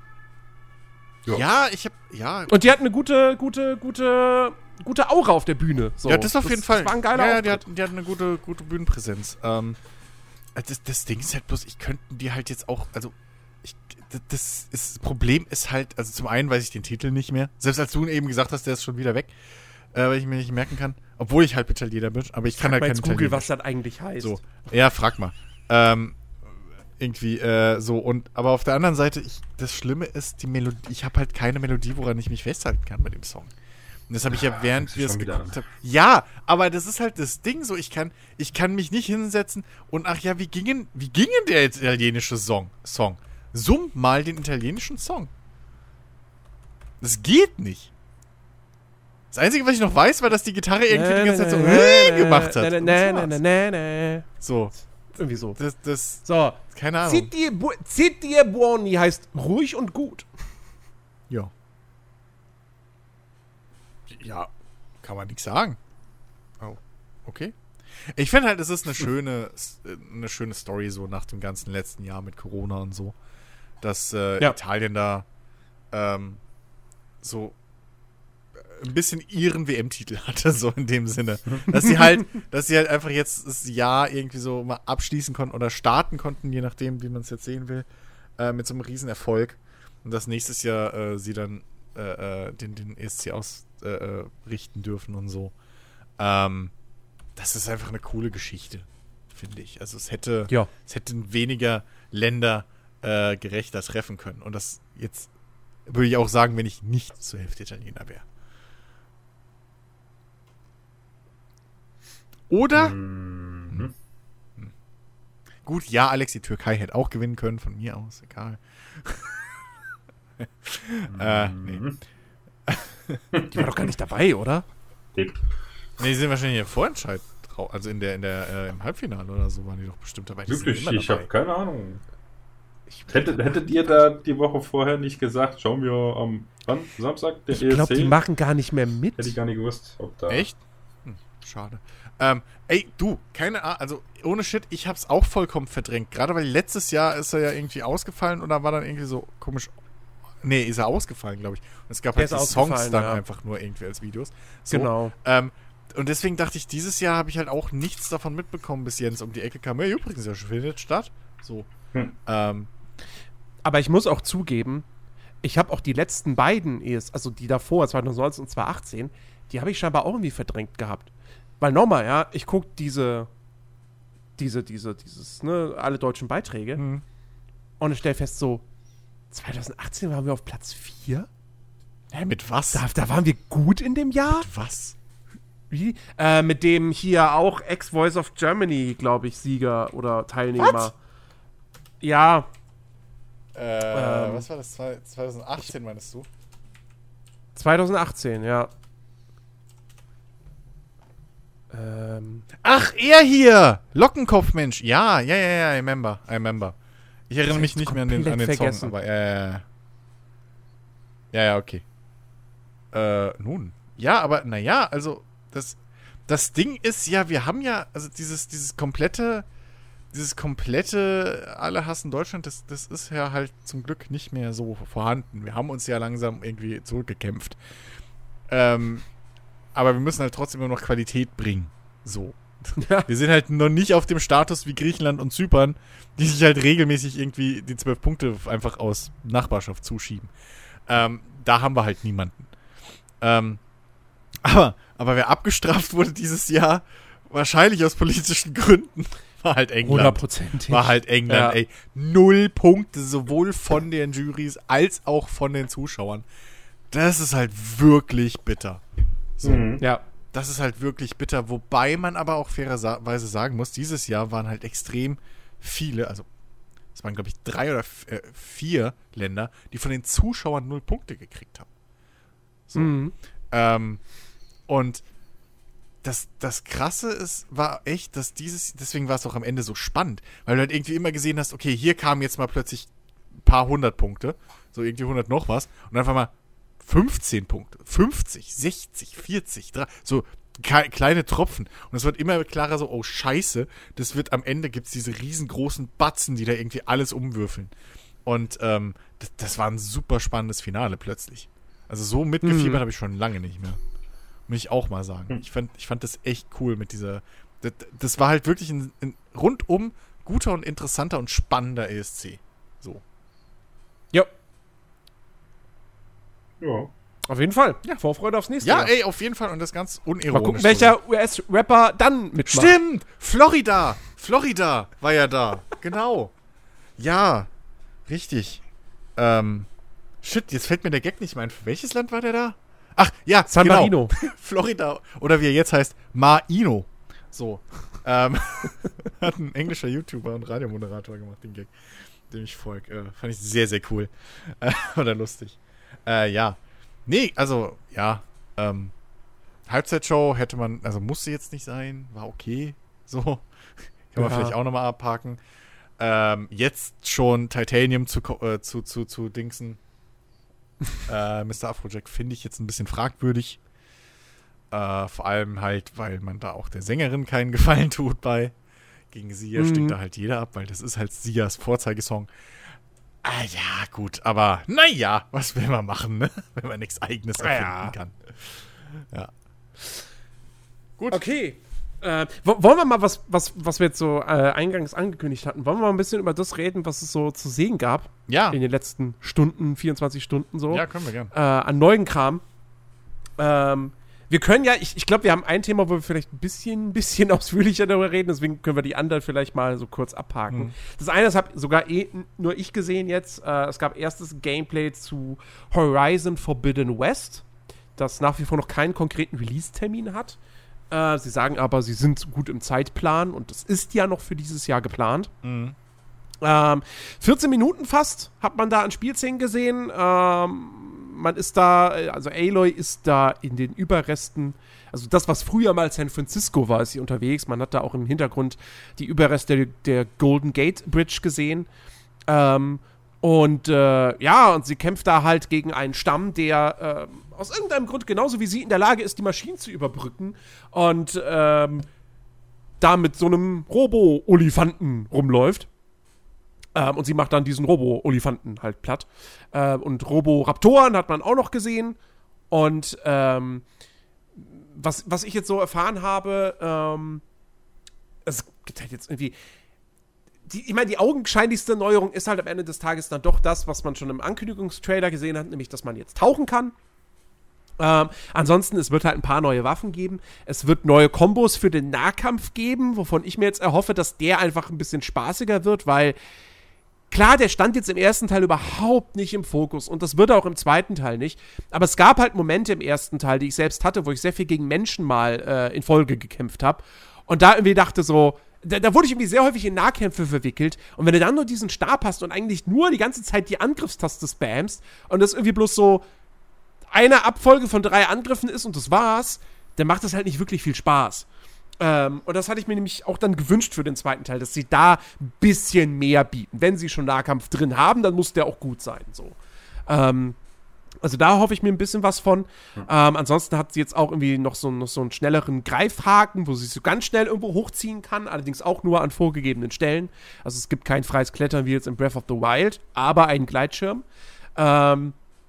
Ja, ich hab, ja, Und die hat eine gute, gute, gute, gute Aura auf der Bühne. So. ja, das auf jeden Fall. Das war ein geiler ja, ja, die Auftritt. hat, die hat eine gute, gute Bühnenpräsenz. Ähm, das, das Ding ist halt bloß, ich könnte die halt jetzt auch, also, ich, das, das, ist, das Problem ist halt, also zum einen weiß ich den Titel nicht mehr. Selbst als du eben gesagt hast, der ist schon wieder weg, äh, weil ich mir nicht merken kann. Obwohl ich halt Italiener bin, aber ich kann halt Mal kein jetzt Google, Italienisch. was das eigentlich heißt. So, ja, frag mal. Ähm, irgendwie, äh, so, und, aber auf der anderen Seite, ich, das Schlimme ist, die Melodie, ich habe halt keine Melodie, woran ich mich festhalten kann bei dem Song. Und das habe ich ja, während fängst du wir es schon wieder geguckt haben. Ja, aber das ist halt das Ding, so, ich kann, ich kann mich nicht hinsetzen und, ach ja, wie gingen, wie gingen der italienische Song, Song? Summ mal den italienischen Song. Das geht nicht. Das Einzige, was ich noch weiß, war, dass die Gitarre irgendwie die ganze Zeit so äh, gemacht hat. Na, Und na, das na, war's. na, na. So, Irgendwie so. das, das, So. keine Ahnung. Ziti Bu- Ziti Buoni heißt ruhig und gut. Ja. Ja, kann man nichts sagen. Oh, okay. Ich finde halt, es ist eine schöne, eine schöne Story so nach dem ganzen letzten Jahr mit Corona und so, dass äh, Ja. Italien da ähm, so ein bisschen ihren W M-Titel hatte, so in dem Sinne. Dass sie halt, dass sie halt einfach jetzt das Jahr irgendwie so mal abschließen konnten oder starten konnten, je nachdem, wie man es jetzt sehen will, äh, mit so einem Riesenerfolg. Und dass nächstes Jahr äh, sie dann äh, äh, den, den E S C ausrichten äh, richten dürfen und so. Ähm, das ist einfach eine coole Geschichte, finde ich. Also es hätte, Ja. es hätten weniger Länder äh, gerechter treffen können. Und das jetzt würde ich auch sagen, wenn ich nicht zur Hälfte Italiener wäre. Oder? Mhm. Hm. Gut, ja, Alex, die Türkei hätte auch gewinnen können, von mir aus, egal. äh, nee. Mhm. Die war doch gar nicht dabei, oder? Nee. Nee, die sind wahrscheinlich im Vorentscheid, drau- also in der, in der, äh, im Halbfinale oder so waren die doch bestimmt dabei. Die sind Wirklich, immer ich dabei. habe keine Ahnung. Ich, Hättet, hättet ihr da die Woche vorher nicht gesagt, schauen wir am wann? Samstag, der ich glaube, E S C? die machen gar nicht mehr mit. Hätte ich gar nicht gewusst, ob da... Echt? Hm, schade. Ähm, ey, du, keine Ahnung, also ohne Shit, ich hab's auch vollkommen verdrängt. Gerade weil letztes Jahr ist er ja irgendwie ausgefallen und da war dann irgendwie so komisch. Nee, ist er ausgefallen, glaube ich. Und es gab Der halt die ist Songs ausgefallen, dann ja. einfach nur irgendwie als Videos. So, Genau. Ähm, und deswegen dachte ich, dieses Jahr habe ich halt auch nichts davon mitbekommen, bis Jens um die Ecke kam. Ja, übrigens, ja, findet statt. So. Hm. Ähm, Aber ich muss auch zugeben, ich habe auch die letzten beiden E S, also die davor, zwanzig neunzehn und zwanzig achtzehn, die habe ich scheinbar auch irgendwie verdrängt gehabt. Weil nochmal, ja, ich gucke diese, diese, diese, dieses, ne, alle deutschen Beiträge hm. und ich stelle fest, so, zwanzig achtzehn waren wir auf Platz vier? Hä, mit was? Da, da waren wir gut in dem Jahr? Mit was? Wie? Äh, mit dem hier auch Ex-Voice of Germany, glaube ich, Sieger oder Teilnehmer. Was? Ja, Äh, Ähm. was war das? zwanzig achtzehn meinst du? zwanzig achtzehn, ja. Ähm, Ach, er hier! Lockenkopfmensch. Ja, ja, ja, ja, I remember, I remember. Ich erinnere Das mich hab ich nicht mehr an den, an den komplett Song, vergessen. aber ja, ja, ja. Ja, ja, okay. Äh, nun. Ja, aber naja, also, das, das Ding ist ja, wir haben ja, also dieses, dieses komplette, dieses komplette Alle hassen Deutschland, das, das ist ja halt zum Glück nicht mehr so vorhanden. Wir haben uns ja langsam irgendwie zurückgekämpft. Ähm, aber wir müssen halt trotzdem immer noch Qualität bringen. So. Ja. Wir sind halt noch nicht auf dem Status wie Griechenland und Zypern, die sich halt regelmäßig irgendwie die zwölf Punkte einfach aus Nachbarschaft zuschieben. Ähm, da haben wir halt niemanden. Ähm, aber, aber wer abgestraft wurde dieses Jahr, wahrscheinlich aus politischen Gründen, war halt England. hundertprozentig. War halt England, Ja. ey. Null Punkte, sowohl von den Jurys als auch von den Zuschauern. Das ist halt wirklich bitter. So. Mhm. Ja. Das ist halt wirklich bitter, wobei man aber auch fairerweise sagen muss, dieses Jahr waren halt extrem viele, also es waren glaube ich drei oder f- äh, vier Länder, die von den Zuschauern null Punkte gekriegt haben. So. Mhm. Ähm, und das, das Krasse ist, war echt, dass dieses, deswegen war es auch am Ende so spannend, weil du halt irgendwie immer gesehen hast, okay, hier kamen jetzt mal plötzlich ein paar hundert Punkte, so irgendwie hundert noch was, und einfach mal fünfzehn Punkte, fünfzig, sechzig, vierzig, drei, so ke- kleine Tropfen. Und es wird immer klarer so, oh Scheiße, das wird am Ende, gibt es diese riesengroßen Batzen, die da irgendwie alles umwürfeln. Und ähm, das, das war ein super spannendes Finale plötzlich. Also so mitgefiebert Mhm. habe ich schon lange nicht mehr. Muss ich auch mal sagen. Ich fand, ich fand das echt cool mit dieser, das, das war halt wirklich ein, ein rundum guter und interessanter und spannender E S C. So. Ja, Ja. auf jeden Fall. Ja, Vorfreude aufs nächste Ja, Jahr. ey, auf jeden Fall und das ganz unironisch. Mal gucken, sogar. welcher U S-Rapper dann mitmacht. Stimmt! Florida! Florida war ja da. Genau. Ja, richtig. Ähm, shit, jetzt fällt mir der Gag nicht mehr ein. Für welches Land war der da? Ach, ja, San genau. Marino. Florida. Oder wie er jetzt heißt, Maino. So. Ähm, hat ein englischer YouTuber und Radiomoderator gemacht, den Gag, dem ich folge. Äh, fand ich sehr, sehr cool. Äh, oder lustig. Äh, ja. Nee, also, ja. Ähm, Halbzeitshow hätte man, also musste jetzt nicht sein, war okay. So. Kann man Ja. vielleicht auch nochmal abhaken. Ähm, jetzt schon Titanium zu, ko- äh, zu, zu, zu Dingsen. äh, Mister Afrojack finde ich jetzt ein bisschen fragwürdig. Äh, vor allem halt, weil man da auch der Sängerin keinen Gefallen tut bei. Gegen Sia Mhm. stinkt da halt jeder ab, weil das ist halt Sias Vorzeigesong. Ah ja, gut, aber naja, was will man machen, ne? Wenn man nichts Eigenes Ja. erfinden kann. Ja. Gut. Okay. Äh, wo- wollen wir mal was, was, was wir jetzt so äh, eingangs angekündigt hatten, wollen wir mal ein bisschen über das reden, was es so zu sehen gab Ja. in den letzten Stunden, vierundzwanzig Stunden so, Ja, können wir gern. äh, an neuen Kram. Ähm, wir wir können ja, ich, ich glaube, wir haben ein Thema, wo wir vielleicht ein bisschen, ein bisschen ausführlicher darüber reden, deswegen können wir die anderen vielleicht mal so kurz abhaken. Mhm. Das eine, das habe sogar eh nur ich gesehen jetzt, äh, es gab erstes Gameplay zu Horizon Forbidden West, das nach wie vor noch keinen konkreten Release-Termin hat. Äh, sie sagen aber, sie sind gut im Zeitplan und es ist ja noch für dieses Jahr geplant. Mhm. Ähm, vierzehn Minuten fast hat man da an Spielszenen gesehen. Ähm, man ist da, also Aloy ist da in den Überresten, also das, was früher mal San Francisco war, ist sie unterwegs. Man hat da auch im Hintergrund die Überreste der, der Golden Gate Bridge gesehen. Ähm, und äh, ja, und sie kämpft da halt gegen einen Stamm, der äh, aus irgendeinem Grund genauso wie sie in der Lage ist, die Maschinen zu überbrücken. Und ähm, da mit so einem Robo-Olifanten rumläuft. Ähm, und sie macht dann diesen Robo-Olifanten halt platt. Ähm, und Robo-Raptoren hat man auch noch gesehen. Und ähm, was, was ich jetzt so erfahren habe, ähm, es gibt halt jetzt irgendwie. Die, ich meine, die augenscheinlichste Neuerung ist halt am Ende des Tages dann doch das, was man schon im Ankündigungstrailer gesehen hat, nämlich, dass man jetzt tauchen kann. Ähm, ansonsten, es wird halt ein paar neue Waffen geben. Es wird neue Kombos für den Nahkampf geben, wovon ich mir jetzt erhoffe, dass der einfach ein bisschen spaßiger wird, weil klar, der stand jetzt im ersten Teil überhaupt nicht im Fokus und das wird er auch im zweiten Teil nicht. Aber es gab halt Momente im ersten Teil, die ich selbst hatte, wo ich sehr viel gegen Menschen mal äh, in Folge gekämpft habe. Und da irgendwie dachte so, da, da wurde ich irgendwie sehr häufig in Nahkämpfe verwickelt. Und wenn du dann nur diesen Stab hast und eigentlich nur die ganze Zeit die Angriffstaste spammst und das irgendwie bloß so eine Abfolge von drei Angriffen ist und das war's, dann macht das halt nicht wirklich viel Spaß. Ähm, und das hatte ich mir nämlich auch dann gewünscht für den zweiten Teil, dass sie da ein bisschen mehr bieten. Wenn sie schon Nahkampf drin haben, dann muss der auch gut sein. So. Ähm, also da hoffe ich mir ein bisschen was von. Mhm. Ähm, ansonsten hat sie jetzt auch irgendwie noch so, noch so einen schnelleren Greifhaken, wo sie so ganz schnell irgendwo hochziehen kann, allerdings auch nur an vorgegebenen Stellen. Also es gibt kein freies Klettern wie jetzt in Breath of the Wild, aber einen Gleitschirm. Ähm,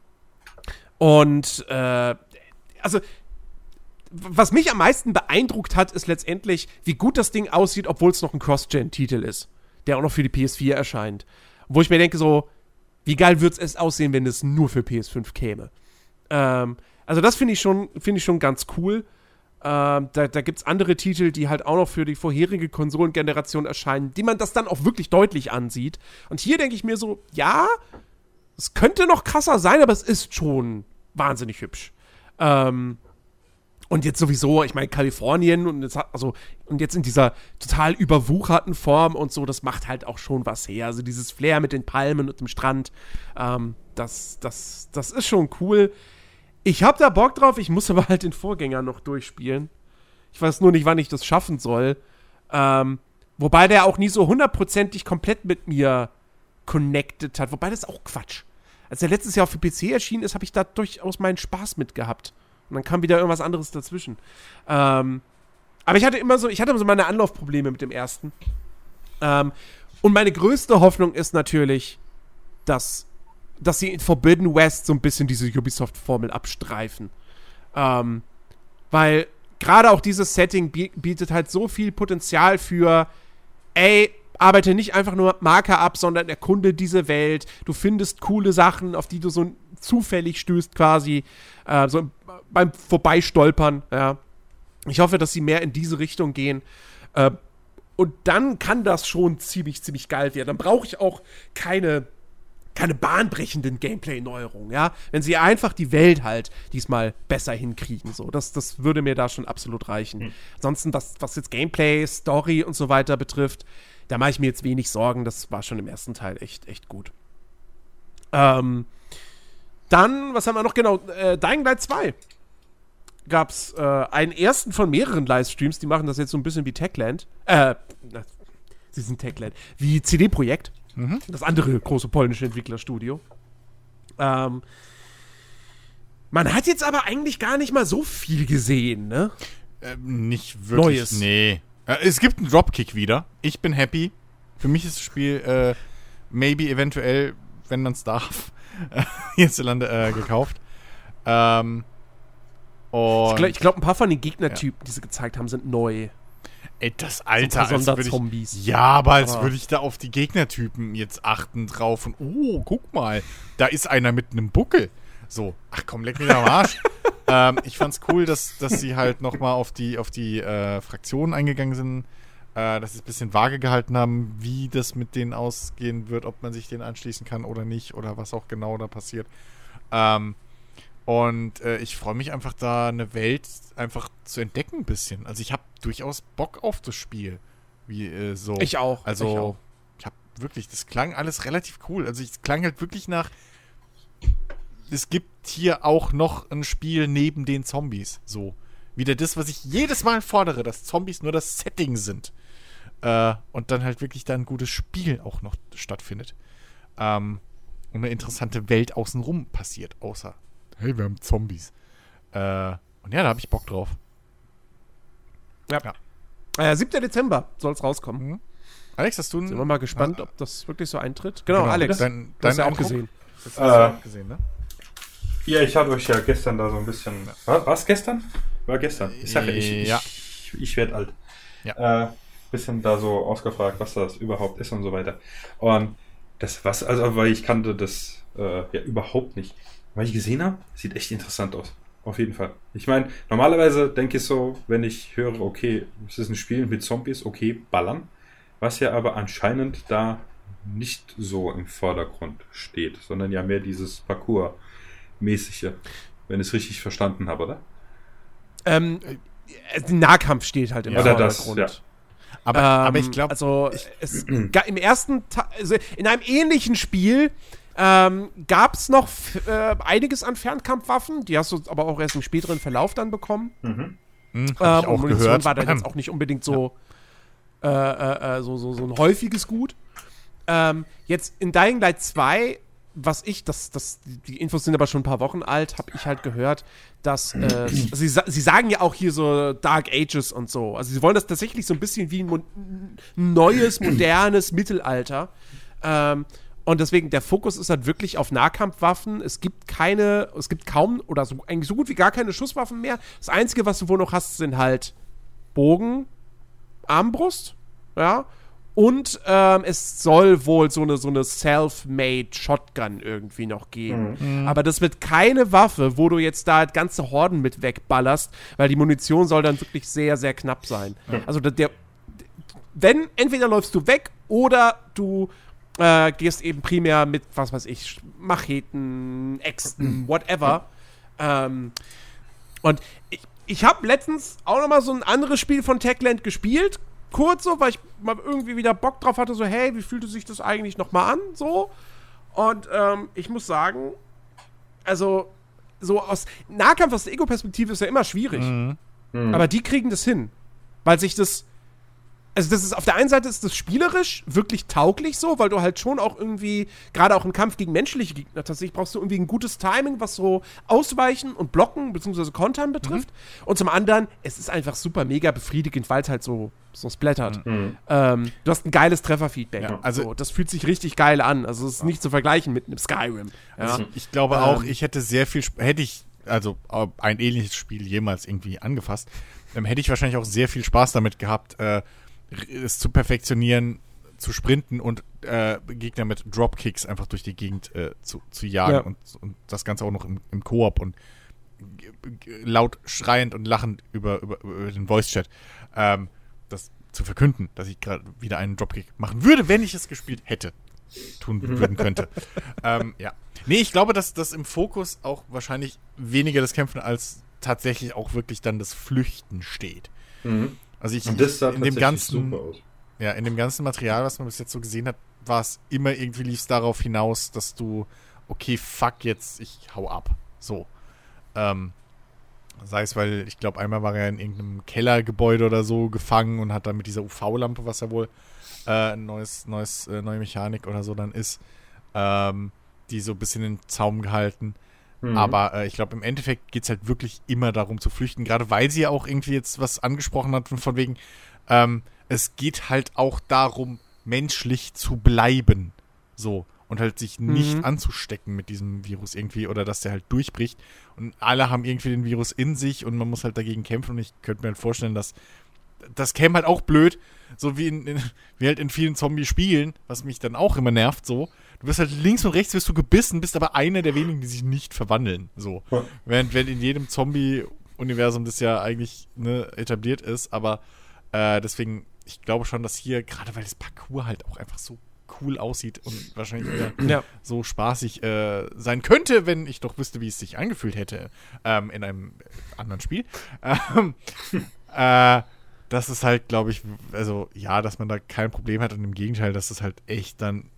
und äh, also was mich am meisten beeindruckt hat, ist letztendlich, wie gut das Ding aussieht, obwohl es noch ein Cross-Gen-Titel ist, der auch noch für die P S vier erscheint. Wo ich mir denke so, wie geil würde es aussehen, wenn es nur für P S fünf käme. Ähm, also das finde ich schon, finde ich schon ganz cool. Ähm, da da gibt es andere Titel, die halt auch noch für die vorherige Konsolengeneration erscheinen, die man das dann auch wirklich deutlich ansieht. Und hier denke ich mir so, ja, es könnte noch krasser sein, aber es ist schon wahnsinnig hübsch. Ähm, Und jetzt sowieso, ich meine, Kalifornien und jetzt, also, und jetzt in dieser total überwucherten Form und so, das macht halt auch schon was her. Also dieses Flair mit den Palmen und dem Strand, ähm, das, das, das ist schon cool. Ich hab da Bock drauf, ich muss aber halt den Vorgänger noch durchspielen. Ich weiß nur nicht, wann ich das schaffen soll. Ähm, wobei der auch nie so hundertprozentig komplett mit mir connected hat. Wobei das ist auch Quatsch. Als der letztes Jahr auf dem P C erschienen ist, habe ich da durchaus meinen Spaß mit gehabt. Und dann kam wieder irgendwas anderes dazwischen. Ähm, aber ich hatte immer so, ich hatte so meine Anlaufprobleme mit dem ersten. Ähm, und meine größte Hoffnung ist natürlich, dass, dass sie in Forbidden West so ein bisschen diese Ubisoft-Formel abstreifen. Ähm, weil gerade auch dieses Setting bi- bietet halt so viel Potenzial für, ey, arbeite nicht einfach nur Marker ab, sondern erkunde diese Welt. Du findest coole Sachen, auf die du so zufällig stößt quasi, äh, so beim Vorbeistolpern, ja. Ich hoffe, dass sie mehr in diese Richtung gehen. Äh, und dann kann das schon ziemlich, ziemlich geil werden. Dann brauche ich auch keine, keine bahnbrechenden Gameplay-Neuerungen, ja. Wenn sie einfach die Welt halt diesmal besser hinkriegen, so. Das, das würde mir da schon absolut reichen. Mhm. Ansonsten, was, was jetzt Gameplay, Story und so weiter betrifft, da mache ich mir jetzt wenig Sorgen. Das war schon im ersten Teil echt, echt gut. Ähm, dann, was haben wir noch? Genau, äh, Dying Light zwei. Gab's äh, einen ersten von mehreren Livestreams, die machen das jetzt so ein bisschen wie Techland. Äh, na, sie sind Techland. Wie C D Projekt. Mhm. Das andere große polnische Entwicklerstudio. Ähm, man hat jetzt aber eigentlich gar nicht mal so viel gesehen, ne? Ähm, nicht wirklich. Neues. Nee. Äh, es gibt einen Dropkick wieder. Ich bin happy. Für mich ist das Spiel äh, maybe eventuell, wenn man es darf, hierzulande äh, gekauft. Ähm, und ich glaube, glaub, ein paar von den Gegnertypen, ja. die sie gezeigt haben, sind neu. Ey, das Alter, so als würde ich, ja, aber als würde ich da auf die Gegnertypen jetzt achten drauf und oh, guck mal, da ist einer mit einem Buckel. So, ach komm, leck mich am Arsch. ähm, ich fand's cool, dass, dass sie halt nochmal auf die, auf die äh, Fraktionen eingegangen sind, äh, dass sie es ein bisschen vage gehalten haben, wie das mit denen ausgehen wird, ob man sich denen anschließen kann oder nicht oder was auch genau da passiert. Ähm, und äh, ich freue mich einfach, da eine Welt einfach zu entdecken ein bisschen. Also ich habe durchaus Bock auf das Spiel. Wie äh, so. Ich auch. Also ich auch. ich habe wirklich, das klang alles relativ cool. Also es klang halt wirklich nach, es gibt hier auch noch ein Spiel neben den Zombies. So. Wieder das, was ich jedes Mal fordere, dass Zombies nur das Setting sind. Äh, und dann halt wirklich da ein gutes Spiel auch noch stattfindet. Ähm, und eine interessante Welt außenrum passiert, außer, hey, wir haben Zombies. Äh, und ja, da habe ich Bock drauf. Ja. ja. Äh, siebter Dezember soll es rauskommen. Mhm. Alex, hast du ein... Sind wir mal gespannt, ah, ob das wirklich so eintritt. Genau, genau. Alex, dein, du hast ja auch Eindruck? gesehen. Das hast du Äh, auch gesehen, ne? Ja, ich hatte euch ja gestern da so ein bisschen... War es gestern? War gestern. Ich sage, ich, Ja. ich, ich, ich werde alt. Ja. Äh, bisschen da so ausgefragt, was das überhaupt ist und so weiter. Und das, was, also, weil ich kannte das äh, ja überhaupt nicht. Weil ich gesehen habe, sieht echt interessant aus. Auf jeden Fall. Ich meine, normalerweise denke ich so, wenn ich höre, okay, es ist ein Spiel mit Zombies, okay, ballern. Was ja aber anscheinend da nicht so im Vordergrund steht, sondern ja mehr dieses Parcours-mäßige, wenn ich es richtig verstanden habe, oder? Ähm, äh, Nahkampf steht halt im Ja, oder das, Vordergrund. ja. Aber, Ähm, aber ich glaube... Also, es, ga, im ersten Ta- also in einem ähnlichen Spiel ähm, gab es noch f- äh, einiges an Fernkampfwaffen. Die hast du aber auch erst im späteren Verlauf dann bekommen. Mhm. Hm, hab Ähm, ich auch und Munition gehört. war dann jetzt auch nicht unbedingt so, äh, äh, äh, so, so, so ein häufiges Gut. Ähm, jetzt in Dying Light zwei, was ich, das, das, die Infos sind aber schon ein paar Wochen alt, habe ich halt gehört, dass äh, sie, sie sagen ja auch hier so Dark Ages und so. Also sie wollen das tatsächlich so ein bisschen wie ein mo- neues, modernes Mittelalter. Ähm, und deswegen, der Fokus ist halt wirklich auf Nahkampfwaffen. Es gibt keine, es gibt kaum oder so, eigentlich so gut wie gar keine Schusswaffen mehr. Das Einzige, was du wohl noch hast, sind halt Bogen, Armbrust, ja. Und ähm, es soll wohl so eine, so eine Self-Made Shotgun irgendwie noch geben. Mhm. Aber das wird keine Waffe, wo du jetzt da ganze Horden mit wegballerst, weil die Munition soll dann wirklich sehr, sehr knapp sein. Ja. Also der, der, wenn, entweder läufst du weg oder du äh, gehst eben primär mit, was weiß ich, Macheten, Äxten, whatever. Ähm, und ich, ich habe letztens auch noch mal so ein anderes Spiel von Techland gespielt, kurz so, weil ich mal irgendwie wieder Bock drauf hatte, so, hey, wie fühlte sich das eigentlich noch mal an, so. Und ähm, ich muss sagen, also, so aus Nahkampf, aus der Ego-Perspektive ist ja immer schwierig. Mhm. Mhm. Aber die kriegen das hin. Weil sich das, also das ist, auf der einen Seite ist das spielerisch wirklich tauglich so, weil du halt schon auch irgendwie, gerade auch im Kampf gegen menschliche Gegner, tatsächlich brauchst du irgendwie ein gutes Timing, was so Ausweichen und Blocken bzw. Kontern betrifft. Mhm. Und zum anderen, es ist einfach super mega befriedigend, weil es halt so, so splattert. Mhm. Ähm, du hast ein geiles Trefferfeedback. Ja, also so, das fühlt sich richtig geil an. Also es ist nicht zu vergleichen mit einem Skyrim. Ja. Also ich glaube Ähm. auch, ich hätte sehr viel, Sp- hätte ich, also äh, ein ähnliches Spiel jemals irgendwie angefasst, ähm, hätte ich wahrscheinlich auch sehr viel Spaß damit gehabt, äh, es zu perfektionieren, zu sprinten und äh, Gegner mit Dropkicks einfach durch die Gegend äh, zu, zu jagen Ja. und, und das Ganze auch noch im, im Koop und g- g- laut schreiend und lachend über, über, über den Voice-Chat ähm, das zu verkünden, dass ich gerade wieder einen Dropkick machen würde, wenn ich es gespielt hätte, tun würden könnte. ähm, ja. Nee, ich glaube, dass das im Fokus auch wahrscheinlich weniger das Kämpfen als tatsächlich auch wirklich dann das Flüchten steht. Mhm. Also ich, Und das sah in dem tatsächlich ganzen, super aus. ja, in dem ganzen Material, was man bis jetzt so gesehen hat, war es immer irgendwie, lief es darauf hinaus, dass du, okay, fuck jetzt, ich hau ab. So. Ähm, sei es, weil, ich glaube, einmal war er in irgendeinem Kellergebäude oder so gefangen und hat dann mit dieser U V-Lampe, was ja wohl äh, ein neues, neues, äh, neue Mechanik oder so dann ist, ähm, die so ein bisschen in den Zaum gehalten. Mhm. Aber äh, ich glaube, im Endeffekt geht es halt wirklich immer darum zu flüchten, gerade weil sie ja auch irgendwie jetzt was angesprochen hat, von wegen, ähm, es geht halt auch darum, menschlich zu bleiben. So. Und halt sich nicht Mhm. anzustecken mit diesem Virus irgendwie oder dass der halt durchbricht. Und alle haben irgendwie den Virus in sich und man muss halt dagegen kämpfen. Und ich könnte mir halt vorstellen, dass das käme halt auch blöd, so wie, in, in, wie halt in vielen Zombie-Spielen, was mich dann auch immer nervt, so. Du wirst halt links und rechts wirst du gebissen, bist aber einer der wenigen, die sich nicht verwandeln, so. Ja. Während, wenn in jedem Zombie-Universum das ja eigentlich ne, etabliert ist, aber äh, deswegen, ich glaube schon, dass hier, gerade weil das Parcours halt auch einfach so cool aussieht und wahrscheinlich wieder ja. so spaßig äh, sein könnte, wenn ich doch wüsste, wie es sich angefühlt hätte ähm, in einem anderen Spiel. Ähm, äh, das ist halt, glaube ich, also ja, dass man da kein Problem hat und im Gegenteil, dass es halt echt dann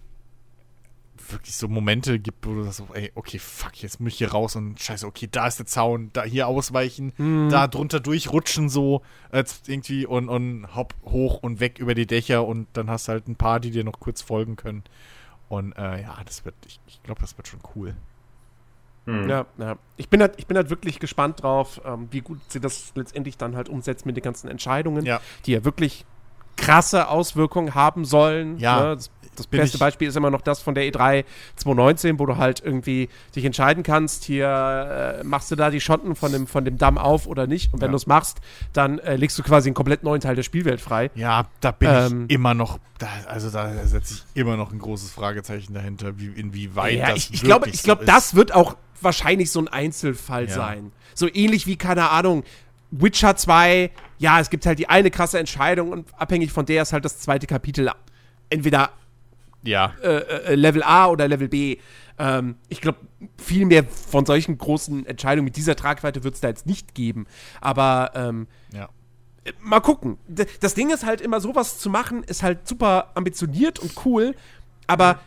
wirklich so Momente gibt, wo du sagst, so, ey, okay, fuck, jetzt muss ich hier raus und scheiße, okay, da ist der Zaun, da hier ausweichen, mhm. da drunter durchrutschen so äh, irgendwie und, und hopp hoch und weg über die Dächer und dann hast du halt ein paar, die dir noch kurz folgen können. Und äh, ja, das wird, ich, ich glaube, das wird schon cool. Mhm. Ja, ja. Ich bin halt, ich bin halt wirklich gespannt drauf, ähm, wie gut sie das letztendlich dann halt umsetzt mit den ganzen Entscheidungen, ja. die ja wirklich krasse Auswirkungen haben sollen. Ja. Ne? Das, das beste Beispiel ist immer noch das von der E drei zwanzig neunzehn, wo du halt irgendwie dich entscheiden kannst, hier äh, machst du da die Schotten von dem, von dem Damm auf oder nicht. Und wenn ja. du es machst, dann äh, legst du quasi einen komplett neuen Teil der Spielwelt frei. Ja, da bin ähm, ich immer noch, da, also da setze ich immer noch ein großes Fragezeichen dahinter, wie, inwieweit ja, das ich, ich wirklich glaube, ich so glaube, ist. das wird auch wahrscheinlich so ein Einzelfall ja. sein. So ähnlich wie, keine Ahnung, Witcher zwei, ja, es gibt halt die eine krasse Entscheidung und abhängig von der ist halt das zweite Kapitel entweder ja. äh, äh, Level A oder Level B. Ähm, ich glaube, viel mehr von solchen großen Entscheidungen mit dieser Tragweite wird es da jetzt nicht geben. Aber ähm, ja. äh, mal gucken. D- das Ding ist halt immer, sowas zu machen, ist halt super ambitioniert und cool, aber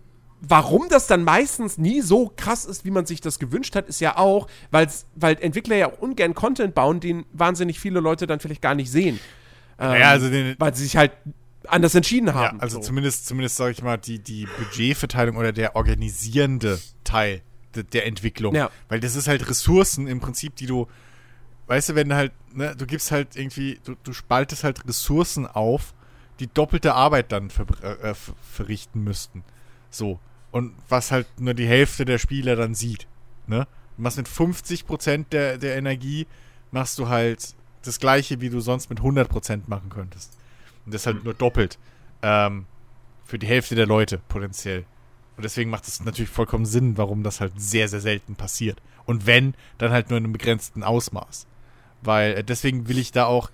warum das dann meistens nie so krass ist, wie man sich das gewünscht hat, ist ja auch, weil's, weil Entwickler ja auch ungern Content bauen, den wahnsinnig viele Leute dann vielleicht gar nicht sehen. Ähm, ja, also den, weil sie sich halt anders entschieden haben. Ja, also so. zumindest, zumindest sage ich mal, die, die Budgetverteilung oder der organisierende Teil de, der Entwicklung. Ja. Weil das ist halt Ressourcen im Prinzip, die du, weißt du, wenn du halt, ne, du gibst halt irgendwie, du, du spaltest halt Ressourcen auf, die doppelte Arbeit dann ver, äh, verrichten müssten. So. Und was halt nur die Hälfte der Spieler dann sieht. Ne? Du machst mit fünfzig Prozent der, der Energie, machst du halt das Gleiche, wie du sonst mit hundert Prozent machen könntest. Und das halt nur doppelt. Ähm, für die Hälfte der Leute potenziell. Und deswegen macht es natürlich vollkommen Sinn, warum das halt sehr, sehr selten passiert. Und wenn, dann halt nur in einem begrenzten Ausmaß. Weil äh, deswegen will ich da auch,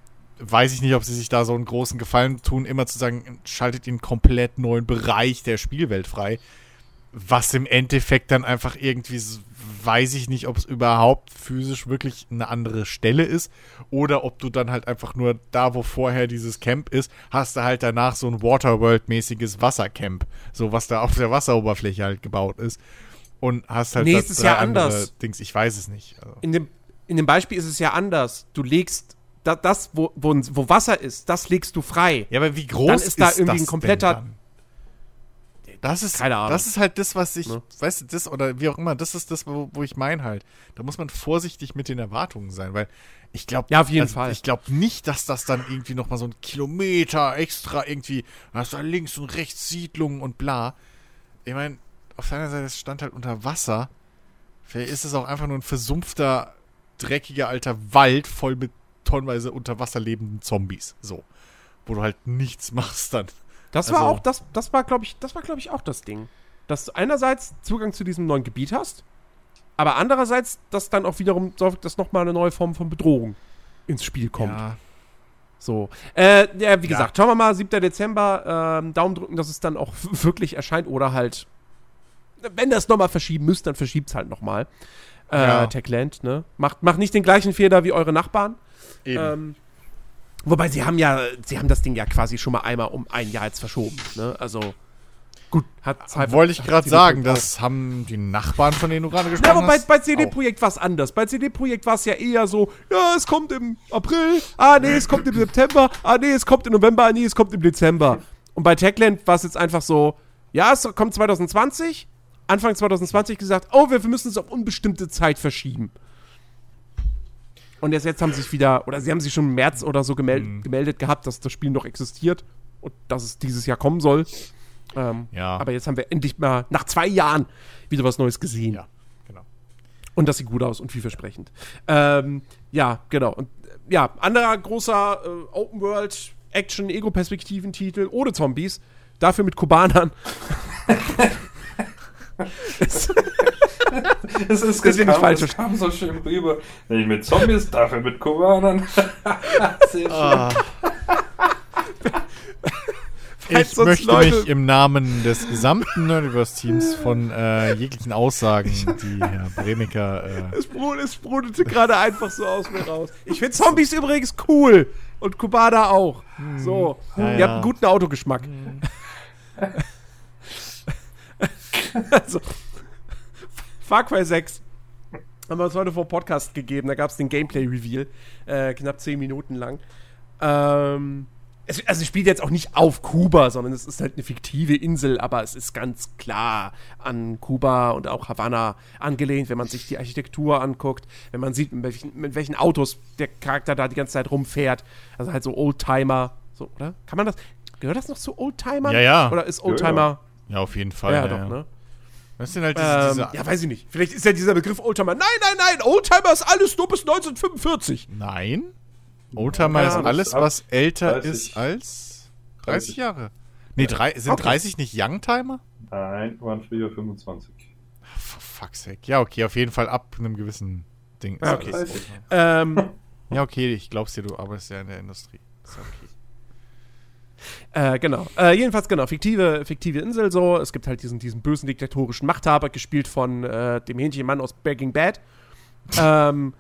weiß ich nicht, ob sie sich da so einen großen Gefallen tun, immer zu sagen, schaltet den komplett neuen Bereich der Spielwelt frei. Was im Endeffekt dann einfach irgendwie, weiß ich nicht, ob es überhaupt physisch wirklich eine andere Stelle ist oder ob du dann halt einfach nur da, wo vorher dieses Camp ist, hast du halt danach so ein Waterworld-mäßiges Wassercamp. So, was da auf der Wasseroberfläche halt gebaut ist. Und hast halt nee, das es ist ja andere anders. Dings. Ich weiß es nicht. Also. In dem, in dem Beispiel ist es ja anders. Du legst da, das, wo, wo, wo Wasser ist, das legst du frei. Ja, aber wie groß dann ist, ist da das irgendwie ein kompletter. denn dann? Das ist, Keine Ahnung. das ist halt das, was ich, ne? weißt du, das oder wie auch immer, das ist das, wo, wo ich meine halt. Da muss man vorsichtig mit den Erwartungen sein, weil ich glaube, ja, auf jeden also Fall. Ich glaube nicht, dass das dann irgendwie nochmal so ein Kilometer extra irgendwie, hast da links und rechts Siedlungen und bla. Ich meine, auf seiner Seite stand halt unter Wasser. Vielleicht ist es auch einfach nur ein versumpfter, dreckiger alter Wald voll mit tonnenweise unter Wasser lebenden Zombies. So. Wo du halt nichts machst dann. Das Also, war auch, das, das war, glaube ich, das war, glaube ich, auch das Ding. Dass du einerseits Zugang zu diesem neuen Gebiet hast, aber andererseits, dass dann auch wiederum, dass nochmal eine neue Form von Bedrohung ins Spiel kommt. Ja. So. Äh, ja, wie Ja. gesagt, schauen wir mal, siebter Dezember, ähm, Daumen drücken, dass es dann auch wirklich erscheint oder halt, wenn das nochmal verschieben müsst, dann verschiebt es halt nochmal. Äh, Ja. Techland, ne? Macht, macht nicht den gleichen Fehler wie eure Nachbarn. Eben. Ähm, wobei, sie haben ja, sie haben das Ding ja quasi schon mal einmal um ein Jahr jetzt verschoben, ne? Also, gut, hat Wollte ich hat gerade C D sagen, Projekt das haben die Nachbarn, von denen du gerade auch. gesprochen Ja, aber bei, hast. bei C D auch. Projekt war es anders. Bei C D Projekt war es ja eher so, ja, es kommt im April, ah, nee, es kommt im September, ah, nee, es kommt im November, ah, nee, es kommt im Dezember. Und bei Techland war es jetzt einfach so, ja, es kommt zwanzig zwanzig, Anfang zwanzig zwanzig gesagt, oh, wir, wir müssen es auf unbestimmte Zeit verschieben. Und jetzt, jetzt haben sie sich wieder, oder sie haben sich schon im März oder so gemel- Mhm. gemeldet gehabt, dass das Spiel noch existiert und dass es dieses Jahr kommen soll. Ähm, Ja. Aber jetzt haben wir endlich mal nach zwei Jahren wieder was Neues gesehen. Ja, genau. Und das sieht gut aus und vielversprechend. Ähm, ja, genau. Und ja, anderer großer äh, Open-World Action-Ego-Perspektiven-Titel ohne Zombies, dafür mit Kubanern. Es ist das nicht falsch. Das kam so schön rüber. Nicht mit Zombies, dafür mit Kubanern. Sehr schön. Ah. Ich sonst möchte Leute- mich im Namen des gesamten Nerdiverse-Teams von äh, jeglichen Aussagen, die Herr Bremiker äh, Es, brud es brodelte gerade einfach so aus mir raus. Ich finde Zombies übrigens cool. Und Kubaner auch. So. Ja, Ihr ja. habt einen guten Autogeschmack. Also, Far Cry sechs haben wir uns heute vor Podcast gegeben. Da gab es den Gameplay-Reveal. Äh, knapp zehn Minuten lang. Ähm, es, also es spielt jetzt auch nicht auf Kuba, sondern es ist halt eine fiktive Insel, aber es ist ganz klar an Kuba und auch Havanna angelehnt, wenn man sich die Architektur anguckt, wenn man sieht, mit welchen, mit welchen Autos der Charakter da die ganze Zeit rumfährt. Also halt so Oldtimer. So, oder? Kann man das? Gehört das noch zu Oldtimern? Ja, ja. Oder ist Oldtimer. ja, auf jeden Fall. Ja, Ja, doch, ja. ne? Was sind halt diese, Ähm, diese ja, weiß ich nicht. Vielleicht ist ja dieser Begriff Oldtimer. Nein, nein, nein, Oldtimer ist alles nur bis neunzehnhundertfünfundvierzig. Nein? Oldtimer Ja, ist das alles, ist ab was älter dreißig. ist als dreißig dreißig. Jahre. Nee, drei, sind Okay. dreißig nicht Youngtimer? Nein, waren früher fünfundzwanzig. For fuck's sake. Ja, okay, auf jeden Fall ab einem gewissen Ding. Ja, Ist okay. alles Oldtimer. Ähm, Ja, okay, ich glaub's dir, du arbeitest ja in der Industrie. Ist okay. äh, genau. Äh, jedenfalls, genau, fiktive, fiktive Insel so. Es gibt halt diesen, diesen bösen diktatorischen Machthaber, gespielt von äh, dem Hähnchenmann aus Breaking Bad. ähm,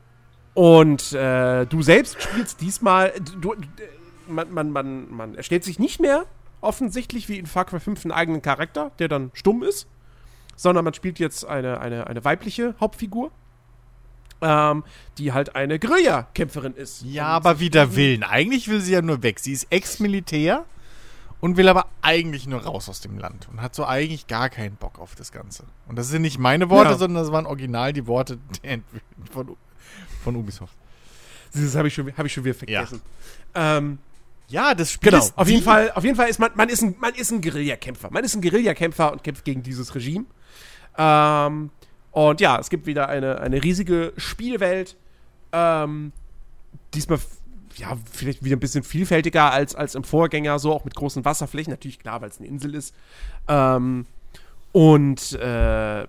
und äh, du selbst spielst diesmal, du, du, man, man, man, man erstellt sich nicht mehr offensichtlich wie in Far Cry fünf einen eigenen Charakter, der dann stumm ist, sondern man spielt jetzt eine, eine, eine weibliche Hauptfigur, ähm, die halt eine Guerilla-Kämpferin ist. Ja, Und aber sich wider gegen- Willen. Eigentlich will sie ja nur weg. Sie ist Ex-Militär und will aber eigentlich nur raus aus dem Land und hat so eigentlich gar keinen Bock auf das Ganze. Und das sind nicht meine Worte, Ja. sondern das waren original die Worte der Entwickler von, von Ubisoft. Das habe ich, schon- hab ich schon wieder vergessen. Ähm, Ja, das Spiel genau, ist auf jeden die- Fall, auf jeden Fall ist man, man ist ein, man ist ein Guerillakämpfer. Man ist ein Guerillakämpfer und kämpft gegen dieses Regime. Ähm, und ja, es gibt wieder eine, eine riesige Spielwelt. Ähm, diesmal, f- ja, vielleicht wieder ein bisschen vielfältiger als, als im Vorgänger, so auch mit großen Wasserflächen. Natürlich klar, weil es eine Insel ist. Ähm, und äh,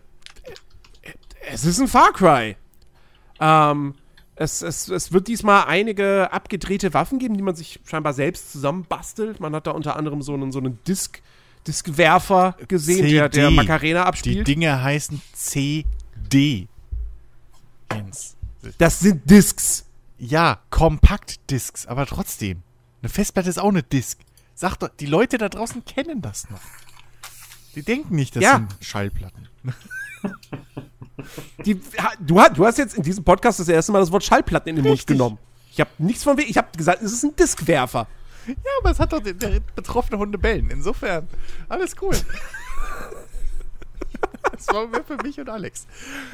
es ist ein Far Cry. Ähm, es, es, es wird diesmal einige abgedrehte Waffen geben, die man sich scheinbar selbst zusammenbastelt. Man hat da unter anderem so einen, so einen Disk, Diskwerfer gesehen, der, der C D. Macarena Die abspielt. Dinge heißen C D. Jens. Das sind Discs. Ja, Kompaktdiscs, aber trotzdem. Eine Festplatte ist auch eine Disk. Sag doch, die Leute da draußen kennen das noch. Die denken nicht, das Ja. sind Schallplatten. Die, ha- du, hast, du hast jetzt in diesem Podcast das erste Mal das Wort Schallplatten in den Mund Richtig. genommen. Ich habe nichts von weh. Ich habe gesagt, es ist ein Diskwerfer. Ja, aber es hat doch der, der betroffene Hunde bellen. Insofern, alles cool. Das war mir für mich und Alex.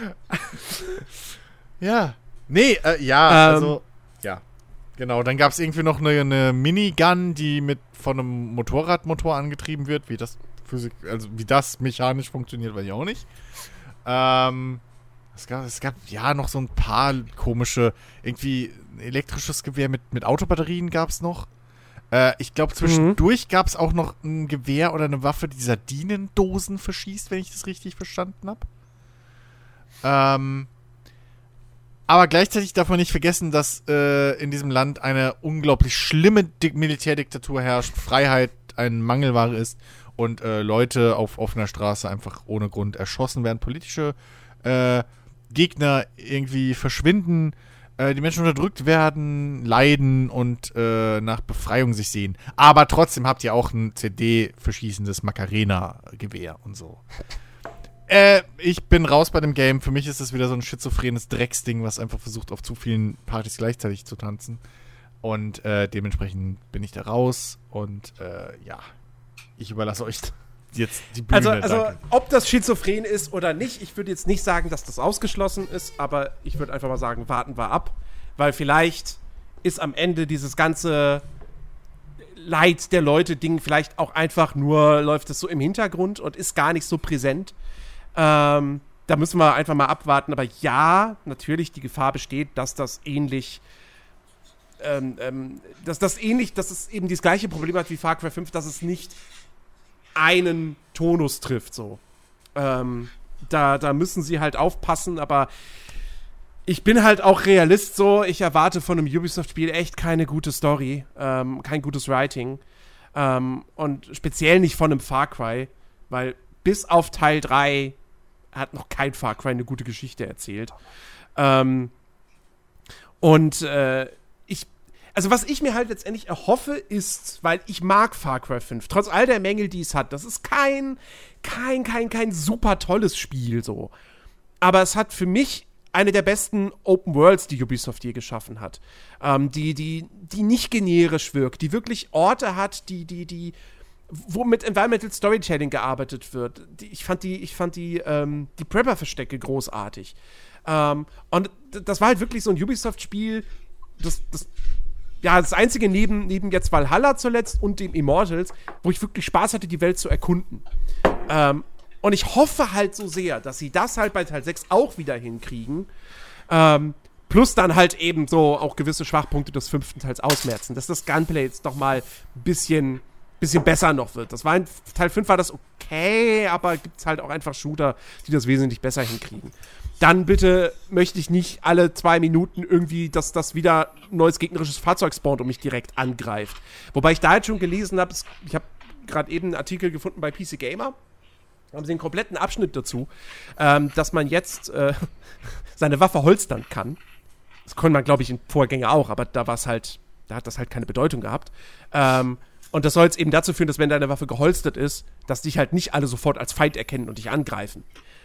Ja. Nee, äh, ja, Ähm. also, ja. Genau, dann gab es irgendwie noch eine, eine Minigun, die mit von einem Motorradmotor angetrieben wird. Wie das Physik, also wie das mechanisch funktioniert, weiß ich auch nicht. Ähm, es gab, es gab ja noch so ein paar komische, irgendwie ein elektrisches Gewehr mit, mit Autobatterien gab es noch. Äh, ich glaube, zwischendurch gab es auch noch ein Gewehr oder eine Waffe, die Sardinendosen verschießt, wenn ich das richtig verstanden habe. Ähm, aber gleichzeitig darf man nicht vergessen, dass äh, in diesem Land eine unglaublich schlimme Di- Militärdiktatur herrscht, Freiheit ein Mangelware ist und äh, Leute auf offener Straße einfach ohne Grund erschossen werden, politische äh, Gegner irgendwie verschwinden, äh, die Menschen unterdrückt werden, leiden und äh, nach Befreiung sich sehen. Aber trotzdem habt ihr auch ein C D-verschießendes Macarena-Gewehr und so. Äh, ich bin raus bei dem Game. Für mich ist das wieder so ein schizophrenes Drecksding, was einfach versucht, auf zu vielen Partys gleichzeitig zu tanzen. Und äh, dementsprechend bin ich da raus. Und äh, ja, ich überlasse euch jetzt die Bühne. Also, also Danke. ob das schizophren ist oder nicht, ich würde jetzt nicht sagen, dass das ausgeschlossen ist, aber ich würde einfach mal sagen, warten wir ab. Weil vielleicht ist am Ende dieses ganze Leid der Leute-Ding vielleicht auch einfach nur, läuft es so im Hintergrund und ist gar nicht so präsent. Ähm, da müssen wir einfach mal abwarten. Aber ja, natürlich, die Gefahr besteht, dass das ähnlich ähm, ähm, dass das ähnlich, dass es eben das gleiche Problem hat wie Far Cry fünf, dass es nicht einen Tonus trifft, so. Ähm, da, da müssen sie halt aufpassen, aber ich bin halt auch Realist so, ich erwarte von einem Ubisoft-Spiel echt keine gute Story, ähm, kein gutes Writing ähm, und speziell nicht von einem Far Cry, weil bis auf Teil drei hat noch kein Far Cry eine gute Geschichte erzählt. Ähm, und äh, ich, also was ich mir halt letztendlich erhoffe ist, weil ich mag Far Cry fünf, trotz all der Mängel, die es hat, das ist kein, kein, kein, kein super tolles Spiel so, aber es hat für mich eine der besten Open Worlds, die Ubisoft je geschaffen hat. Ähm, die, die, die nicht generisch wirkt, die wirklich Orte hat, die, die, die, wo mit Environmental Storytelling gearbeitet wird. Die, ich fand die, ich fand die, ähm, die Prepper-Verstecke großartig. Ähm, und das war halt wirklich so ein Ubisoft-Spiel, das, das, ja, das einzige neben, neben jetzt Valhalla zuletzt und dem Immortals, wo ich wirklich Spaß hatte, die Welt zu erkunden. Ähm, Und ich hoffe halt so sehr, dass sie das halt bei Teil sechs auch wieder hinkriegen. Ähm, plus dann halt eben so auch gewisse Schwachpunkte des fünften Teils ausmerzen. Dass das Gunplay jetzt doch mal ein bisschen, bisschen besser noch wird. Das war in Teil fünf war das okay, aber gibt's halt auch einfach Shooter, die das wesentlich besser hinkriegen. Dann bitte möchte ich nicht alle zwei Minuten irgendwie, dass das wieder ein neues gegnerisches Fahrzeug spawnt und mich direkt angreift. Wobei ich da jetzt schon gelesen habe, ich habe gerade eben einen Artikel gefunden bei P C Gamer, haben sie einen kompletten Abschnitt dazu, ähm, dass man jetzt äh, seine Waffe holstern kann. Das konnte man, glaube ich, im Vorgänger auch, aber da war es halt, da hat das halt keine Bedeutung gehabt. Ähm, und das soll jetzt eben dazu führen, dass wenn deine Waffe geholstert ist, dass dich halt nicht alle sofort als Feind erkennen und dich angreifen.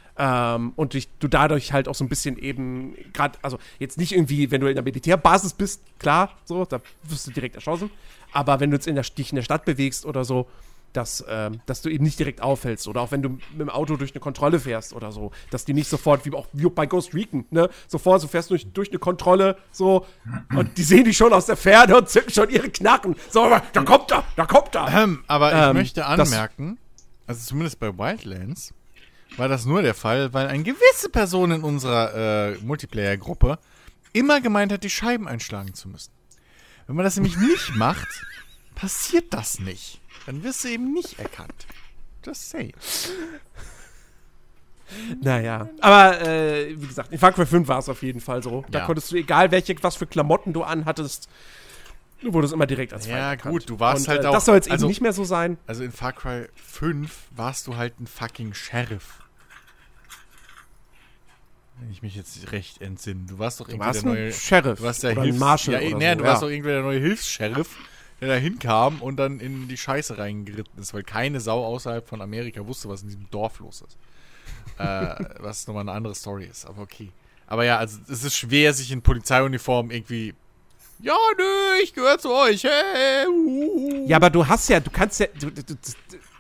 Ähm, und dich, du dadurch halt auch so ein bisschen eben, gerade, also jetzt nicht irgendwie, wenn du in der Militärbasis bist, klar, so, da wirst du direkt erschossen. Aber wenn du jetzt in der, dich in der Stadt bewegst oder so, dass, ähm, dass du eben nicht direkt auffällst. Oder auch wenn du mit dem Auto durch eine Kontrolle fährst oder so, dass die nicht sofort, wie auch wie bei Ghost Recon, ne, sofort, du fährst durch, durch eine Kontrolle, so, und die sehen dich schon aus der Ferne und zücken schon ihre Knarren. So, da kommt er, da kommt er. Ähm, aber ich ähm, möchte anmerken, also zumindest bei Wildlands war das nur der Fall, weil eine gewisse Person in unserer äh, Multiplayer-Gruppe immer gemeint hat, die Scheiben einschlagen zu müssen. Wenn man das nämlich nicht macht, passiert das nicht. Dann wirst du eben nicht erkannt. Just say. Naja, aber äh, wie gesagt, in Far Cry fünf war es auf jeden Fall so. Da Ja. konntest du, egal welche, was für Klamotten du anhattest, du wurdest immer direkt als Feind Ja, erkannt. gut, du warst Und, halt äh, auch- das soll jetzt also- eben nicht mehr so sein. Also in Far Cry fünf warst du halt ein fucking Sheriff. Wenn ich mich jetzt recht entsinne. Du warst doch Du irgendwie warst der ein neue... Sheriff Du warst der oder ein Hilfs- Marshal ja, oder nee, so. du ja. warst doch irgendwie der neue Hilfs-Sheriff, der da hinkam und dann in die Scheiße reingeritten ist, weil keine Sau außerhalb von Amerika wusste, was in diesem Dorf los ist. äh, was nochmal eine andere Story ist, aber okay. Aber ja, also es ist schwer, sich in Polizeiuniform irgendwie... Ja, nö, ich gehöre zu euch. Hey, uh. Ja, aber du hast ja, du kannst ja, du, du, du, du,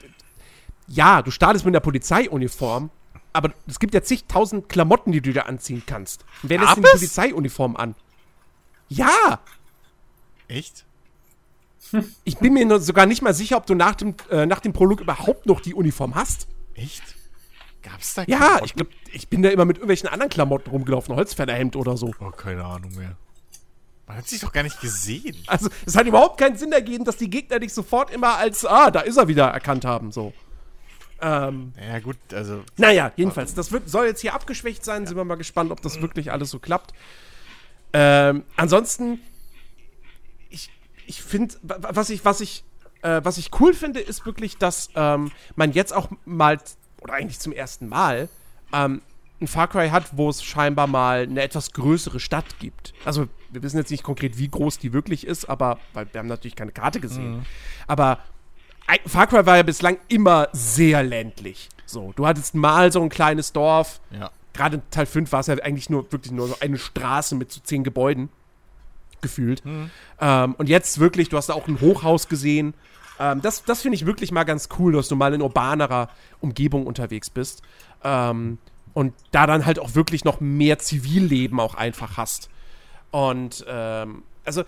ja, du startest mit einer Polizeiuniform, aber es gibt ja zigtausend Klamotten, die du dir anziehen kannst. Und wer lässt Gab denn die es? Polizeiuniform an? Ja! Echt? Ich bin mir nur sogar nicht mal sicher, ob du nach dem, äh, nach dem Prolog überhaupt noch die Uniform hast. Echt? Gab's da Ja, Klamotten? ich, glaub, ich bin da immer mit irgendwelchen anderen Klamotten rumgelaufen, Holzfällerhemd oder so. Oh, keine Ahnung mehr. Man hat sich doch gar nicht gesehen. Also, es hat überhaupt keinen Sinn ergeben, dass die Gegner dich sofort immer als, ah, da ist er wieder, erkannt haben, so. Ähm, Ja, gut, also. naja, jedenfalls, das wird, soll jetzt hier abgeschwächt sein, sind wir mal gespannt, ob das wirklich alles so klappt. Ähm, ansonsten, ich, ich finde, was ich, was ich, äh, was ich cool finde, ist wirklich, dass ähm, man jetzt auch mal, oder eigentlich zum ersten Mal, ähm, ein Far Cry hat, wo es scheinbar mal eine etwas größere Stadt gibt. Also, wir wissen jetzt nicht konkret, wie groß die wirklich ist, aber, weil wir haben natürlich keine Karte gesehen. Mhm. Aber ein- Far Cry war ja bislang immer sehr ländlich. So, du hattest mal so ein kleines Dorf. Ja. Gerade in Teil fünf war es ja eigentlich nur wirklich nur so eine Straße mit so zehn Gebäuden gefühlt. Mhm. Ähm, und jetzt wirklich, du hast da auch ein Hochhaus gesehen. Ähm, das das finde ich wirklich mal ganz cool, dass du mal in urbanerer Umgebung unterwegs bist. Ähm, und da dann halt auch wirklich noch mehr Zivilleben auch einfach hast. Und, ähm, also,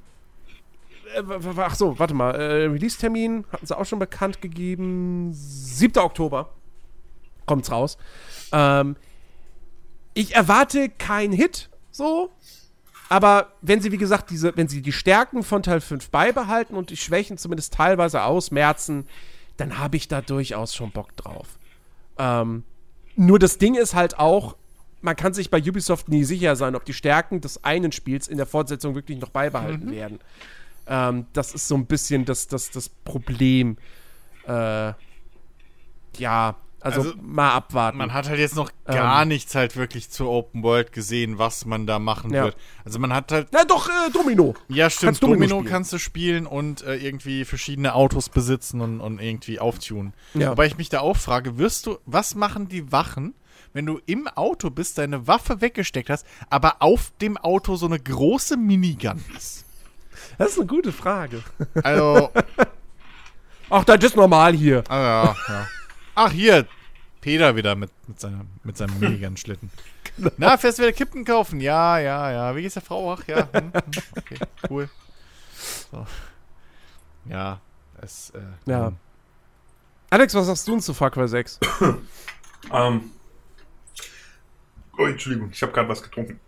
äh, w- w- ach so, warte mal, äh, Release-Termin hatten sie auch schon bekannt gegeben. siebter Oktober kommt's raus. Ähm, ich erwarte keinen Hit, so. aber wenn sie, wie gesagt, diese, wenn sie die Stärken von Teil fünf beibehalten und die Schwächen zumindest teilweise ausmerzen, dann habe ich da durchaus schon Bock drauf. Ähm, nur das Ding ist halt auch, man kann sich bei Ubisoft nie sicher sein, ob die Stärken des einen Spiels in der Fortsetzung wirklich noch beibehalten mhm. werden. Ähm, das ist so ein bisschen das, das, das Problem. Äh, ja, also, also mal abwarten. Man hat halt jetzt noch gar ähm, nichts halt wirklich zur Open World gesehen, was man da machen ja. wird. Also man hat halt... Na doch, äh, Domino. Ja, stimmt. Kannst Domino, Domino kannst du spielen und äh, irgendwie verschiedene Autos besitzen und, und irgendwie auftunen. Ja. Wobei ich mich da auch frage, wirst du, was machen die Wachen, wenn du im Auto bist, deine Waffe weggesteckt hast, aber auf dem Auto so eine große Minigun ist? Das ist eine gute Frage. Also... Ach, das ist normal hier. Ah, ja, ja. Ach, hier, Peter wieder mit, mit, seiner, mit seinem Minigun-Schlitten. Genau. Na, fährst du wieder Kippen kaufen? Ja, ja, ja. Wie geht's der Frau? Ach, ja. Hm, hm, okay, cool. So. Ja, es, äh, ja. Ähm. Alex, was sagst du denn zu Far Cry sechs? ähm. Oh, Entschuldigung, ich habe gerade was getrunken.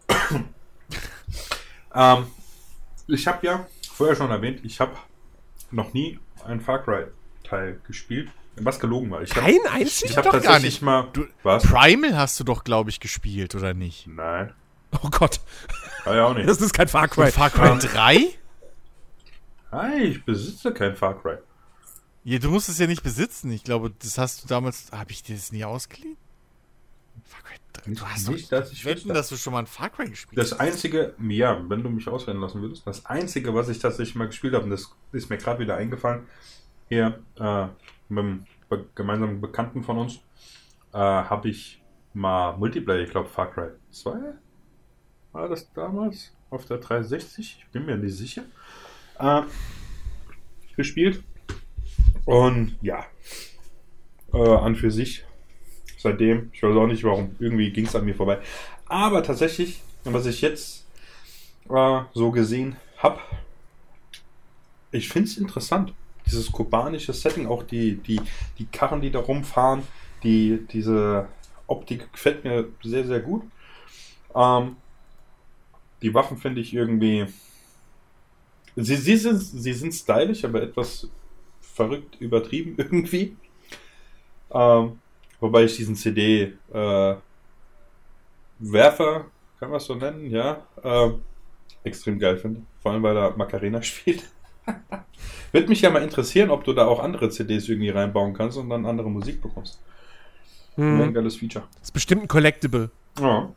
ähm, ich habe ja vorher schon erwähnt, ich habe noch nie einen Far Cry-Teil gespielt. Was gelogen war. Ich Kein einziger? Ich habe hab gar nicht mal. Du, was? Primal hast du doch, glaube ich, gespielt, oder nicht? Nein. Oh Gott. Ja, ja auch nicht. Das ist kein Far Cry. Und Far Cry drei? Nein, ich besitze kein Far Cry. Ja, du musst es ja nicht besitzen. Ich glaube, das hast du damals. Habe ich dir das nie ausgeliehen? Far Cry drei. Du hast nicht, doch, dass ich wetten, dass du schon mal ein Far Cry gespielt hast. Das einzige, ja, wenn du mich auswählen lassen würdest, das einzige, was ich tatsächlich mal gespielt habe, und das ist mir gerade wieder eingefallen, hier, äh, mit einem be- gemeinsamen Bekannten von uns, äh, habe ich mal Multiplayer, ich glaube Far Cry zwei war das damals, auf der dreihundertsechzig, ich bin mir nicht sicher, äh, gespielt. Und ja, äh, an für sich, seitdem, ich weiß auch nicht warum, irgendwie ging es an mir vorbei. Aber tatsächlich, was ich jetzt äh, so gesehen habe, ich finde es interessant. Dieses kubanische Setting, auch die, die, die Karren, die da rumfahren, die, diese Optik gefällt mir sehr, sehr gut. Ähm, die Waffen finde ich irgendwie... Sie, sie, sind, sie sind stylisch, aber etwas verrückt übertrieben irgendwie. Ähm, wobei ich diesen C D-Werfer, äh, kann man es so nennen, ja, äh, extrem geil finde. Vor allem, weil er Macarena spielt. Würde mich ja mal interessieren, ob du da auch andere C Ds irgendwie reinbauen kannst und dann andere Musik bekommst. Hm. Ein geiles Feature. Das ist bestimmt ein Collectible. Ja.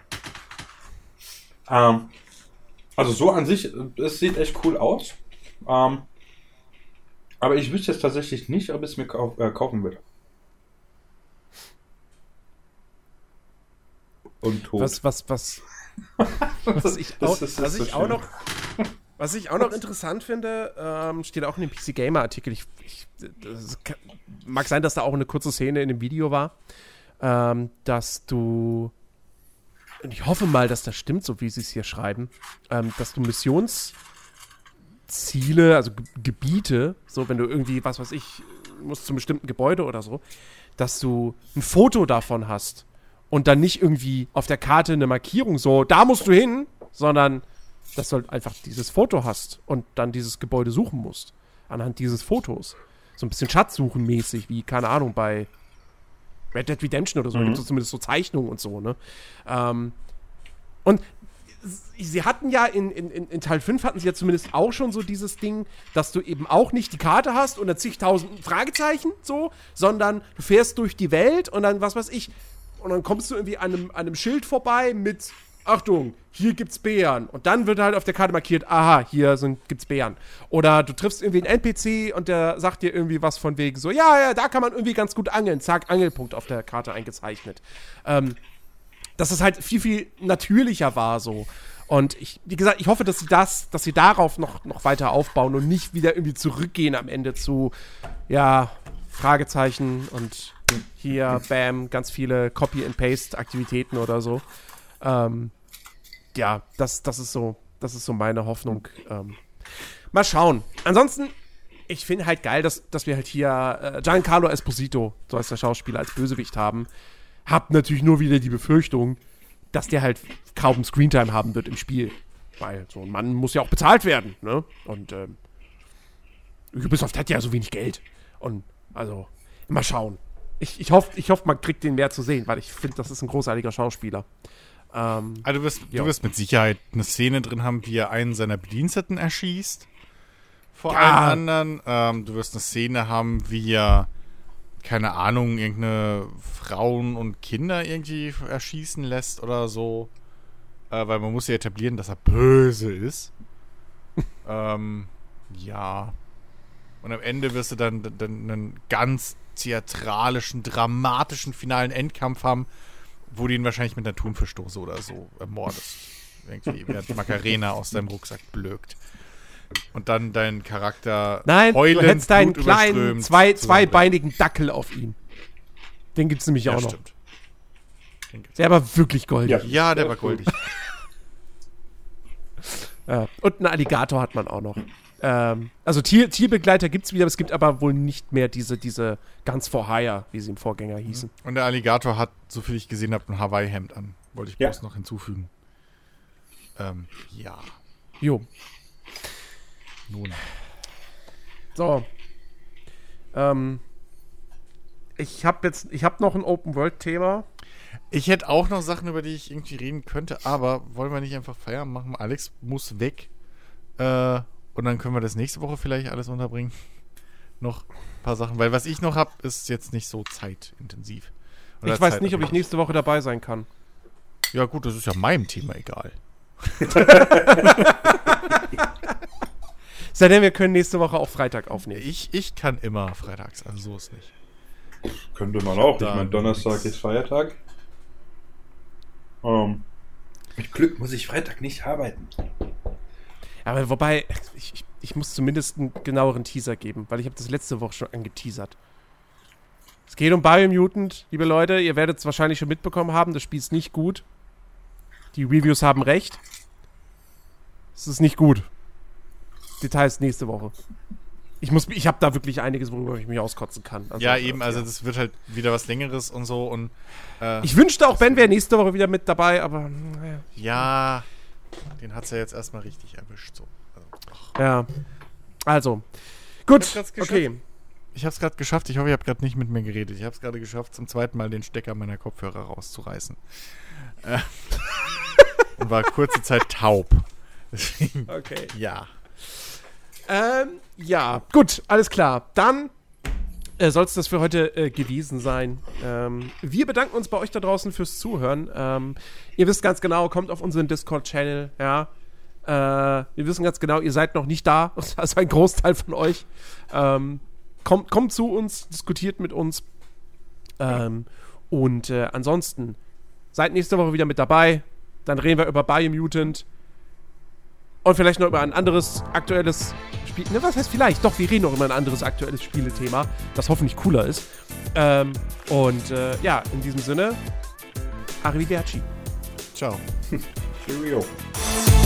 Ähm, also so an sich, es sieht echt cool aus. Ähm, aber ich wüsste jetzt tatsächlich nicht, ob ich es mir kau- äh, kaufen würde. Und tot. Was, was, was, was ich auch, das, das, was ich so auch noch... Was ich auch noch interessant finde, ähm, steht auch in dem P C Gamer Artikel. Ich, ich, das kann, mag sein, dass da auch eine kurze Szene in dem Video war, ähm, dass du, und ich hoffe mal, dass das stimmt, so wie sie es hier schreiben, ähm, dass du Missionsziele, also Ge- Gebiete, so wenn du irgendwie, was weiß ich, musst zum bestimmten Gebäude oder so, dass du ein Foto davon hast und dann nicht irgendwie auf der Karte eine Markierung so, da musst du hin, sondern dass du halt einfach dieses Foto hast und dann dieses Gebäude suchen musst. Anhand dieses Fotos. So ein bisschen Schatzsuchen mäßig, wie, keine Ahnung, bei Red Dead Redemption oder so. Mhm. Da gibt es zumindest so Zeichnungen und so, ne? Ähm, und sie hatten ja in, in, in Teil fünf hatten sie ja zumindest auch schon so dieses Ding, dass du eben auch nicht die Karte hast und dann zigtausend Fragezeichen, so, sondern du fährst durch die Welt und dann, was weiß ich, und dann kommst du irgendwie an einem, an einem Schild vorbei mit Achtung, hier gibt's Bären. Und dann wird halt auf der Karte markiert, aha, hier sind, gibt's Bären. Oder du triffst irgendwie einen N P C und der sagt dir irgendwie was von wegen so, ja, ja, da kann man irgendwie ganz gut angeln. Zack, Angelpunkt auf der Karte eingezeichnet. Ähm, dass es halt viel, viel natürlicher war so. Und ich, wie gesagt, ich hoffe, dass sie das, dass sie darauf noch, noch weiter aufbauen und nicht wieder irgendwie zurückgehen am Ende zu, ja, Fragezeichen und hier, bam, ganz viele Copy-and-Paste-Aktivitäten oder so. Ähm, ja, das, das ist so, das ist so meine Hoffnung. Ähm, mal schauen. Ansonsten, ich finde halt geil, dass, dass wir halt hier äh, Giancarlo Esposito, so heißt der Schauspieler, als Bösewicht haben. Hab natürlich nur wieder die Befürchtung, dass der halt kaum Screentime haben wird im Spiel. Weil so ein Mann muss ja auch bezahlt werden, ne? Und ähm, Ubisoft hat ja so wenig Geld. Und also, mal schauen. Ich, ich hoffe, ich hoff, man kriegt den mehr zu sehen, weil ich finde, das ist ein großartiger Schauspieler. Ähm, also du wirst, ja. du wirst mit Sicherheit eine Szene drin haben, wie er einen seiner Bediensteten erschießt. Vor Ja. allen anderen. Ähm, du wirst eine Szene haben, wie er, keine Ahnung, irgendeine Frauen und Kinder irgendwie erschießen lässt oder so. Äh, weil man muss ja etablieren, dass er böse ist. ähm, ja. Und am Ende wirst du dann, dann einen ganz theatralischen, dramatischen finalen Endkampf haben, wo du ihn wahrscheinlich mit einer Thunfischdose oder so ermordest. Irgendwie, während Macarena aus deinem Rucksack blökt. Und dann dein Charakter Nein, heulend, du hättest deinen blutüberströmt kleinen, zwei, zusammenbricht. zweibeinigen Dackel auf ihn. Den gibt's nämlich Ja, auch noch. stimmt. Den gibt's. Der war wirklich goldig. Ja. Ja, der war goldig. Ja. Und einen Alligator hat man auch noch. Ähm, also Tier, Tierbegleiter gibt's wieder, aber es gibt aber wohl nicht mehr diese, diese Guns for Hire, wie sie im Vorgänger hießen. Und der Alligator hat, so viel ich gesehen habe, ein Hawaii-Hemd an. Wollte ich Ja. bloß noch hinzufügen. Ähm, ja. Jo. Nun. So. Ähm, ich habe jetzt, ich habe noch ein Open-World-Thema. Ich hätte auch noch Sachen, über die ich irgendwie reden könnte, aber wollen wir nicht einfach Feierabend machen? Alex muss weg. Äh, und dann können wir das nächste Woche vielleicht alles unterbringen. Noch ein paar Sachen, weil was ich noch habe, ist jetzt nicht so zeitintensiv. Oder Ich weiß nicht, ob ich zeitabhängig. nächste Woche dabei sein kann. Ja gut, das ist ja meinem Thema egal. Sei denn, wir können nächste Woche auch Freitag aufnehmen. Ich, ich kann immer freitags, also so ist nicht. Könnte man auch. Ich Da meine, Donnerstag nix. ist Feiertag. Ähm, mit Glück muss ich Freitag nicht arbeiten. Aber wobei, ich, ich, ich muss zumindest einen genaueren Teaser geben, weil ich habe das letzte Woche schon angeteasert. Es geht um Biomutant, liebe Leute. Ihr werdet es wahrscheinlich schon mitbekommen haben. Das Spiel ist nicht gut. Die Reviews haben recht. Es ist nicht gut. Details nächste Woche. Ich muss, ich habe da wirklich einiges, worüber ich mich auskotzen kann. Also, ja, eben, also ja. das wird halt wieder was Längeres und so und äh, Ich wünschte auch, Ben wäre nächste Woche wieder mit dabei, aber naja. ja, den hat's ja jetzt erstmal richtig erwischt. So. Also, ach. Ja. Also. Gut, Ich hab's grad okay. Ich hab's gerade geschafft, ich hoffe, ihr habt gerade nicht mit mir geredet. Ich hab's gerade geschafft, zum zweiten Mal den Stecker meiner Kopfhörer rauszureißen. Äh, und war kurze Zeit taub. Deswegen, Okay. ja. Ähm, ja, gut, alles klar. Dann äh, soll es das für heute äh, gewesen sein. Ähm, wir bedanken uns bei euch da draußen fürs Zuhören. Ähm, ihr wisst ganz genau, kommt auf unseren Discord-Channel, ja. Äh, wir wissen ganz genau, ihr seid noch nicht da. Also ein Großteil von euch. Ähm, kommt, kommt zu uns, diskutiert mit uns. Ähm, und äh, ansonsten seid nächste Woche wieder mit dabei. Dann reden wir über Biomutant. Und vielleicht noch über ein anderes aktuelles Spiel. Ne, was heißt vielleicht? Doch, wir reden noch über ein anderes aktuelles Spielethema, das hoffentlich cooler ist. Ähm, und äh, ja, in diesem Sinne, Arrivederci. Ciao. Cheerio.